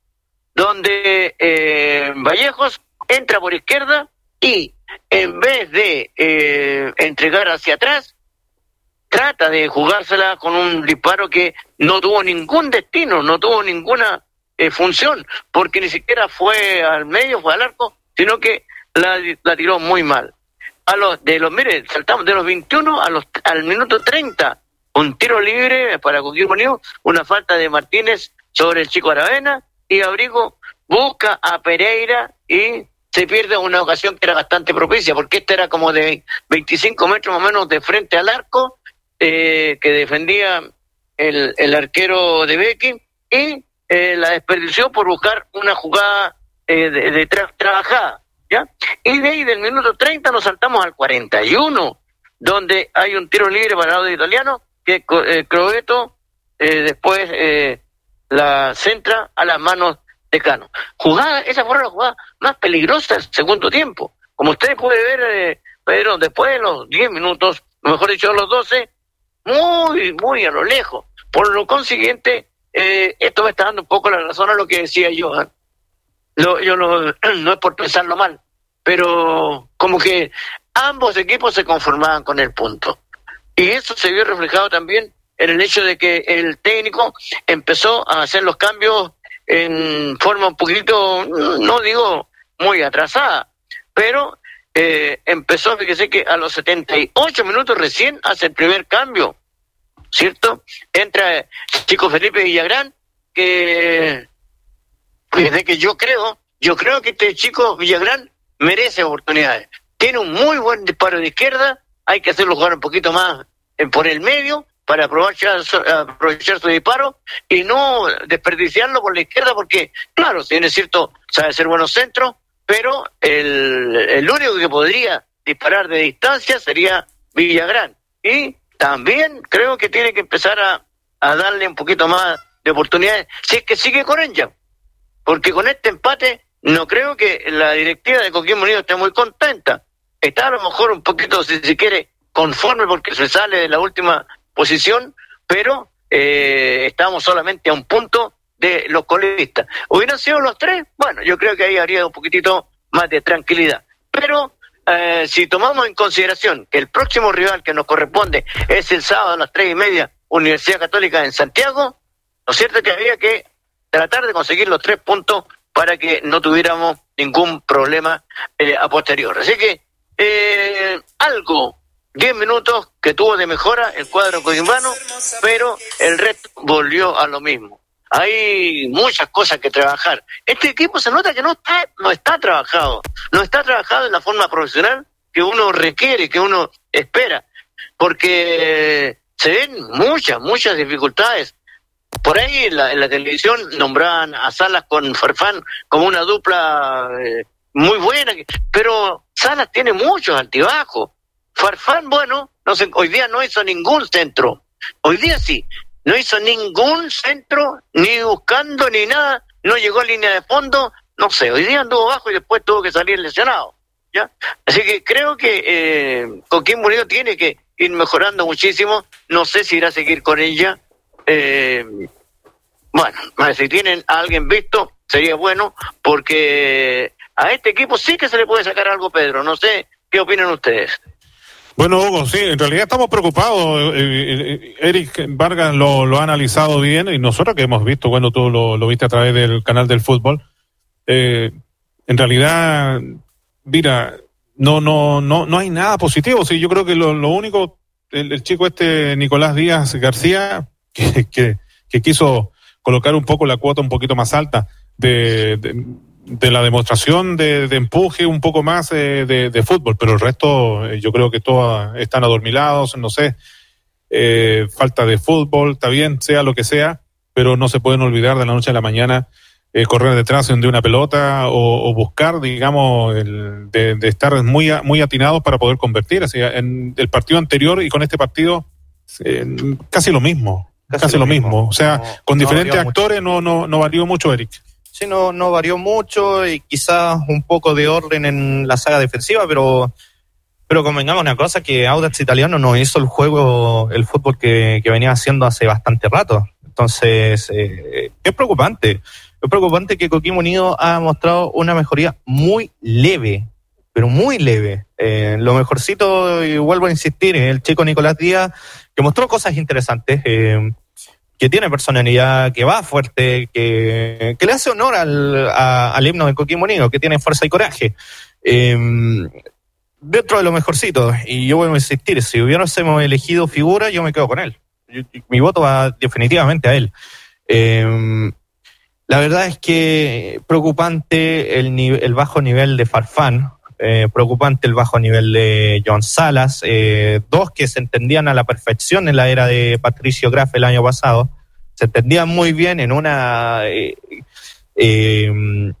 donde eh, Vallejos entra por izquierda y en vez de eh, entregar hacia atrás, trata de jugársela con un disparo que no tuvo ningún destino, no tuvo ninguna eh, función, porque ni siquiera fue al medio, fue al arco, sino que la, la tiró muy mal. A los de los, mire, saltamos de los veintiuno a los al minuto treinta, un tiro libre para Coquimbo Unido, una falta de Martínez sobre el Chico Aravena, y Abrigo busca a Pereira y se pierde una ocasión que era bastante propicia, porque esta era como de veinticinco metros más o menos de frente al arco, eh, que defendía el, el arquero de Becky, y eh, la desperdició por buscar una jugada eh, de, de tra- trabajada, ¿ya? Y de ahí del minuto treinta nos saltamos al cuarenta y uno, donde hay un tiro libre para el lado italiano, que eh, Croeto eh, después eh, la centra a las manos de Cano. Jugada, esa fue la jugada más peligrosa del segundo tiempo. Como ustedes pueden ver, eh, Pedro, después de los diez minutos, mejor dicho, los doce, muy, muy a lo lejos. Por lo consiguiente, eh, esto me está dando un poco la razón a lo que decía yo. ¿eh? Lo, yo lo, no es por pensarlo mal, pero como que ambos equipos se conformaban con el punto. Y eso se vio reflejado también en el hecho de que el técnico empezó a hacer los cambios en forma un poquito, no digo muy atrasada, pero eh, empezó, fíjese que a los setenta y ocho minutos recién hace el primer cambio, ¿cierto? Entra Chico Felipe Villagrán, que fíjese que yo creo, yo creo que este Chico Villagrán merece oportunidades. Tiene un muy buen disparo de izquierda, hay que hacerlo jugar un poquito más eh, por el medio, para aprovechar, aprovechar su disparo y no desperdiciarlo por la izquierda, porque, claro, si bien es cierto, sabe hacer buenos centros, pero el, el único que podría disparar de distancia sería Villagrán. Y también creo que tiene que empezar a, a darle un poquito más de oportunidades, si es que sigue con ella, porque con este empate no creo que la directiva de Coquimbo Unido esté muy contenta. Está a lo mejor un poquito, si se quiere, conforme porque se sale de la última posición, pero eh, estamos solamente a un punto de los colegistas. ¿Hubieran sido los tres? Bueno, yo creo que ahí habría un poquitito más de tranquilidad. Pero eh, si tomamos en consideración que el próximo rival que nos corresponde es el sábado a las tres y media, Universidad Católica en Santiago, lo cierto es que había que tratar de conseguir los tres puntos para que no tuviéramos ningún problema eh, a posterior. Así que eh, algo diez minutos que tuvo de mejora el cuadro coquimbano, pero el resto volvió a lo mismo. Hay muchas cosas que trabajar. Este equipo se nota que no está, no está trabajado, no está trabajado en la forma profesional que uno requiere, que uno espera, porque se ven muchas, muchas dificultades. Por ahí en la, en la televisión nombraban a Salas con Farfán como una dupla eh, muy buena, pero Salas tiene muchos altibajos. Farfán, bueno, no sé, hoy día no hizo ningún centro. Hoy día sí, no hizo ningún centro, ni buscando ni nada, no llegó a línea de fondo, no sé, hoy día anduvo bajo y después tuvo que salir lesionado, ¿ya? Así que creo que eh, Coquimbo Unido tiene que ir mejorando muchísimo, no sé si irá a seguir con ella. Eh, bueno, si tienen a alguien visto, sería bueno, porque a este equipo sí que se le puede sacar algo, Pedro. No sé qué opinan ustedes. Bueno, Hugo, sí, en realidad estamos preocupados. Eh, Eric Vargas lo, lo ha analizado bien y nosotros que hemos visto, bueno, tú lo, lo viste a través del canal del fútbol. Eh, en realidad, mira, no, no, no, no hay nada positivo. Sí, yo creo que lo, lo único, el, el chico este Nicolás Díaz García, que, que, que quiso colocar un poco la cuota un poquito más alta de, de de la demostración de, de empuje un poco más eh, de, de fútbol, pero el resto eh, yo creo que todos están adormilados, no sé, eh, falta de fútbol, está bien, sea lo que sea, pero no se pueden olvidar de la noche a la mañana eh, correr detrás de una pelota o, o buscar, digamos, el, de, de estar muy muy atinados para poder convertir. Así, en el partido anterior y con este partido eh, casi lo mismo, casi, casi lo mismo. mismo, o sea, no, con no diferentes actores no, no, no varió mucho, Eric. Sí, no, no varió mucho y quizás un poco de orden en la saga defensiva, pero pero convengamos una cosa, que Audax Italiano no hizo el juego, el fútbol que, que venía haciendo hace bastante rato. Entonces, eh, es preocupante. Es preocupante que Coquimbo Unido ha mostrado una mejoría muy leve, pero muy leve. Eh, lo mejorcito, y vuelvo a insistir, es el chico Nicolás Díaz, que mostró cosas interesantes, eh, que tiene personalidad, que va fuerte, que, que le hace honor al, a, al himno de Coquimbo Unido, que tiene fuerza y coraje. Eh, dentro de lo mejorcito, y yo voy a insistir, si hubiésemos elegido figura, yo me quedo con él. Yo, mi voto va definitivamente a él. Eh, la verdad es que preocupante el, nivel, el bajo nivel de Farfán, eh, preocupante el bajo nivel de John Salas, eh, dos que se entendían a la perfección en la era de Patricio Graf el año pasado, se entendían muy bien en una eh, eh,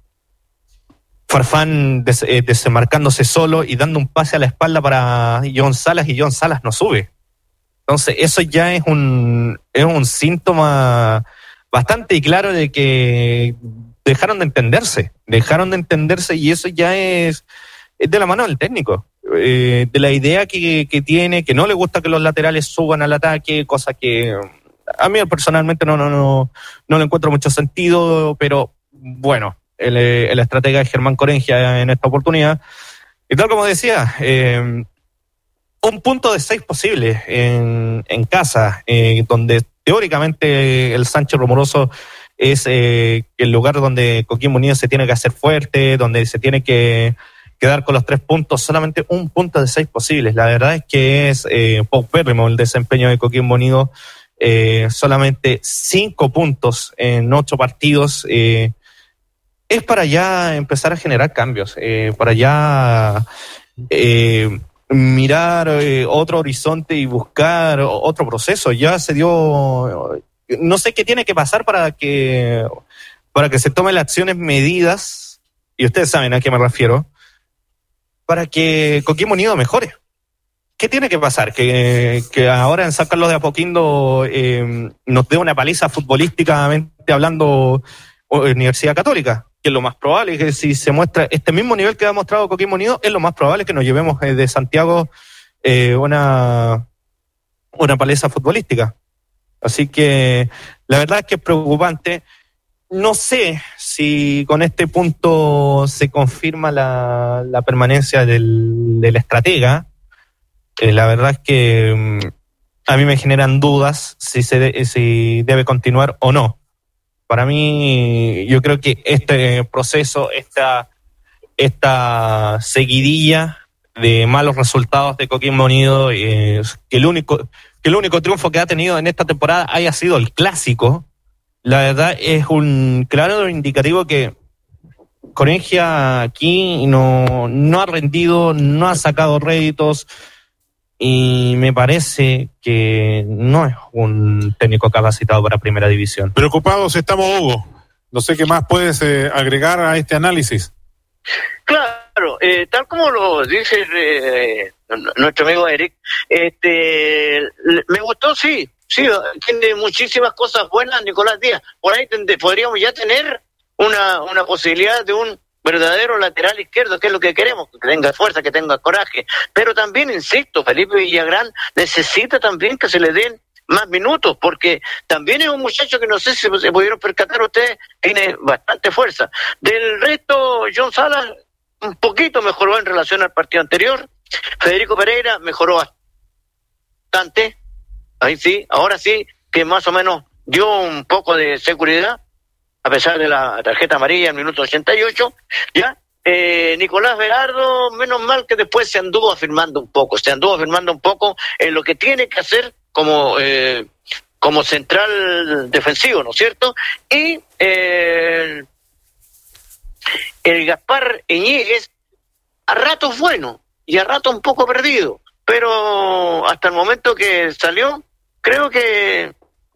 Farfán des, eh, desembarcándose solo y dando un pase a la espalda para John Salas, y John Salas no sube. Entonces eso ya es un es un síntoma bastante claro de que dejaron de entenderse, dejaron de entenderse y eso ya es es de la mano del técnico, eh, de la idea que, que tiene, que no le gusta que los laterales suban al ataque, cosa que a mí personalmente no no no no le encuentro mucho sentido, pero bueno, el, el estratega es Germán Corengia en esta oportunidad. Y tal como decía, eh, un punto de seis posibles en, en casa, eh, donde teóricamente el Sánchez Rumoroso es eh, el lugar donde Coquimbo Unido se tiene que hacer fuerte, donde se tiene que quedar con los tres puntos, solamente un punto de seis posibles. La verdad es que es eh, paupérrimo el desempeño de Coquimbo Unido, eh, solamente cinco puntos en ocho partidos. Eh, es para ya empezar a generar cambios, eh, para ya eh, mirar eh, otro horizonte y buscar otro proceso. Ya se dio, no sé qué tiene que pasar para que, para que se tomen las acciones medidas, y ustedes saben a qué me refiero, para que Coquimbo Unido mejore. ¿Qué tiene que pasar? Que, que ahora en San Carlos de Apoquindo eh, nos dé una paliza futbolísticamente hablando Universidad Católica, que es lo más probable, que si se muestra este mismo nivel que ha mostrado Coquimbo Unido, es lo más probable que nos llevemos de Santiago eh, una, una paliza futbolística. Así que la verdad es que es preocupante. No sé si con este punto se confirma la, la permanencia del, del estratega. Eh, la verdad es que um, a mí me generan dudas si, se de, si debe continuar o no. Para mí, yo creo que este proceso, esta, esta seguidilla de malos resultados de Coquimbo Unido, eh, que, el único, que el único triunfo que ha tenido en esta temporada haya sido el clásico, la verdad es un claro indicativo que Corengia aquí no, no ha rendido, no ha sacado réditos, y me parece que no es un técnico capacitado para Primera División. Preocupados estamos, Hugo. No sé qué más puedes eh, agregar a este análisis. Claro, eh, tal como lo dice eh, nuestro amigo Eric, este, me gustó, sí, sí, tiene muchísimas cosas buenas Nicolás Díaz. Por ahí tend- podríamos ya tener una, una posibilidad de un verdadero lateral izquierdo, que es lo que queremos, que tenga fuerza, que tenga coraje. Pero también, insisto, Felipe Villagrán necesita también que se le den más minutos, porque también es un muchacho que no sé si se pudieron percatar ustedes, tiene bastante fuerza. Del resto, John Salas, un poquito mejoró en relación al partido anterior. Federico Pereira mejoró bastante. Ahí sí, ahora sí, que más o menos dio un poco de seguridad, a pesar de la tarjeta amarilla en el minuto ochenta y ocho, ¿ya? Eh, Nicolás Berardo, menos mal que después se anduvo afirmando un poco, se anduvo afirmando un poco en lo que tiene que hacer como eh, como central defensivo, ¿no es cierto? Y eh, el Gaspar Iñiguez, a ratos bueno y a ratos un poco perdido, pero hasta el momento que salió, creo que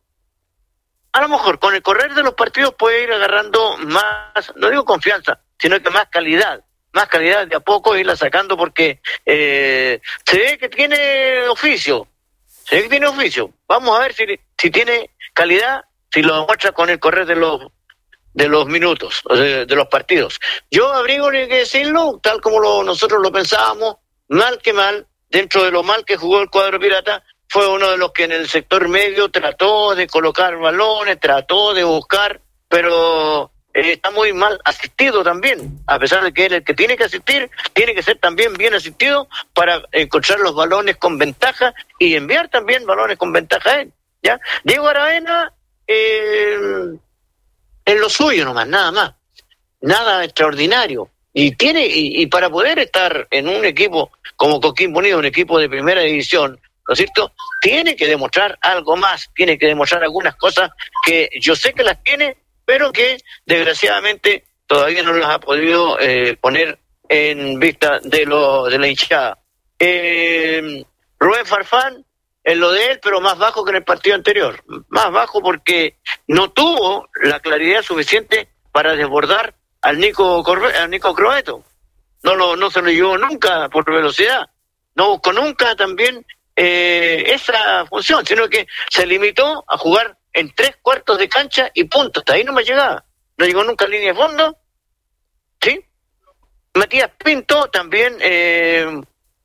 a lo mejor con el correr de los partidos puede ir agarrando más, no digo confianza, sino que más calidad, más calidad de a poco irla sacando, porque eh, se ve que tiene oficio, se ve que tiene oficio. Vamos a ver si, si tiene calidad, si lo demuestra con el correr de los de los minutos, de, de los partidos. Yo abrigo ni que decirlo, tal como lo, nosotros lo pensábamos, mal que mal, dentro de lo mal que jugó el cuadro pirata, fue uno de los que en el sector medio trató de colocar balones, trató de buscar, pero eh, está muy mal asistido también, a pesar de que él el que tiene que asistir, tiene que ser también bien asistido para encontrar los balones con ventaja y enviar también balones con ventaja a él, ¿ya? Diego Aravena, eh, en lo suyo nomás, nada más, nada extraordinario, y tiene y, y para poder estar en un equipo como Coquimbo Unido, un equipo de primera división, ¿no es cierto?, tiene que demostrar algo más, tiene que demostrar algunas cosas que yo sé que las tiene, pero que desgraciadamente todavía no las ha podido eh, poner en vista de lo de la hinchada. Eh, Rubén Farfán, en lo de él, pero más bajo que en el partido anterior, más bajo porque no tuvo la claridad suficiente para desbordar al Nico Corbe, al Nico Croato. No lo no se lo llevó nunca por velocidad, no buscó nunca también eh, esa función, sino que se limitó a jugar en tres cuartos de cancha y punto. Hasta ahí no me llegaba, no llegó nunca a línea de fondo, ¿sí? Matías Pinto también eh,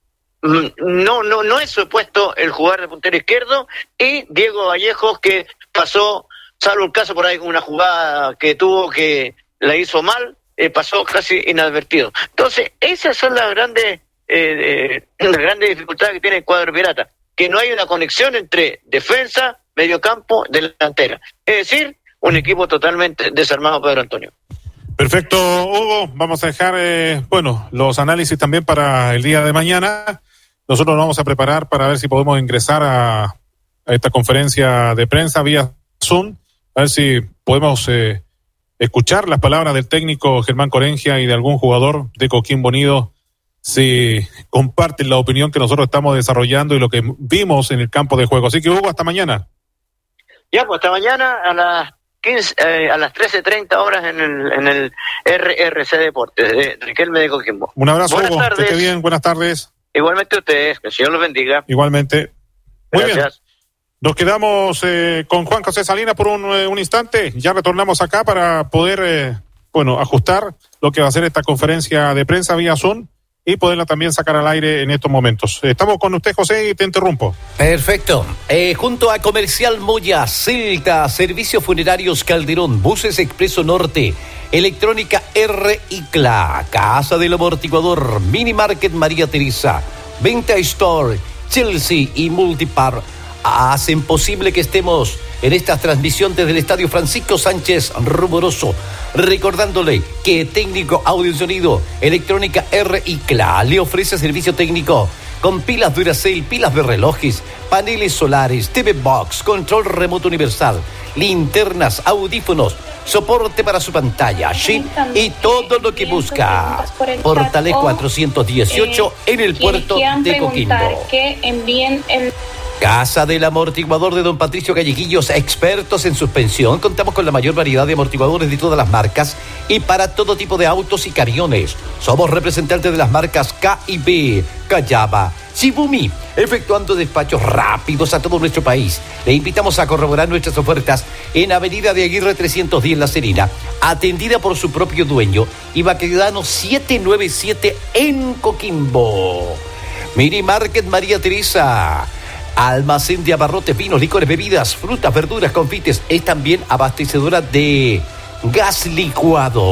no no no es su puesto el jugar de puntero izquierdo, y Diego Vallejos, que pasó, salvo el caso por ahí con una jugada que tuvo que la hizo mal, eh, pasó casi inadvertido. Entonces esas son las grandes eh, eh, las grandes dificultades que tiene el cuadro pirata, que no hay una conexión entre defensa, mediocampo, delantera, es decir, un equipo totalmente desarmado, Pedro Antonio. Perfecto, Hugo, vamos a dejar eh, bueno, los análisis también para el día de mañana. Nosotros nos vamos a preparar para ver si podemos ingresar a, a esta conferencia de prensa vía Zoom, a ver si podemos eh, escuchar las palabras del técnico Germán Corengia y de algún jugador de Coquimbo Unido, si comparten la opinión que nosotros estamos desarrollando y lo que vimos en el campo de juego. Así que, Hugo, hasta mañana. Ya, pues hasta mañana a las quince, eh, a las trece treinta horas en el en el R R C Deportes de Riquelme de Coquimbo. Un abrazo, buenas Hugo, tardes. que esté bien, buenas tardes. Igualmente a ustedes, que el Señor los bendiga. Igualmente. Muy Gracias. bien. Nos quedamos eh, con Juan José Salinas por un, eh, un instante. Ya retornamos acá para poder, eh, bueno, ajustar lo que va a ser esta conferencia de prensa vía Zoom y poderla también sacar al aire en estos momentos. Estamos con usted, José, y te interrumpo. Perfecto. Eh, junto a Comercial Moya, Celta, Servicios Funerarios Calderón, Buses Expreso Norte, Electrónica R I C L A, Casa del Amortiguador, Mini Market María Teresa, Venta Store, Chelsea y Multipar hacen posible que estemos en esta transmisión desde el Estadio Francisco Sánchez Rumoroso, recordándole que técnico audio y sonido Electrónica R I C L A le ofrece servicio técnico con pilas Duracell, pilas de relojes, paneles solares, T V Box, control remoto universal, linternas, audífonos, soporte para su pantalla, chip y todo lo que busca. Portales cuatrocientos dieciocho eh, en el puerto de Coquimbo. Que envíen el... Casa del Amortiguador de don Patricio Galleguillos, expertos en suspensión. Contamos con la mayor variedad de amortiguadores de todas las marcas y para todo tipo de autos y camiones. Somos representantes de las marcas K y B, Callaba, Shibumi, efectuando despachos rápidos a todo nuestro país. Le invitamos a corroborar nuestras ofertas en Avenida de Aguirre trescientos diez La Serena, atendida por su propio dueño, y Baquedano setecientos noventa y siete en Coquimbo. Mini Market María Teresa, almacén de abarrotes, vinos, licores, bebidas, frutas, verduras, confites. Es también abastecedora de gas licuado.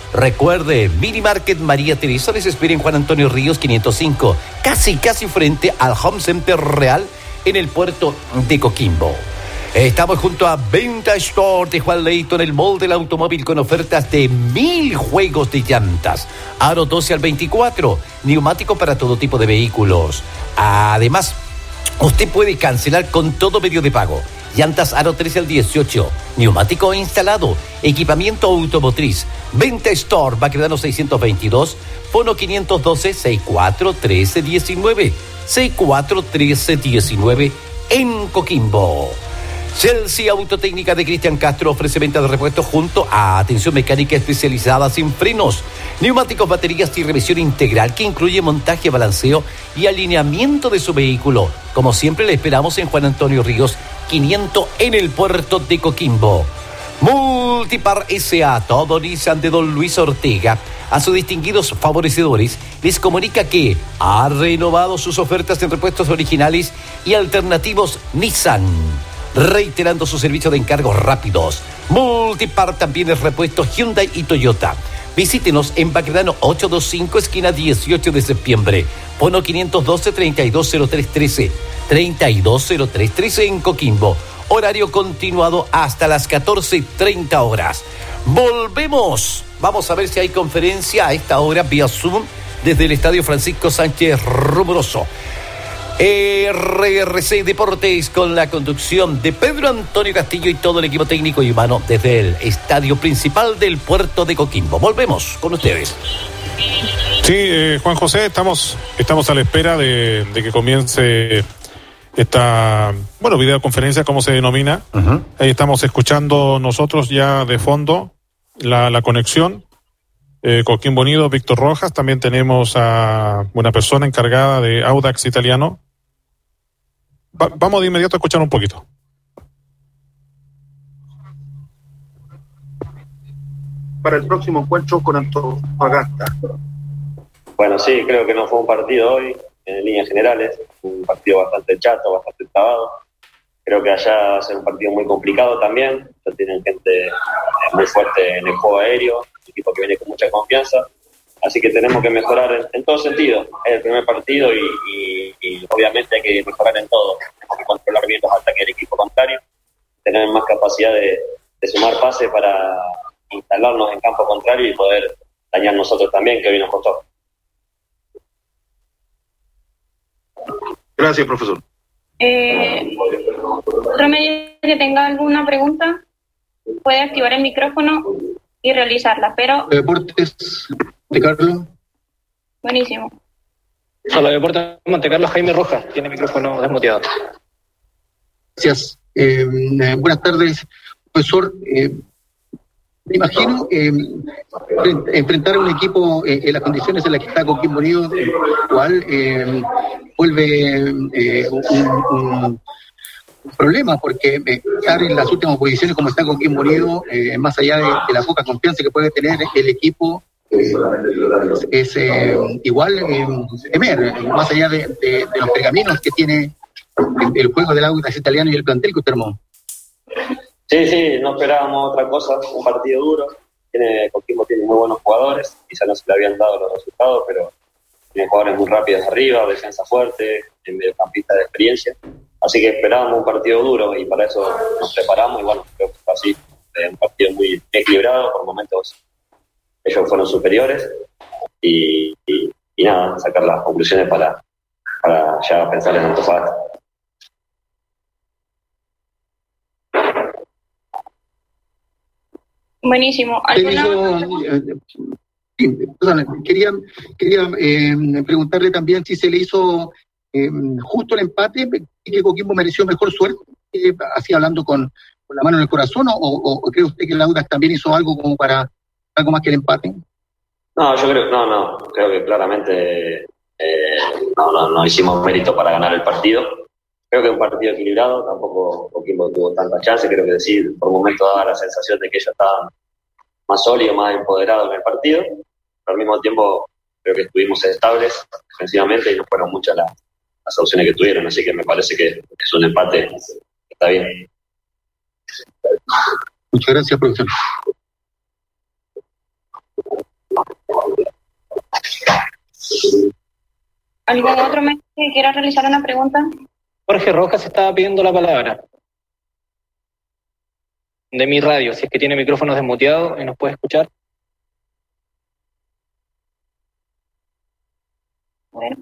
Recuerde, Mini Market María Teresa les espera en Juan Antonio Ríos quinientos cinco, casi casi frente al Home Center Real en el puerto de Coquimbo. Estamos junto a Venta Store de Juan Leighton, el mall del automóvil con ofertas de mil juegos de llantas. Aro doce al veinticuatro, neumático para todo tipo de vehículos. Además, usted puede cancelar con todo medio de pago. Llantas Aro trece al dieciocho, neumático instalado, equipamiento automotriz. Venta Store, Baquedano seiscientos veintidós, fono quinientos doce, sesenta y cuatro, trece diecinueve, sesenta y cuatro, trece diecinueve en Coquimbo. Chelsea Autotécnica de Cristian Castro ofrece venta de repuestos junto a atención mecánica especializada sin frenos, neumáticos, baterías y revisión integral que incluye montaje, balanceo y alineamiento de su vehículo. Como siempre, le esperamos en Juan Antonio Ríos quinientos en el puerto de Coquimbo. Multipar S A, todo Nissan de Don Luis Ortega, a sus distinguidos favorecedores, les comunica que ha renovado sus ofertas en repuestos originales y alternativos Nissan, reiterando su servicio de encargos rápidos. Multipar también es repuesto Hyundai y Toyota. Visítenos en Baquedano ochocientos veinticinco, esquina dieciocho de septiembre. Fono quinientos doce, treinta y dos cero tres trece, treinta y dos cero tres trece en Coquimbo. Horario continuado hasta las catorce treinta horas. Volvemos. Vamos a ver si hay conferencia a esta hora vía Zoom desde el Estadio Francisco Sánchez Rumoroso. R R C Deportes con la conducción de Pedro Antonio Castillo y todo el equipo técnico y humano desde el estadio principal del puerto de Coquimbo. Volvemos con ustedes. Sí, eh, Juan José, estamos, estamos a la espera de, de que comience esta, bueno, videoconferencia, como se denomina. Uh-huh. Ahí estamos escuchando nosotros ya de fondo la, la conexión. Eh, Coquimbo Unido, Víctor Rojas. También tenemos a una persona encargada de Audax Italiano. Va, vamos de inmediato a escuchar un poquito. Para el próximo encuentro con Antofagasta. Bueno, sí, creo que no fue un partido hoy, en líneas generales, un partido bastante chato, bastante trabado. Creo que allá va a ser un partido muy complicado también. Ya tienen gente muy fuerte en el juego aéreo, un equipo que viene con mucha confianza. Así que tenemos que mejorar en, en todo sentido. Es el primer partido y, y, y obviamente hay que mejorar en todo. Tenemos que controlar bien los ataques del equipo contrario, tener más capacidad de, de sumar pases para instalarnos en campo contrario y poder dañar nosotros también, que hoy nos costó. Gracias, profesor. Eh, otro medio que tenga alguna pregunta puede activar el micrófono y realizarla, pero... Deportes de Carlos. Buenísimo. Hola, Deportes Monte Carlo, Jaime Rojas, tiene micrófono desmuteado. Gracias. Eh, eh, buenas tardes, profesor. Eh, me imagino eh, enfrentar a un equipo eh, en las condiciones en las que está Coquimbo Unido, el cual eh, vuelve eh, un, un problema, porque eh, estar en las últimas posiciones como está Coquimbo Unido, eh, más allá de, de la poca confianza que puede tener el equipo, eh, es eh, igual eh, temer, más allá de, de, de los pergaminos que tiene el, el juego del Audax Italiano y el plantel que usted armó. Sí, sí, no esperábamos otra cosa, un partido duro. Tiene, Coquimbo tiene muy buenos jugadores, quizá no se le habían dado los resultados, pero tiene jugadores muy rápidos arriba, defensa fuerte, mediocampista de experiencia. Así que esperábamos un partido duro y para eso nos preparamos y bueno, creo que fue así. Un partido muy equilibrado, por momentos ellos fueron superiores y, y, y nada, sacar las conclusiones para, para ya pensar en Antofagasta. Buenísimo. ¿Alguna... Sí, perdón, quería, quería eh, preguntarle también si se le hizo eh, justo el empate y que Coquimbo mereció mejor suerte, eh, así hablando con, con la mano en el corazón, o, o, o cree usted que el Audax también hizo algo como para algo más que el empate? No, yo creo no, no, creo que claramente eh, no, no, no hicimos mérito para ganar el partido. Creo que un partido equilibrado, tampoco Coquimbo tuvo tanta chance, creo que decir, por momentos daba la sensación de que ellos estaban más sólidos, más empoderados en el partido, pero al mismo tiempo creo que estuvimos estables defensivamente y no fueron muchas las, las opciones que tuvieron, así que me parece que es un empate que está bien. Muchas gracias, profesor. ¿Algún otro médico que quiera realizar una pregunta? Jorge Rojas estaba pidiendo la palabra. De mi radio, si es que tiene micrófonos desmuteados y nos puede escuchar. Bueno.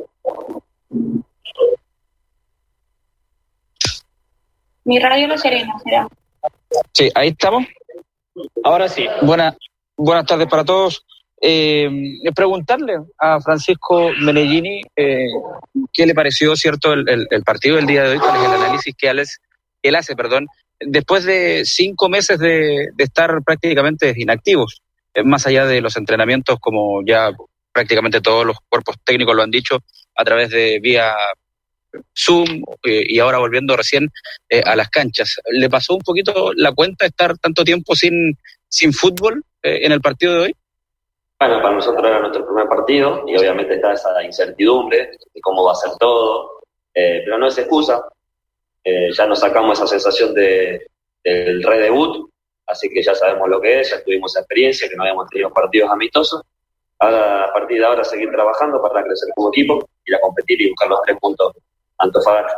Mi radio La Serena, ¿será? Sí, ahí estamos. Ahora sí. Buena, buenas tardes para todos. Eh, preguntarle a Francisco Meneghini eh, qué le pareció, cierto, el, el, el partido del día de hoy, cuál es el análisis que él, es, él hace, perdón, después de cinco meses de, de estar prácticamente inactivos, eh, más allá de los entrenamientos, como ya prácticamente todos los cuerpos técnicos lo han dicho, a través de vía Zoom eh, y ahora volviendo recién eh, a las canchas. ¿Le pasó un poquito la cuenta estar tanto tiempo sin, sin fútbol eh, en el partido de hoy? Bueno, para nosotros era nuestro primer partido y obviamente está esa incertidumbre de cómo va a ser todo, eh, pero no es excusa. Eh, ya nos sacamos esa sensación de, del redebut, así que ya sabemos lo que es, ya tuvimos esa experiencia, que no habíamos tenido partidos amistosos. Ahora, a partir de ahora, seguir trabajando para crecer como equipo, ir a competir y buscar los tres puntos a Antofagasta.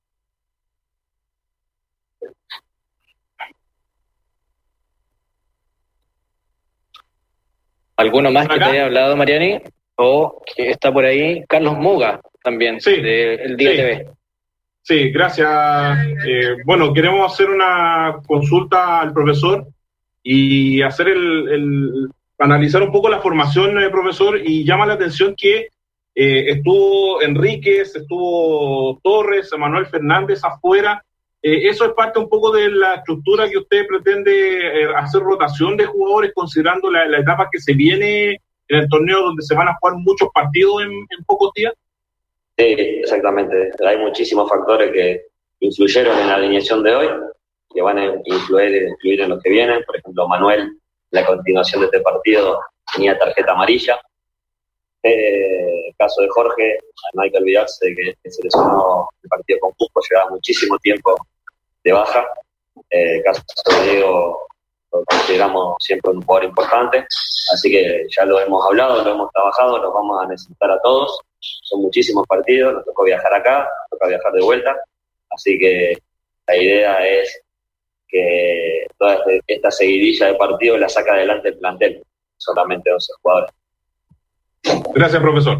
¿Alguno más que te haya hablado, Mariani? O que está por ahí, Carlos Muga, también, sí, de El Día sí. T V. Sí, gracias. Eh, bueno, queremos hacer una consulta al profesor y hacer el, el analizar un poco la formación del profesor, y llama la atención que eh, estuvo Enríquez, estuvo Torres, Manuel Fernández afuera. Eh, ¿Eso es parte un poco de la estructura que usted pretende eh, hacer rotación de jugadores, considerando la, la etapa que se viene en el torneo, donde se van a jugar muchos partidos en, en pocos días? Sí, exactamente. Hay muchísimos factores que influyeron en la alineación de hoy, que van a influir, influir en los que vienen. Por ejemplo, Manuel, la continuación de este partido, tenía tarjeta amarilla. Eh, el caso de Jorge, no hay que olvidarse de que se lesionó el partido con Cusco, llevaba muchísimo tiempo de baja. Eh, el caso de Diego lo consideramos siempre un jugador importante, así que ya lo hemos hablado, lo hemos trabajado, los vamos a necesitar a todos. Son muchísimos partidos, nos tocó viajar acá, nos toca viajar de vuelta, así que la idea es que toda esta seguidilla de partidos la saca adelante el plantel, solamente once jugadores. Gracias, profesor.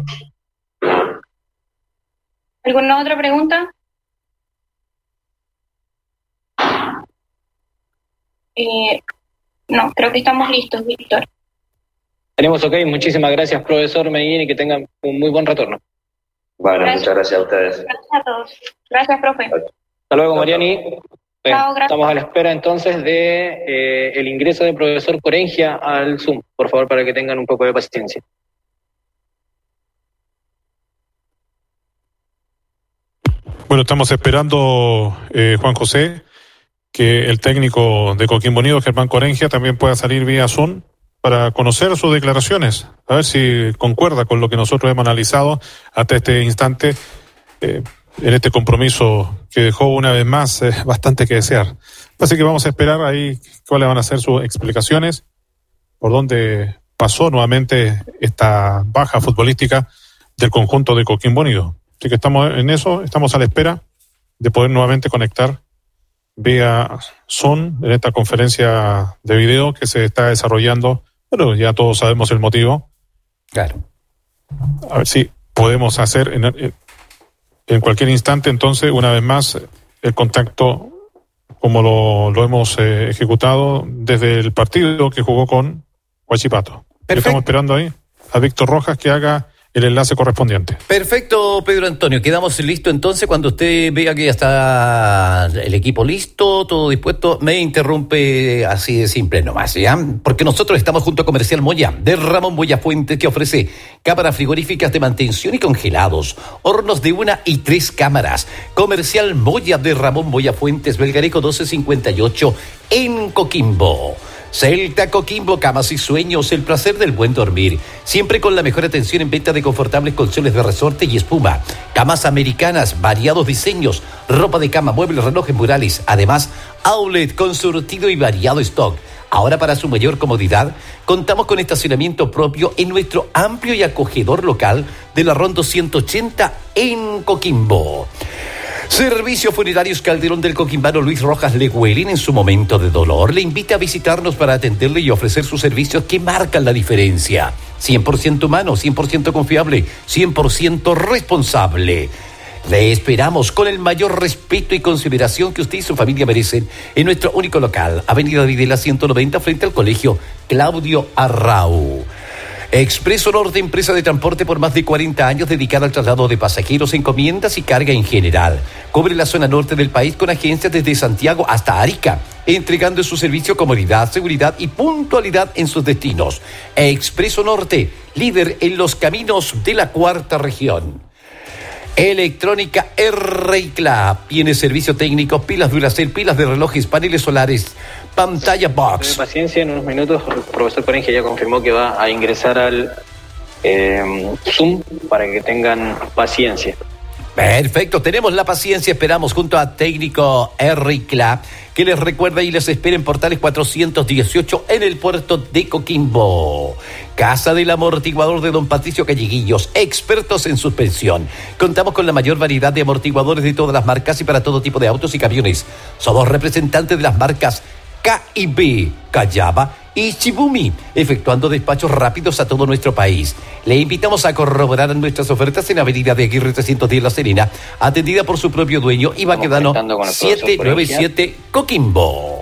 ¿Alguna otra pregunta? Eh, no, creo que estamos listos, Víctor. Tenemos ok, muchísimas gracias, profesor Meneghini, y que tengan un muy buen retorno. Bueno, Gracias. muchas gracias a ustedes. Gracias a todos. Gracias, profe. Hasta luego, Mariani. Chao, gracias. Estamos a la espera entonces de eh, el ingreso del profesor Corengia al Zoom, por favor, para que tengan un poco de paciencia. Bueno, estamos esperando, eh, Juan José, que el técnico de Coquimbo Unido, Germán Corengia, también pueda salir vía Zoom para conocer sus declaraciones, a ver si concuerda con lo que nosotros hemos analizado hasta este instante, eh, en este compromiso que dejó una vez más eh, bastante que desear. Así que vamos a esperar ahí cuáles van a ser sus explicaciones, por dónde pasó nuevamente esta baja futbolística del conjunto de Coquimbo Unido. Así que estamos en eso, estamos a la espera de poder nuevamente conectar vía Zoom en esta conferencia de video que se está desarrollando. Bueno, ya todos sabemos el motivo. Claro. A ver si podemos hacer en, en cualquier instante, entonces, una vez más, el contacto como lo, lo hemos eh, ejecutado desde el partido que jugó con Huachipato. Estamos esperando ahí a Víctor Rojas que haga el enlace correspondiente. Perfecto, Pedro Antonio. Quedamos listos entonces. Cuando usted vea que ya está el equipo listo, todo dispuesto, me interrumpe así de simple nomás, ¿ya? Porque nosotros estamos junto a Comercial Moya, de Ramón Moya Fuentes, que ofrece cámaras frigoríficas de mantención y congelados, hornos de una y tres cámaras. Comercial Moya de Ramón Moya Fuentes, Belgareco doce cincuenta y ocho, en Coquimbo. Celta Coquimbo, camas y sueños, el placer del buen dormir. Siempre con la mejor atención en venta de confortables colchones de resorte y espuma. Camas americanas, variados diseños, ropa de cama, muebles, relojes, murales. Además, outlet con surtido y variado stock. Ahora, para su mayor comodidad, contamos con estacionamiento propio en nuestro amplio y acogedor local de la Ronda ciento ochenta en Coquimbo. Servicios Funerarios Calderón del Coquimbano Luis Rojas Legüelin, en su momento de dolor, le invita a visitarnos para atenderle y ofrecer sus servicios que marcan la diferencia. cien por ciento humano, cien por ciento confiable, cien por ciento responsable. Le esperamos con el mayor respeto y consideración que usted y su familia merecen en nuestro único local, Avenida Videla ciento noventa, frente al Colegio Claudio Arrau. Expreso Norte, empresa de transporte por más de cuarenta años dedicada al traslado de pasajeros, encomiendas y carga en general. Cubre la zona norte del país con agencias desde Santiago hasta Arica, entregando su servicio comodidad, seguridad y puntualidad en sus destinos. Expreso Norte, líder en los caminos de la cuarta región. Electrónica R I C L A, tiene servicio técnico, pilas Duracell, pilas de relojes, paneles solares, pantalla box. Paciencia, en unos minutos el profesor Corengia ya confirmó que va a ingresar al eh, Zoom para que tengan paciencia. Perfecto, tenemos la paciencia, esperamos junto a técnico R I C L A, que les recuerda y les espera en Portales cuatrocientos dieciocho en el puerto de Coquimbo. Casa del Amortiguador de don Patricio Calleguillos, expertos en suspensión. Contamos con la mayor variedad de amortiguadores de todas las marcas y para todo tipo de autos y camiones. Somos representantes de las marcas K y B, Callaba y Shibumi, efectuando despachos rápidos a todo nuestro país. Le invitamos a corroborar nuestras ofertas en Avenida de Aguirre trescientos diez La Serena, atendida por su propio dueño, y Baquedano setecientos noventa y siete Coquimbo.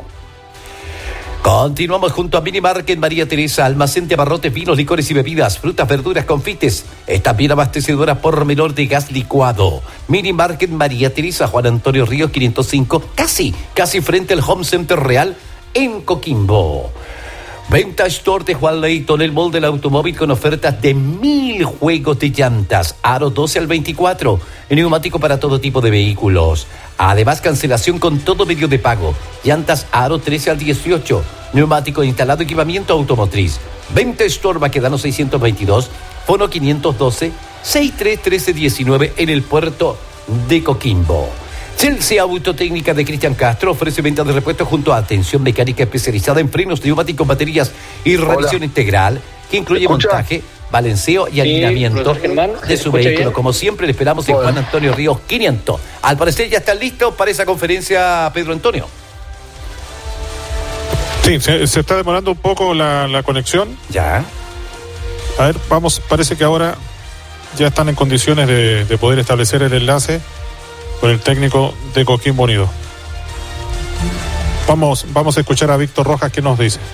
Continuamos junto a Mini Market María Teresa, almacén de abarrotes, vinos, licores y bebidas, frutas, verduras, confites. Es también abastecedora por menor de gas licuado. Mini Market María Teresa, Juan Antonio Ríos quinientos cinco, casi, casi frente al Home Center Real en Coquimbo. Venta Store de Juan Leighton, el mall del automóvil con ofertas de mil juegos de llantas, aro doce al veinticuatro, neumático para todo tipo de vehículos. Además, cancelación con todo medio de pago, llantas aro trece al dieciocho, neumático instalado, equipamiento automotriz. Venta Store Baquedano seiscientos veintidós, fono quinientos doce, sesenta y tres trece diecinueve en el puerto de Coquimbo. Chelsea Autotécnica de Cristian Castro ofrece venta de repuestos junto a atención mecánica especializada en frenos, neumáticos, baterías y revisión integral, que incluye montaje, balanceo y sí, alineamiento de su vehículo. Bien. Como siempre, le esperamos en Juan Antonio Ríos quinientos. Al parecer ya están listos para esa conferencia, Pedro Antonio. Sí, se, se está demorando un poco la, la conexión. Ya. A ver, vamos, parece que ahora ya están en condiciones de, de poder establecer el enlace con el técnico de Coquimbo Unido. Vamos, vamos a escuchar a Víctor Rojas, ¿qué nos dice?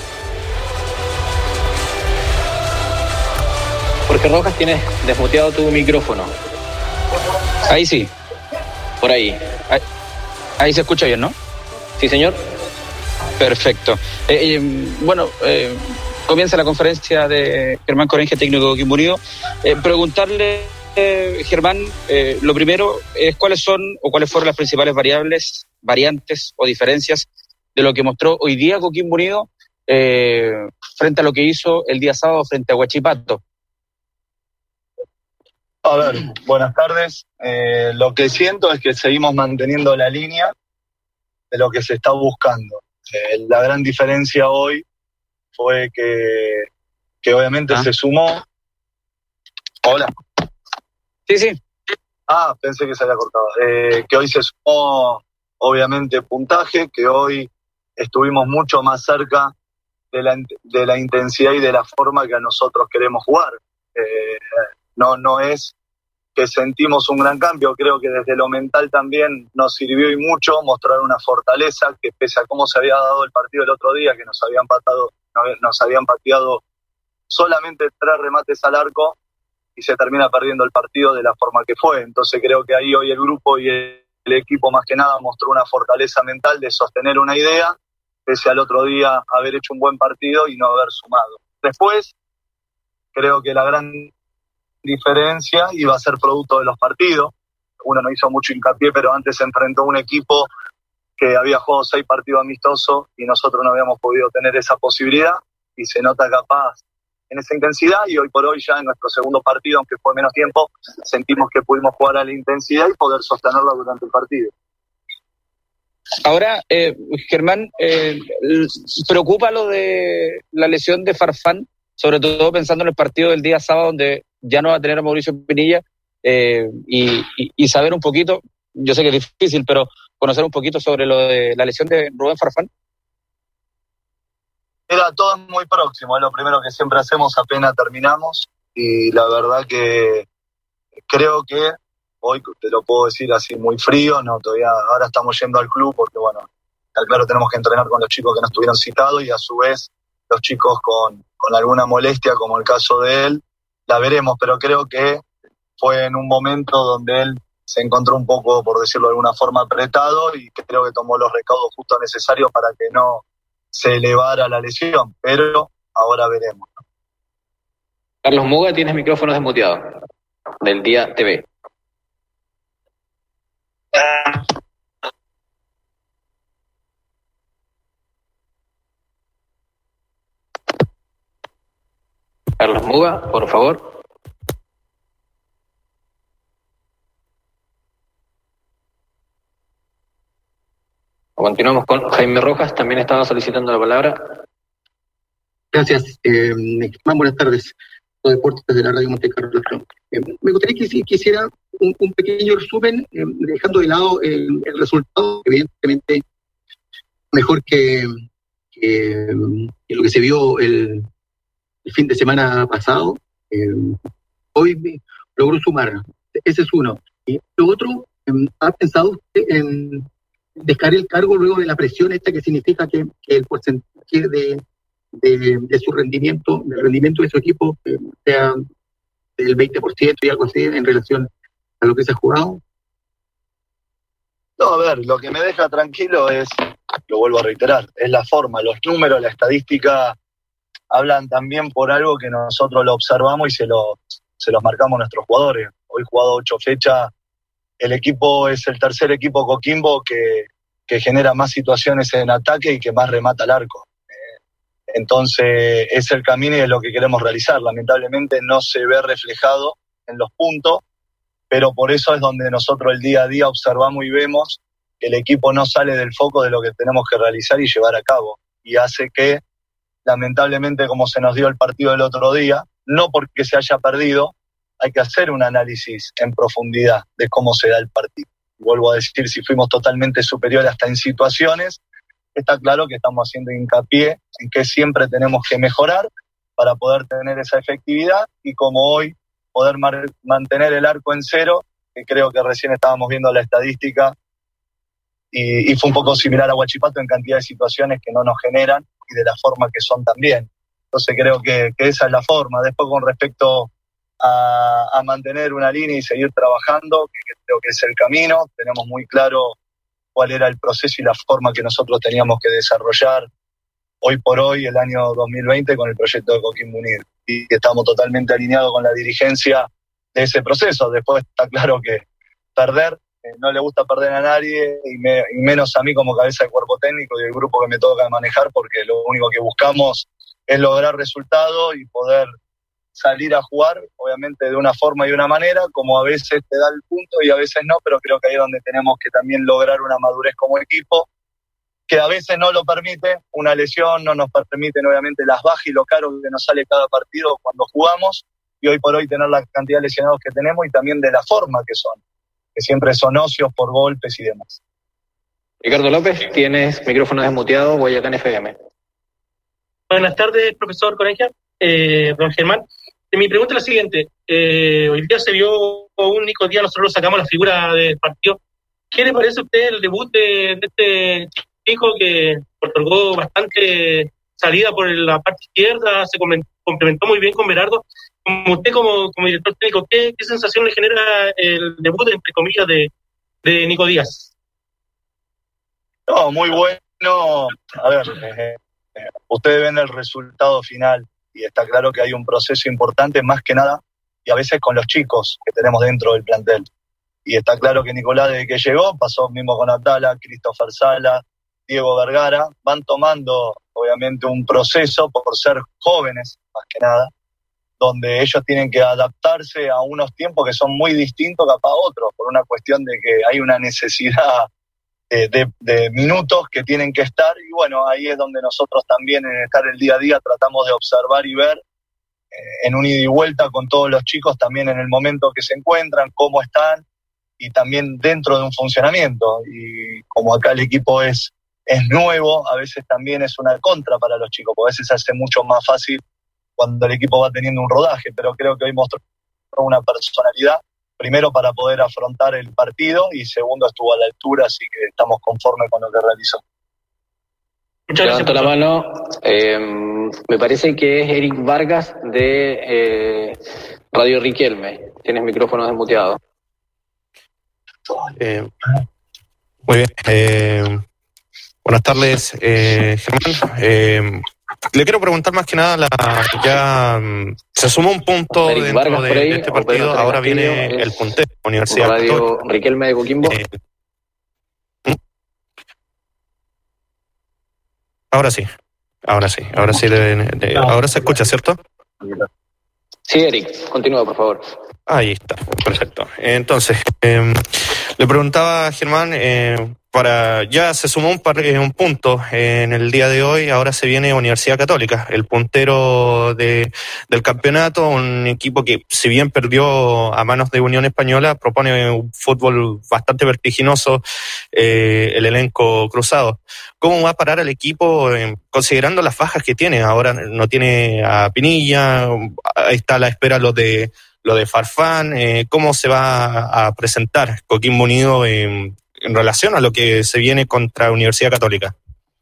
Jorge Rojas, tienes desmuteado tu micrófono. Ahí sí, por ahí. Ahí, ahí se escucha bien, ¿no? Sí, señor. Perfecto. Eh, eh, bueno, eh, comienza la conferencia de Germán Corengia, técnico de Coquimbo Unido. Eh, preguntarle, eh, Germán, eh, lo primero es cuáles son o cuáles fueron las principales variables, variantes o diferencias de lo que mostró hoy día Coquimbo Unido eh, frente a lo que hizo el día sábado frente a Huachipato. A ver, buenas tardes. Eh, lo que siento es que seguimos manteniendo la línea de lo que se está buscando. Eh, la gran diferencia hoy fue que, que obviamente ¿Ah? se sumó. Hola. Sí, sí. Ah, pensé que se había cortado. Eh, que hoy se sumó, obviamente, puntaje, que hoy estuvimos mucho más cerca de la, de la intensidad y de la forma que a nosotros queremos jugar. Eh, no, no es que sentimos un gran cambio, creo que desde lo mental también nos sirvió y mucho mostrar una fortaleza que pese a cómo se había dado el partido el otro día, que nos habían patado, nos habían pateado solamente tres remates al arco y se termina perdiendo el partido de la forma que fue. Entonces creo que ahí hoy el grupo y el, el equipo más que nada mostró una fortaleza mental de sostener una idea, pese al otro día haber hecho un buen partido y no haber sumado. Después, creo que la gran diferencia iba a ser producto de los partidos. Uno no hizo mucho hincapié, pero antes se enfrentó a un equipo que había jugado seis partidos amistosos y nosotros no habíamos podido tener esa posibilidad y se nota capaz en esa intensidad, y hoy por hoy ya en nuestro segundo partido, aunque fue menos tiempo, sentimos que pudimos jugar a la intensidad y poder sostenerla durante el partido. Ahora, eh, Germán, eh, preocupa lo de la lesión de Farfán, sobre todo pensando en el partido del día sábado, donde ya no va a tener a Mauricio Pinilla, eh, y, y, y saber un poquito, yo sé que es difícil, pero conocer un poquito sobre lo de la lesión de Rubén Farfán. Era todo muy próximo, es lo primero que siempre hacemos apenas terminamos, y la verdad que creo que hoy te lo puedo decir así muy frío, no todavía ahora estamos yendo al club porque bueno, está claro, tenemos que entrenar con los chicos que no estuvieron citados y a su vez los chicos con, con alguna molestia, como el caso de él, la veremos, pero creo que fue en un momento donde él se encontró un poco, por decirlo de alguna forma, apretado y creo que tomó los recaudos justo necesarios para que no se elevara la lesión, pero ahora veremos, ¿no? Carlos Muga, tienes micrófono desmuteado del Día T V. Carlos Muga, por favor. Continuamos con Jaime Rojas, también estaba solicitando la palabra. Gracias. Eh, buenas tardes. Los deportes de la Radio Monte Carlo. Eh, me gustaría que quisiera un, un pequeño resumen, eh, dejando de lado el, el resultado, evidentemente mejor que, que, que lo que se vio el, el fin de semana pasado. Eh, hoy logró sumar, ese es uno. Y lo otro, eh, ¿ha pensado usted en dejar el cargo luego de la presión esta que significa que, que el porcentaje de De, de su rendimiento, del rendimiento de su equipo, eh, sea del veinte por ciento y algo así en relación a lo que se ha jugado? No, a ver, lo que me deja tranquilo es, lo vuelvo a reiterar, es la forma, los números, la estadística hablan también por algo que nosotros lo observamos y se, lo, se los marcamos a nuestros jugadores. Hoy jugado ocho fechas, el equipo es el tercer equipo Coquimbo que, que genera más situaciones en ataque y que más remata al arco. Entonces es el camino y es lo que queremos realizar. Lamentablemente no se ve reflejado en los puntos, pero por eso es donde nosotros el día a día observamos y vemos que el equipo no sale del foco de lo que tenemos que realizar y llevar a cabo. Y hace que, lamentablemente, como se nos dio el partido el otro día, no porque se haya perdido, hay que hacer un análisis en profundidad de cómo se da el partido. Vuelvo a decir, si fuimos totalmente superiores hasta en situaciones, está claro que estamos haciendo hincapié en que siempre tenemos que mejorar para poder tener esa efectividad y como hoy poder mar- mantener el arco en cero, que creo que recién estábamos viendo la estadística y, y fue un poco similar a Huachipato en cantidad de situaciones que no nos generan y de la forma que son también. Entonces creo que, que esa es la forma. Después con respecto a, a mantener una línea y seguir trabajando, que, que creo que es el camino, tenemos muy claro cuál era el proceso y la forma que nosotros teníamos que desarrollar hoy por hoy, el año dos mil veinte, con el proyecto de Coquimbo Unido. Y estamos totalmente alineados con la dirigencia de ese proceso. Después está claro que perder, eh, no le gusta perder a nadie, y, me, y menos a mí como cabeza de cuerpo técnico y del grupo que me toca manejar, porque lo único que buscamos es lograr resultados y poder salir a jugar, obviamente de una forma y de una manera, como a veces te da el punto y a veces no, pero creo que ahí es donde tenemos que también lograr una madurez como equipo, que a veces no lo permite, una lesión no nos permiten obviamente las bajas y lo caro que nos sale cada partido cuando jugamos, y hoy por hoy tener la cantidad de lesionados que tenemos y también de la forma que son, que siempre son ocios por golpes y demás. Ricardo López, tienes micrófono desmuteado, Guayacán F M. Buenas tardes, profesor Corenja, eh, don Germán. Mi pregunta es la siguiente. Eh, hoy día se vio un único día, nosotros sacamos la figura del partido. ¿Qué le parece a usted el debut de, de este chico que otorgó bastante salida por la parte izquierda, se complementó muy bien con Berardo? Como usted como, como director técnico, ¿qué, ¿qué sensación le genera el debut, entre comillas, de, de Nico Díaz? No, muy bueno. A ver, eh, eh, ustedes ven el resultado final y está claro que hay un proceso importante, más que nada, y a veces con los chicos que tenemos dentro del plantel. Y está claro que Nicolás, desde que llegó, pasó mismo con Atala, Christopher Sala, Diego Vergara, van tomando obviamente un proceso por ser jóvenes, más que nada, donde ellos tienen que adaptarse a unos tiempos que son muy distintos capaz a otros, por una cuestión de que hay una necesidad de, de, de minutos que tienen que estar, y bueno, ahí es donde nosotros también en estar el día a día tratamos de observar y ver eh, en un ida y vuelta con todos los chicos también en el momento que se encuentran, cómo están, y también dentro de un funcionamiento. Y como acá el equipo es, es nuevo, a veces también es una contra para los chicos, porque a veces se hace mucho más fácil cuando el equipo va teniendo un rodaje, pero creo que hoy mostró una personalidad, primero para poder afrontar el partido y segundo estuvo a la altura, así que estamos conformes con lo que realizó. Levanto la mano, eh, me parece que es Eric Vargas de eh, Radio Riquelme, tienes micrófono desmuteado. Eh, muy bien, eh, buenas tardes, eh, Germán. Eh, le quiero preguntar más que nada, la, ya um, se sumó un punto Eric dentro Vargas de, por ahí, de este partido, Pedro ahora Castillo, viene es el puntero, Universidad Radio Católica. Riquelme de Coquimbo. Eh, ahora sí, ahora sí, ahora sí, de, de, ahora se escucha, ¿cierto? Sí, Eric, continúa, por favor. Ahí está, perfecto. Entonces, eh, le preguntaba a Germán, eh, para ya se sumó un, par, eh, un punto eh, en el día de hoy, ahora se viene Universidad Católica, el puntero de, del campeonato, un equipo que si bien perdió a manos de Unión Española, propone un fútbol bastante vertiginoso, eh, el elenco cruzado. ¿Cómo va a parar el equipo eh, considerando las bajas que tiene? Ahora no tiene a Pinilla, ahí está a la espera lo de lo de Farfán, eh, ¿cómo se va a presentar Coquimbo Unido en, en relación a lo que se viene contra Universidad Católica?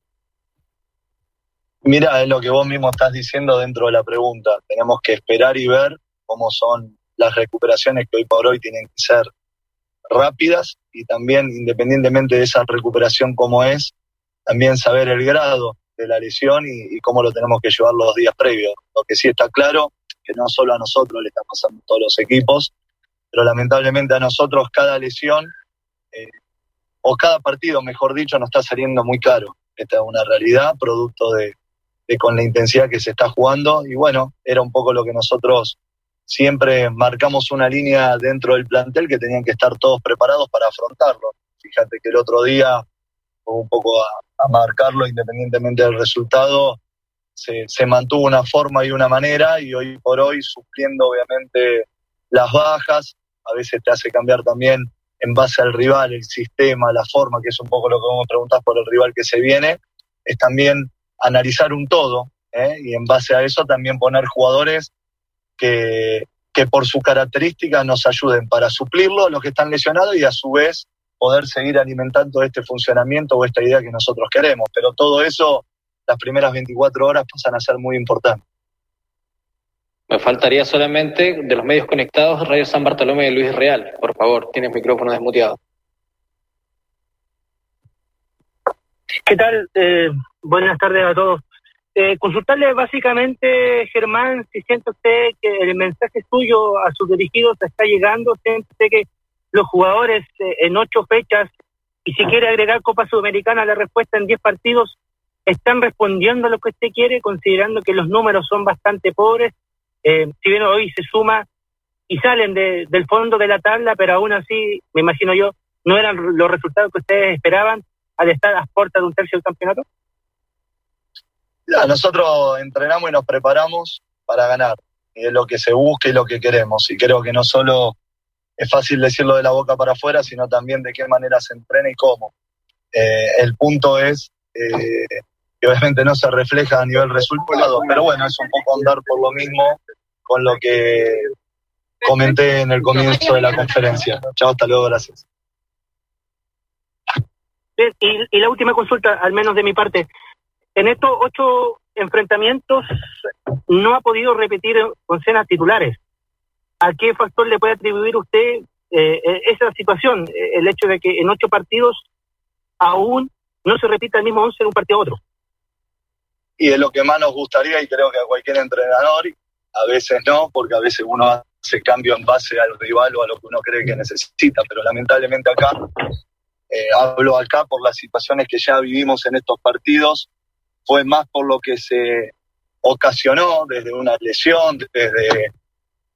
Mira, es lo que vos mismo estás diciendo dentro de la pregunta. Tenemos que esperar y ver cómo son las recuperaciones que hoy por hoy tienen que ser rápidas y también, independientemente de esa recuperación como es, también saber el grado de la lesión y, y cómo lo tenemos que llevar los días previos. Lo que sí está claro que no solo a nosotros le está pasando a todos los equipos, pero lamentablemente a nosotros cada lesión, eh, o cada partido, mejor dicho, nos está saliendo muy caro. Esta es una realidad, producto de, de con la intensidad que se está jugando, y bueno, era un poco lo que nosotros siempre marcamos una línea dentro del plantel, que tenían que estar todos preparados para afrontarlo. Fíjate que el otro día, un poco a, a marcarlo independientemente del resultado, Se, se mantuvo una forma y una manera, y hoy por hoy, supliendo obviamente las bajas, a veces te hace cambiar también en base al rival, el sistema, la forma, que es un poco lo que vos me preguntás por el rival que se viene, es también analizar un todo, ¿eh? Y en base a eso también poner jugadores que, que por su característica nos ayuden para suplirlo a los que están lesionados y a su vez poder seguir alimentando este funcionamiento o esta idea que nosotros queremos. Pero todo eso, las primeras veinticuatro horas pasan a ser muy importantes. Me faltaría solamente de los medios conectados, Radio San Bartolomé de Luis Real. Por favor, tienes micrófono desmuteado. ¿Qué tal? Eh, buenas tardes a todos. Eh, consultarle básicamente, Germán, si siente usted que el mensaje suyo a sus dirigidos está llegando, siente usted que los jugadores eh, en ocho fechas, y si quiere agregar Copa Sudamericana a la respuesta en diez partidos, están respondiendo a lo que usted quiere, considerando que los números son bastante pobres, eh, si bien hoy se suma y salen de, del fondo de la tabla, pero aún así, me imagino yo, no eran los resultados que ustedes esperaban al estar a las puertas de un tercio del campeonato. Ya, nosotros entrenamos y nos preparamos para ganar, y es lo que se busca y lo que queremos, y creo que no solo es fácil decirlo de la boca para afuera, sino también de qué manera se entrena y cómo. Eh, el punto es eh, que obviamente no se refleja a nivel resultado, pero bueno, es un poco andar por lo mismo con lo que comenté en el comienzo de la conferencia. Chao, hasta luego, gracias. Bien, y, y la última consulta, al menos de mi parte, en estos ocho enfrentamientos no ha podido repetir oncenas titulares. ¿A qué factor le puede atribuir usted eh, esa situación, el hecho de que en ocho partidos aún no se repita el mismo once de un partido a otro? Y es lo que más nos gustaría, y creo que a cualquier entrenador, a veces no, porque a veces uno hace cambio en base al rival o a lo que uno cree que necesita, pero lamentablemente acá, eh, hablo acá por las situaciones que ya vivimos en estos partidos, fue más por lo que se ocasionó desde una lesión, desde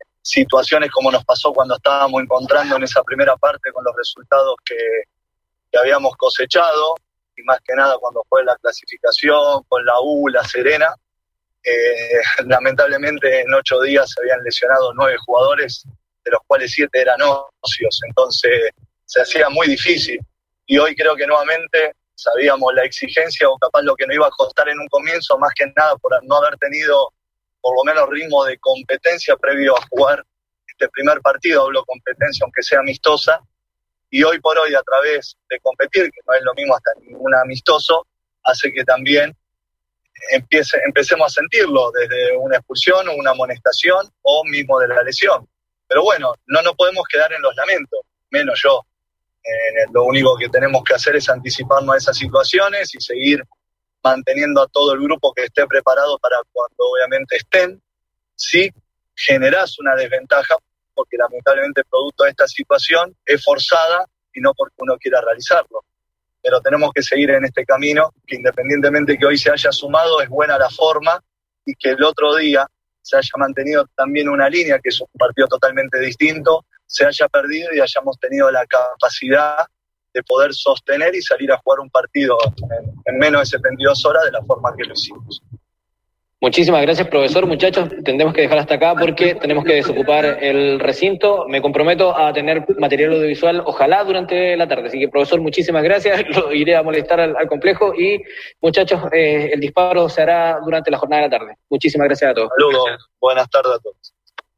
situaciones como nos pasó cuando estábamos encontrando en esa primera parte con los resultados que, que habíamos cosechado, y más que nada cuando fue la clasificación con la U, la Serena. Eh, lamentablemente en ocho días se habían lesionado nueve jugadores, de los cuales siete eran ocios, entonces se hacía muy difícil. Y hoy creo que nuevamente sabíamos la exigencia o capaz lo que nos iba a costar en un comienzo, más que nada por no haber tenido por lo menos ritmo de competencia previo a jugar este primer partido, hablo competencia aunque sea amistosa, y hoy por hoy a través de competir, que no es lo mismo hasta ningún amistoso, hace que también empiece, empecemos a sentirlo desde una expulsión o una amonestación o mismo de la lesión. Pero bueno, no nos podemos quedar en los lamentos, menos yo. Eh, lo único que tenemos que hacer es anticiparnos a esas situaciones y seguir manteniendo a todo el grupo que esté preparado para cuando obviamente estén. Si generás una desventaja, porque lamentablemente producto de esta situación es forzada y no porque uno quiera realizarlo. Pero tenemos que seguir en este camino, que independientemente que hoy se haya sumado, es buena la forma, y que el otro día se haya mantenido también una línea, que es un partido totalmente distinto, se haya perdido y hayamos tenido la capacidad de poder sostener y salir a jugar un partido en, en menos de setenta y dos horas de la forma que lo hicimos. Muchísimas gracias, profesor. Muchachos, tendremos que dejar hasta acá porque tenemos que desocupar el recinto. Me comprometo a tener material audiovisual, ojalá durante la tarde. Así que, profesor, muchísimas gracias. Lo iré a molestar al, al complejo y, muchachos, eh, el disparo se hará durante la jornada de la tarde. Muchísimas gracias a todos. Saludos. Buenas tardes a todos.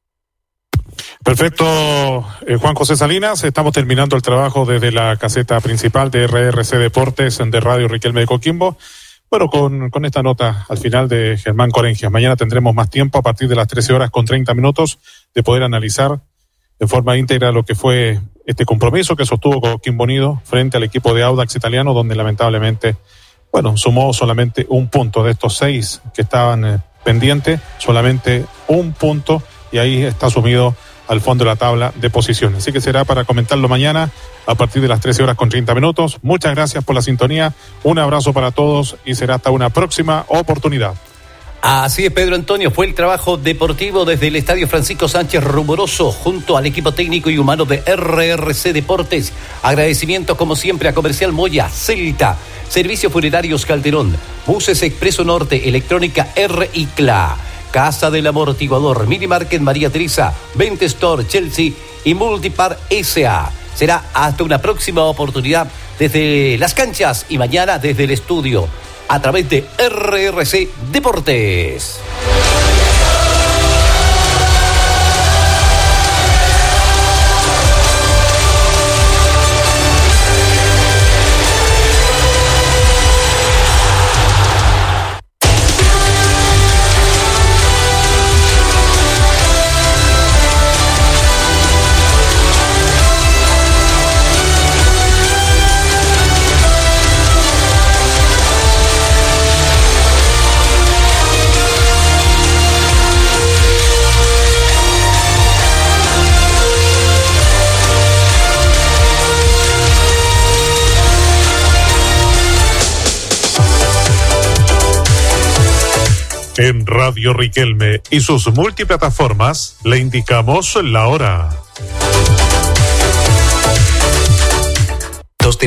Perfecto, eh, Juan José Salinas. Estamos terminando el trabajo desde la caseta principal de R R C Deportes de Radio Riquelme de Coquimbo. Bueno, con, con esta nota al final de Germán Corengias. Mañana tendremos más tiempo a partir de las trece horas con treinta minutos de poder analizar de forma íntegra lo que fue este compromiso que sostuvo Coquimbo Unido frente al equipo de Audax Italiano, donde lamentablemente, bueno, sumó solamente un punto de estos seis que estaban eh, pendientes, solamente un punto, y ahí está sumido al fondo de la tabla de posiciones. Así que será para comentarlo mañana a partir de las trece horas con treinta minutos. Muchas gracias por la sintonía, un abrazo para todos y será hasta una próxima oportunidad. Así es, Pedro Antonio, fue el trabajo deportivo desde el Estadio Francisco Sánchez Rumoroso junto al equipo técnico y humano de R R C Deportes. Agradecimientos como siempre a Comercial Moya, Celta, Servicios Funerarios Calderón, Buses Expreso Norte, Electrónica R y C L A, Casa del Amortiguador, Mini Market María Teresa, Vente Store, Chelsea y Multipar S A. Será hasta una próxima oportunidad desde las canchas y mañana desde el estudio a través de R R C Deportes. En Radio Riquelme y sus multiplataformas le indicamos la hora.